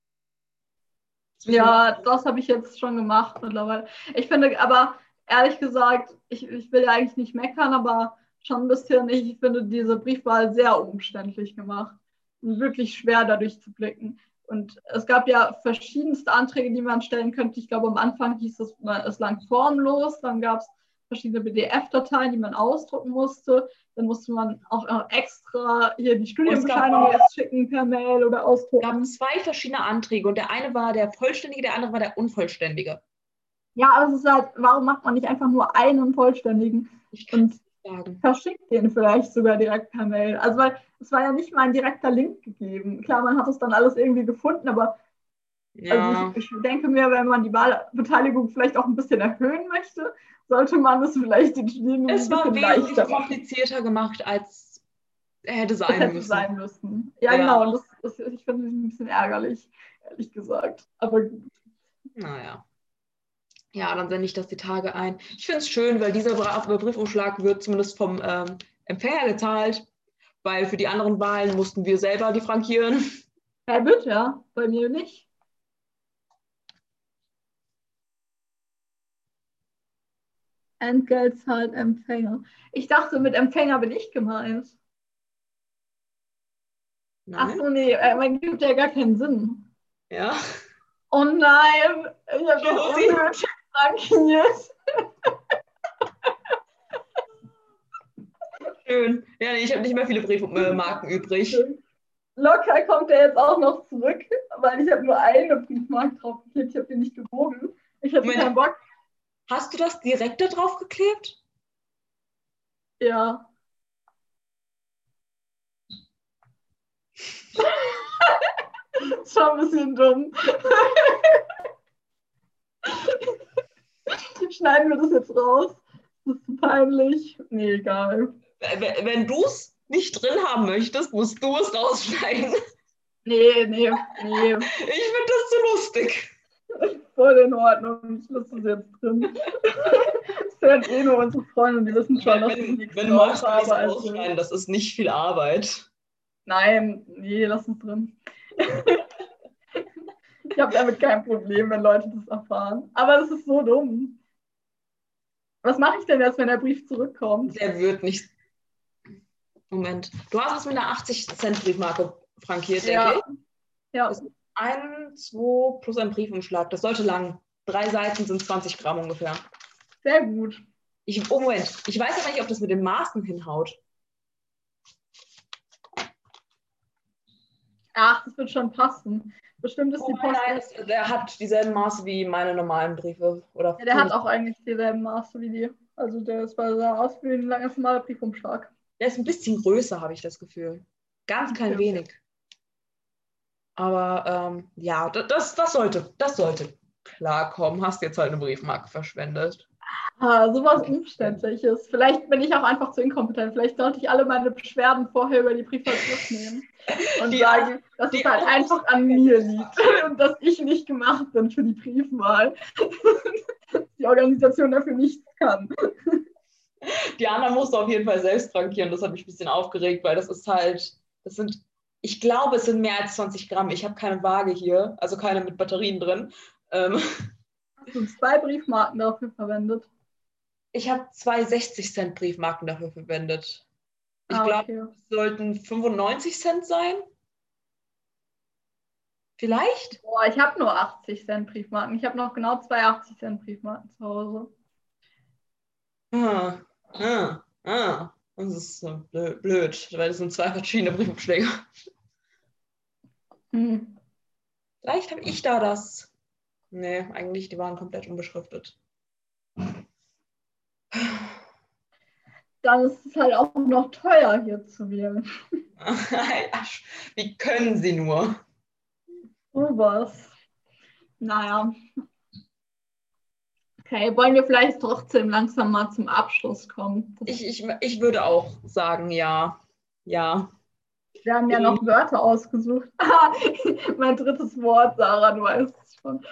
Ja, das habe ich jetzt schon gemacht mittlerweile. Ich finde aber, ehrlich gesagt, ich will ja eigentlich nicht meckern, aber schon ein bisschen, ich finde diese Briefwahl sehr umständlich gemacht und wirklich schwer dadurch zu blicken. Und es gab ja verschiedenste Anträge, die man stellen könnte. Ich glaube, am Anfang hieß es lang formlos, dann gab es verschiedene PDF-Dateien, die man ausdrucken musste. Dann musste man auch extra hier die Studienbescheinigung jetzt schicken per Mail oder ausdrucken. Es gab 2 verschiedene Anträge und der eine war der vollständige, der andere war der unvollständige. Ja, aber es ist halt, warum macht man nicht einfach nur einen vollständigen und verschickt den vielleicht sogar direkt per Mail? Also, weil es war ja nicht mal ein direkter Link gegeben. Klar, man hat es dann alles irgendwie gefunden, aber ja. also ich denke mir, wenn man die Wahlbeteiligung vielleicht auch ein bisschen erhöhen möchte, sollte man es vielleicht den Studierenden ein bisschen leichter machen. Komplizierter gemacht, als hätte sein müssen. Ja, genau. Und ich finde es ein bisschen ärgerlich, ehrlich gesagt. Aber gut. Naja. Ja, dann sende ich das die Tage ein. Ich finde es schön, weil dieser Briefumschlag wird zumindest vom Empfänger gezahlt, weil für die anderen Wahlen mussten wir selber die frankieren. Er wird ja, bei mir nicht. Entgelt zahlt Empfänger. Ich dachte, mit Empfänger bin ich gemeint. Ach so, nee, man gibt ja gar keinen Sinn. Ja. Oh nein, ich habe den unnötig frankiert. Schön. Ja, ich habe nicht mehr viele Briefmarken übrig. Locker kommt er jetzt auch noch zurück, weil ich habe nur eine Briefmarke draufgeklebt. Ich habe den nicht gewogen. Ich hatte keinen Bock. Hast du das direkt da drauf geklebt? Ja. Schon ein bisschen dumm. Schneiden wir das jetzt raus? Das ist zu peinlich. Nee, egal. Wenn du es nicht drin haben möchtest, musst du es rausschneiden. Nee. Ich finde das zu lustig. Voll in Ordnung. Ich lasse es jetzt drin. Das hören eh nur unsere Freunde, die wissen schon, dass ich nichts drauf habe. Also. Das ist nicht viel Arbeit. Nein, nee, lass es drin. Ich habe damit kein Problem, wenn Leute das erfahren. Aber das ist so dumm. Was mache ich denn jetzt, wenn der Brief zurückkommt? Der wird nicht... Moment. Du hast es mit einer 80-Cent-Briefmarke frankiert, denke ich. Ja. Das ist 1, 2 plus ein Briefumschlag. Das sollte lang. 3 Seiten sind 20 Gramm ungefähr. Sehr gut. Moment. Ich weiß aber nicht, ob das mit den Maßen hinhaut. Ach, das wird schon passen. Bestimmt ist die Post... Nein, der hat dieselben Maße wie meine normalen Briefe. Oder ja, der hat auch eigentlich dieselben Maße wie die. Also der sah aus wie ein ganz normaler Briefumschlag. Der ist ein bisschen größer, habe ich das Gefühl. Ganz klein wenig. Aber ja, das sollte klarkommen. Hast jetzt halt eine Briefmarke verschwendet. Sowas Umständliches. Vielleicht bin ich auch einfach zu inkompetent. Vielleicht sollte ich alle meine Beschwerden vorher über die Briefwahl zurücknehmen und sagen, dass es halt einfach an mir liegt und dass ich nicht gemacht bin für die Briefwahl. Die Organisation dafür nichts kann. Die anderen musst du auf jeden Fall selbst frankieren. Das hat mich ein bisschen aufgeregt, weil ich glaube, es sind mehr als 20 Gramm. Ich habe keine Waage hier, also keine mit Batterien drin. Hast du 2 Briefmarken dafür verwendet? Ich habe 2 60-Cent-Briefmarken dafür verwendet. Ich glaube, Okay. es sollten 95 Cent sein. Vielleicht? Boah, ich habe nur 80 Cent Briefmarken. Ich habe noch genau 2 80 Cent Briefmarken zu Hause. Das ist so blöd, weil das sind 2 verschiedene Briefumschläge. Hm. Vielleicht habe ich da das. Nee, eigentlich, die waren komplett unbeschriftet. Dann ist es halt auch noch teuer hier zu wählen. Wie können sie nur? Sowas. Naja. Okay, wollen wir vielleicht trotzdem langsam mal zum Abschluss kommen? Ich würde auch sagen, ja. Ja. Wir haben ja noch Wörter ausgesucht. Mein drittes Wort, Sarah, du weißt es schon.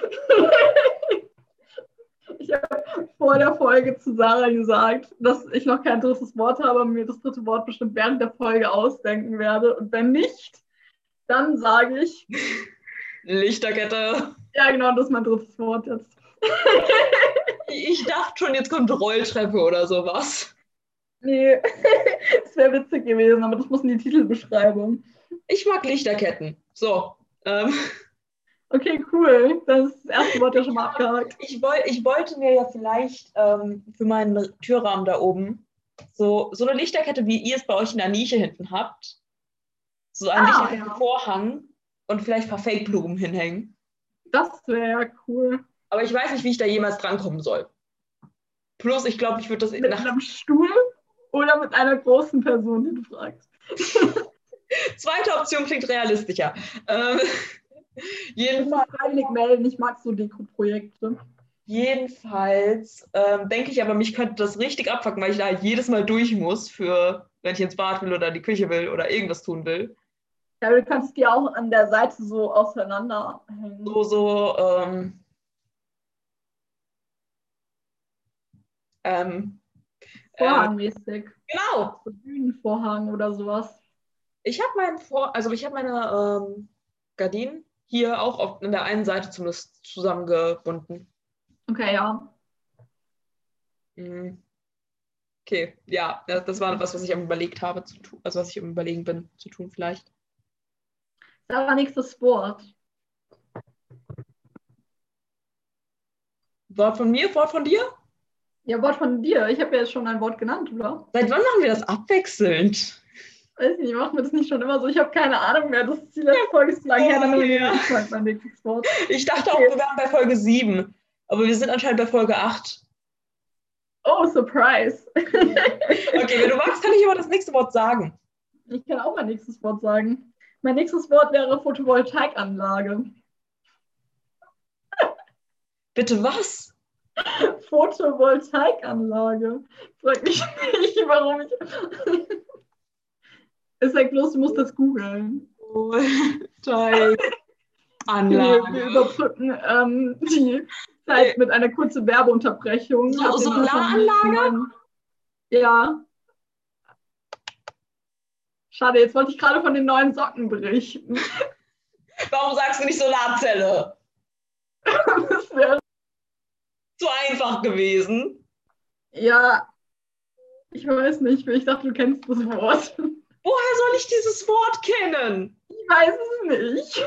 Ich habe vor der Folge zu Sarah gesagt, dass ich noch kein drittes Wort habe und mir das dritte Wort bestimmt während der Folge ausdenken werde. Und wenn nicht, dann sage ich. Lichterkette. Ja, genau, das ist mein drittes Wort jetzt. Ich dachte schon, jetzt kommt Rolltreppe oder sowas. Nee, das wäre witzig gewesen, aber das muss in die Titelbeschreibung. Ich mag Lichterketten. So. Okay, cool. Das ist das erste Wort ja schon mal abgehakt. Ich wollte mir ja vielleicht für meinen Türrahmen da oben so eine Lichterkette, wie ihr es bei euch in der Nische hinten habt. So einen Lichterkettenvorhang und vielleicht ein paar Fake-Blumen hinhängen. Das wäre ja cool. Aber ich weiß nicht, wie ich da jemals drankommen soll. Plus, ich glaube, ich würde das... Mit einem Stuhl oder mit einer großen Person, die du fragst. Zweite Option klingt realistischer. Jedenfalls melden, ich mag so Deko-Projekte. Jedenfalls denke ich aber, mich könnte das richtig abfucken, weil ich da halt jedes Mal durch muss, wenn ich ins Bad will oder die Küche will oder irgendwas tun will. Ja, du kannst die auch an der Seite so auseinanderhängen. Vorhangmäßig. Genau. So Bühnenvorhang oder sowas. Ich habe meine Gardinen hier auch an der einen Seite zumindest zusammengebunden. Okay, ja. Okay, ja, das war was ich am Überlegt habe zu tun, also was ich am Überlegen bin zu tun vielleicht. Sarah, nächstes Wort. Wort von mir, Wort von dir? Ja, Wort von dir. Ich habe ja jetzt schon ein Wort genannt, oder? Seit wann machen wir das abwechselnd? Weiß nicht, machen wir das nicht schon immer so? Ich habe keine Ahnung mehr. Das ist die letzte Folge ist zu lang her, dann mein nächstes Wort. Ich dachte auch, wir wären bei Folge 7, aber wir sind anscheinend bei Folge 8. Oh, Surprise. Okay, wenn du magst, kann ich aber das nächste Wort sagen. Ich kann auch mein nächstes Wort sagen. Mein nächstes Wort wäre Photovoltaikanlage. Bitte was? Photovoltaikanlage. Frag mich nicht, warum ich... Ist ja bloß, du musst das googeln. Anlage. Wir überbrücken die Zeit mit einer kurzen Werbeunterbrechung. Solaranlage? Ja. Schade, jetzt wollte ich gerade von den neuen Socken berichten. Warum sagst du nicht Solarzelle? Das wäre zu einfach gewesen. Ja, ich weiß nicht, ich dachte, du kennst das Wort. Woher soll ich dieses Wort kennen? Ich weiß es nicht.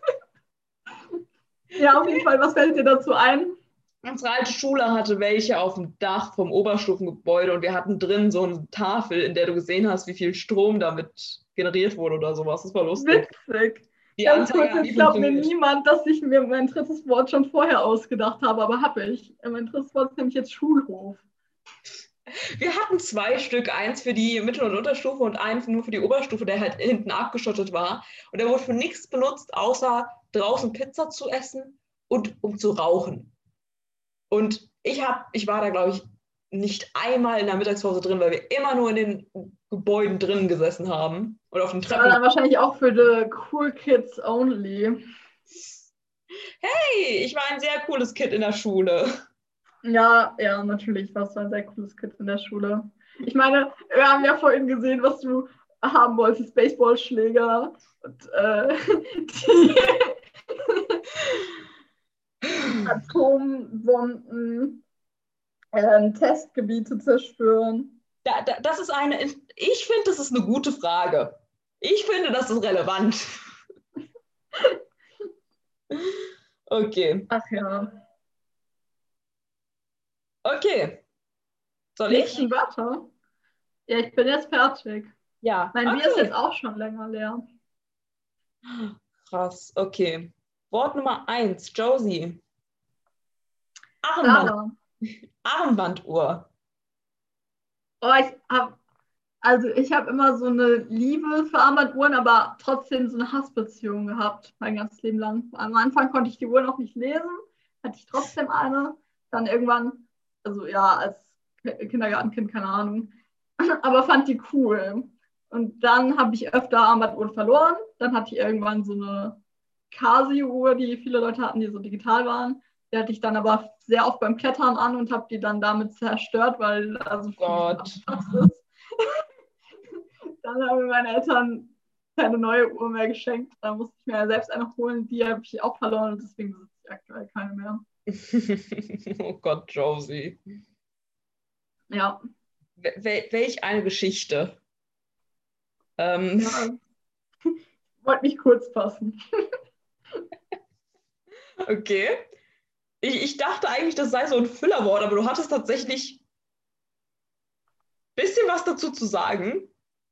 Ja, auf jeden Fall, was fällt dir dazu ein? Unsere alte Schule hatte welche auf dem Dach vom Oberstufengebäude und wir hatten drin so eine Tafel, in der du gesehen hast, wie viel Strom damit generiert wurde oder sowas. Das war lustig. Witzig. Ganz kurz, jetzt glaubt mir niemand, dass ich mir mein drittes Wort schon vorher ausgedacht habe, aber habe ich. Mein drittes Wort ist nämlich jetzt Schulhof. Wir hatten 2 Stück, eins für die Mittel- und Unterstufe und eins nur für die Oberstufe, der halt hinten abgeschottet war. Und der wurde für nichts benutzt, außer draußen Pizza zu essen und um zu rauchen. Und ich war da, glaube ich, nicht einmal in der Mittagspause drin, weil wir immer nur in den Gebäuden drin gesessen haben. Und auf den Treppen. Aber dann wahrscheinlich auch für the cool kids only. Hey, ich war ein sehr cooles Kind in der Schule. Ja, natürlich warst du ein sehr cooles Kind in der Schule. Ich meine, wir haben ja vorhin gesehen, was du haben wolltest, Baseballschläger und die Atombomben Testgebiete zerstören. Das ist ich finde, das ist eine gute Frage. Ich finde, das ist relevant. Okay. Ach ja. Okay. Soll ich? Nächsten Wörter. Ja, ich bin jetzt fertig. Ja. Mein Bier ist Okay. jetzt auch schon länger leer. Krass. Okay. Wort Nummer 1. Josie. Sarah. Armbanduhr. Oh, ich habe immer so eine Liebe für Armbanduhren, aber trotzdem so eine Hassbeziehung gehabt, mein ganzes Leben lang. Am Anfang konnte ich die Uhr noch nicht lesen, hatte ich trotzdem eine. Dann irgendwann, also ja, als Kindergartenkind, keine Ahnung, aber fand die cool. Und dann habe ich öfter Armbanduhren verloren. Dann hatte ich irgendwann so eine Casio-Uhr, die viele Leute hatten, die so digital waren. Die hatte ich dann aber sehr oft beim Klettern an und habe die dann damit zerstört, weil da so viel Platz ist. Dann haben mir meine Eltern keine neue Uhr mehr geschenkt. Da musste ich mir ja selbst eine holen. Die habe ich auch verloren und deswegen besitze ich aktuell keine mehr. Oh Gott, Josie. Ja. Welch eine Geschichte. Ja. Ich wollte mich kurz fassen. Okay. Ich dachte eigentlich, das sei so ein Füllerwort, aber du hattest tatsächlich ein bisschen was dazu zu sagen.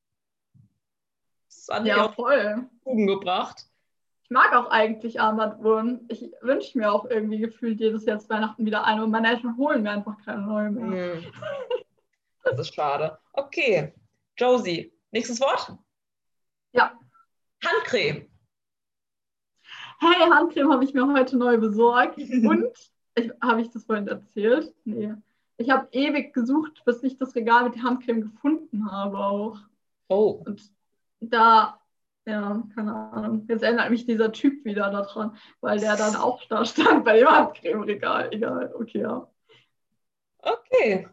Das hat dich Ja, auf voll. den Bogen gebracht. Ich mag auch eigentlich Armbanduhren. Ich wünsche mir auch irgendwie gefühlt jedes Jahr zu Weihnachten wieder eine und meine Eltern holen mir einfach keine neue mehr. Das ist schade. Okay. Josie, nächstes Wort? Ja. Handcreme. Hey, Handcreme habe ich mir heute neu besorgt. Und habe ich das vorhin erzählt? Nee. Ich habe ewig gesucht, bis ich das Regal mit der Handcreme gefunden habe auch. Oh. Und da, ja, keine Ahnung. Jetzt erinnert mich dieser Typ wieder daran, weil der dann auch da stand bei dem Handcreme-Regal. Egal, okay, ja. Okay.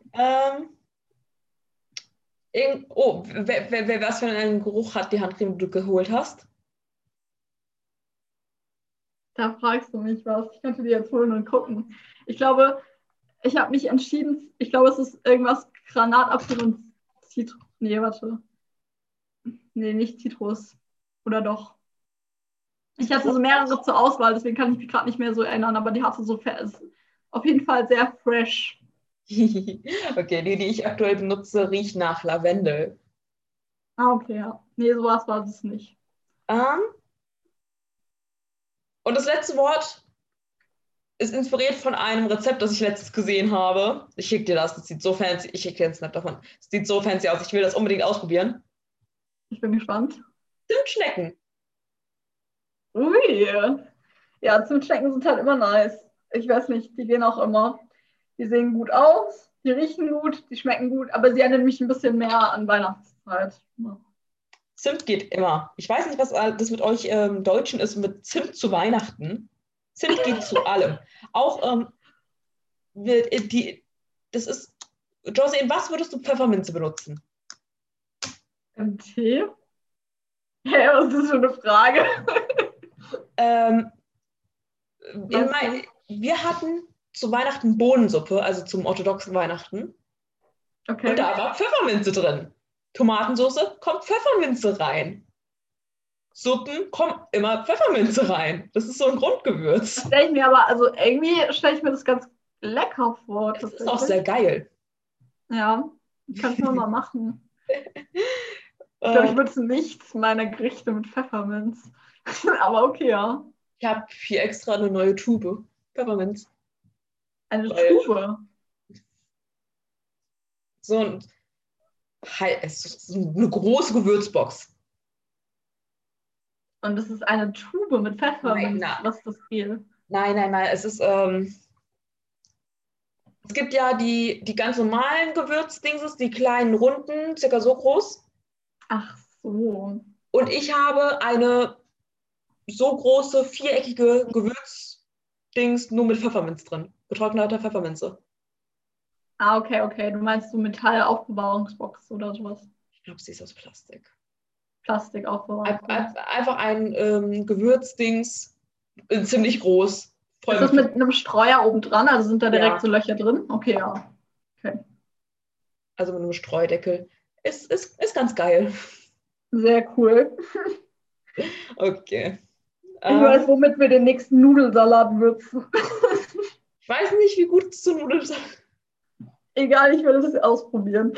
Was für einen Geruch hat die Handcreme, die du geholt hast? Da fragst du mich was. Ich könnte die jetzt holen und gucken. Ich glaube, ich habe mich entschieden, ich glaube, es ist irgendwas Granatapfel und Zitrus. Nee, warte. Nee, nicht Zitrus. Oder doch? Ich hatte so mehrere zur Auswahl, deswegen kann ich mich gerade nicht mehr so erinnern, aber die hatte so auf jeden Fall sehr fresh. Okay, die ich aktuell benutze, riecht nach Lavendel. Ah, okay, ja. Nee, sowas war es nicht. Und das letzte Wort ist inspiriert von einem Rezept, das ich letztens gesehen habe. Ich schicke dir das sieht so fancy, ich schicke dir einen Snap davon. Es sieht so fancy aus, ich will das unbedingt ausprobieren. Ich bin gespannt. Zimtschnecken. Ui. Ja, Zimtschnecken sind halt immer nice. Ich weiß nicht, die gehen auch immer. Die sehen gut aus, die riechen gut, die schmecken gut, aber sie erinnern mich ein bisschen mehr an Weihnachtszeit. Ja. Zimt geht immer. Ich weiß nicht, was das mit euch Deutschen ist mit Zimt zu Weihnachten. Zimt geht zu allem. Auch das ist, Josie, in was würdest du Pfefferminze benutzen? Im Tee? Hä, was ist das für eine Frage? Wir hatten zu Weihnachten Bohnensuppe, also zum orthodoxen Weihnachten. Okay. Und da war Pfefferminze drin. Tomatensoße, kommt Pfefferminze rein. Suppen, kommt immer Pfefferminze rein. Das ist so ein Grundgewürz. Stelle ich mir aber, also irgendwie stelle ich mir das ganz lecker vor. Das ist auch sehr geil. Ja, kannst du mal machen. Ich glaube, ich würde nichts meiner Gerichte mit Pfefferminz. Aber okay, ja. Ich habe hier extra eine neue Tube. Pfefferminz. Eine Tube? Es ist eine große Gewürzbox. Und das ist eine Tube mit Pfefferminz. Was ist das Spiel? Nein. Es ist, es gibt ja die ganz normalen Gewürzdingses, die kleinen runden, circa so groß. Ach so. Und ich habe eine so große, viereckige Gewürzdings nur mit Pfefferminz drin. Getrockneter Pfefferminze. Ah, okay. Du meinst so Metallaufbewahrungsbox oder sowas? Ich glaube, sie ist aus Plastik. Plastikaufbewahrungsbox. Einfach ein Gewürzdings, ziemlich groß. Ist das mit einem Streuer oben dran? Also sind da direkt so Löcher drin? Okay, ja. also mit einem Streudeckel. Ist ganz geil. Sehr cool. Okay. Ich weiß, womit wir den nächsten Nudelsalat würzen. Ich weiß nicht, wie gut es zu Nudeln ist. Egal, ich will es ausprobieren.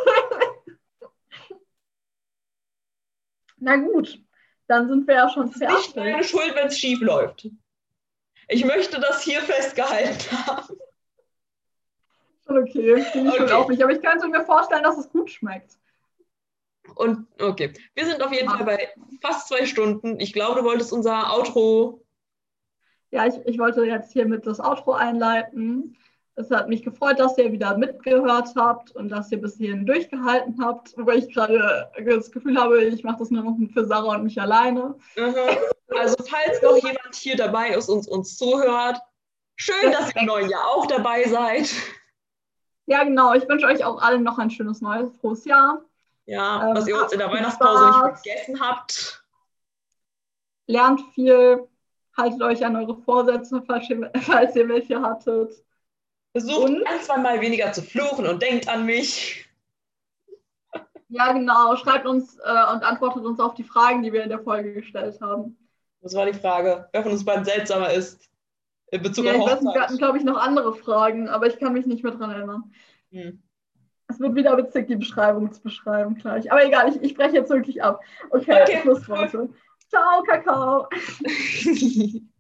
Na gut, dann sind wir ja schon Es ist nicht meine fertig. Schuld, wenn es schief läuft. Ich möchte das hier festgehalten haben. Schon okay, finde ich Okay. schon auch nicht. Aber ich könnte mir vorstellen, dass es gut schmeckt. Und okay, wir sind auf jeden Fall bei fast 2 Stunden. Ich glaube, du wolltest unser Outro. Ja, ich wollte jetzt hiermit das Outro einleiten. Es hat mich gefreut, dass ihr wieder mitgehört habt und dass ihr bis hierhin durchgehalten habt, wobei ich gerade das Gefühl habe, ich mache das nur noch für Sarah und mich alleine. Also falls noch jemand hier dabei ist und uns zuhört, schön, dass ihr im neuen Jahr auch dabei seid. Ja, genau. Ich wünsche euch auch allen noch ein schönes neues, frohes Jahr. Ja, was ihr uns in der Viel Weihnachtspause nicht Spaß. vergessen habt. Lernt viel, haltet euch an eure Vorsätze, falls ihr welche hattet. Versucht ein, zwei Mal weniger zu fluchen und denkt an mich. Ja, genau. Schreibt uns und antwortet uns auf die Fragen, die wir in der Folge gestellt haben. Das war die Frage, wer von uns beiden seltsamer ist in Bezug Ja, auf ich weiß nicht, wir Hochzeit. hatten, glaube ich, noch andere Fragen, aber ich kann mich nicht mehr dran erinnern. Es wird wieder witzig, die Beschreibung zu beschreiben gleich. Aber egal, ich breche jetzt wirklich ab. Okay. Schlussworte. Ciao, Kakao.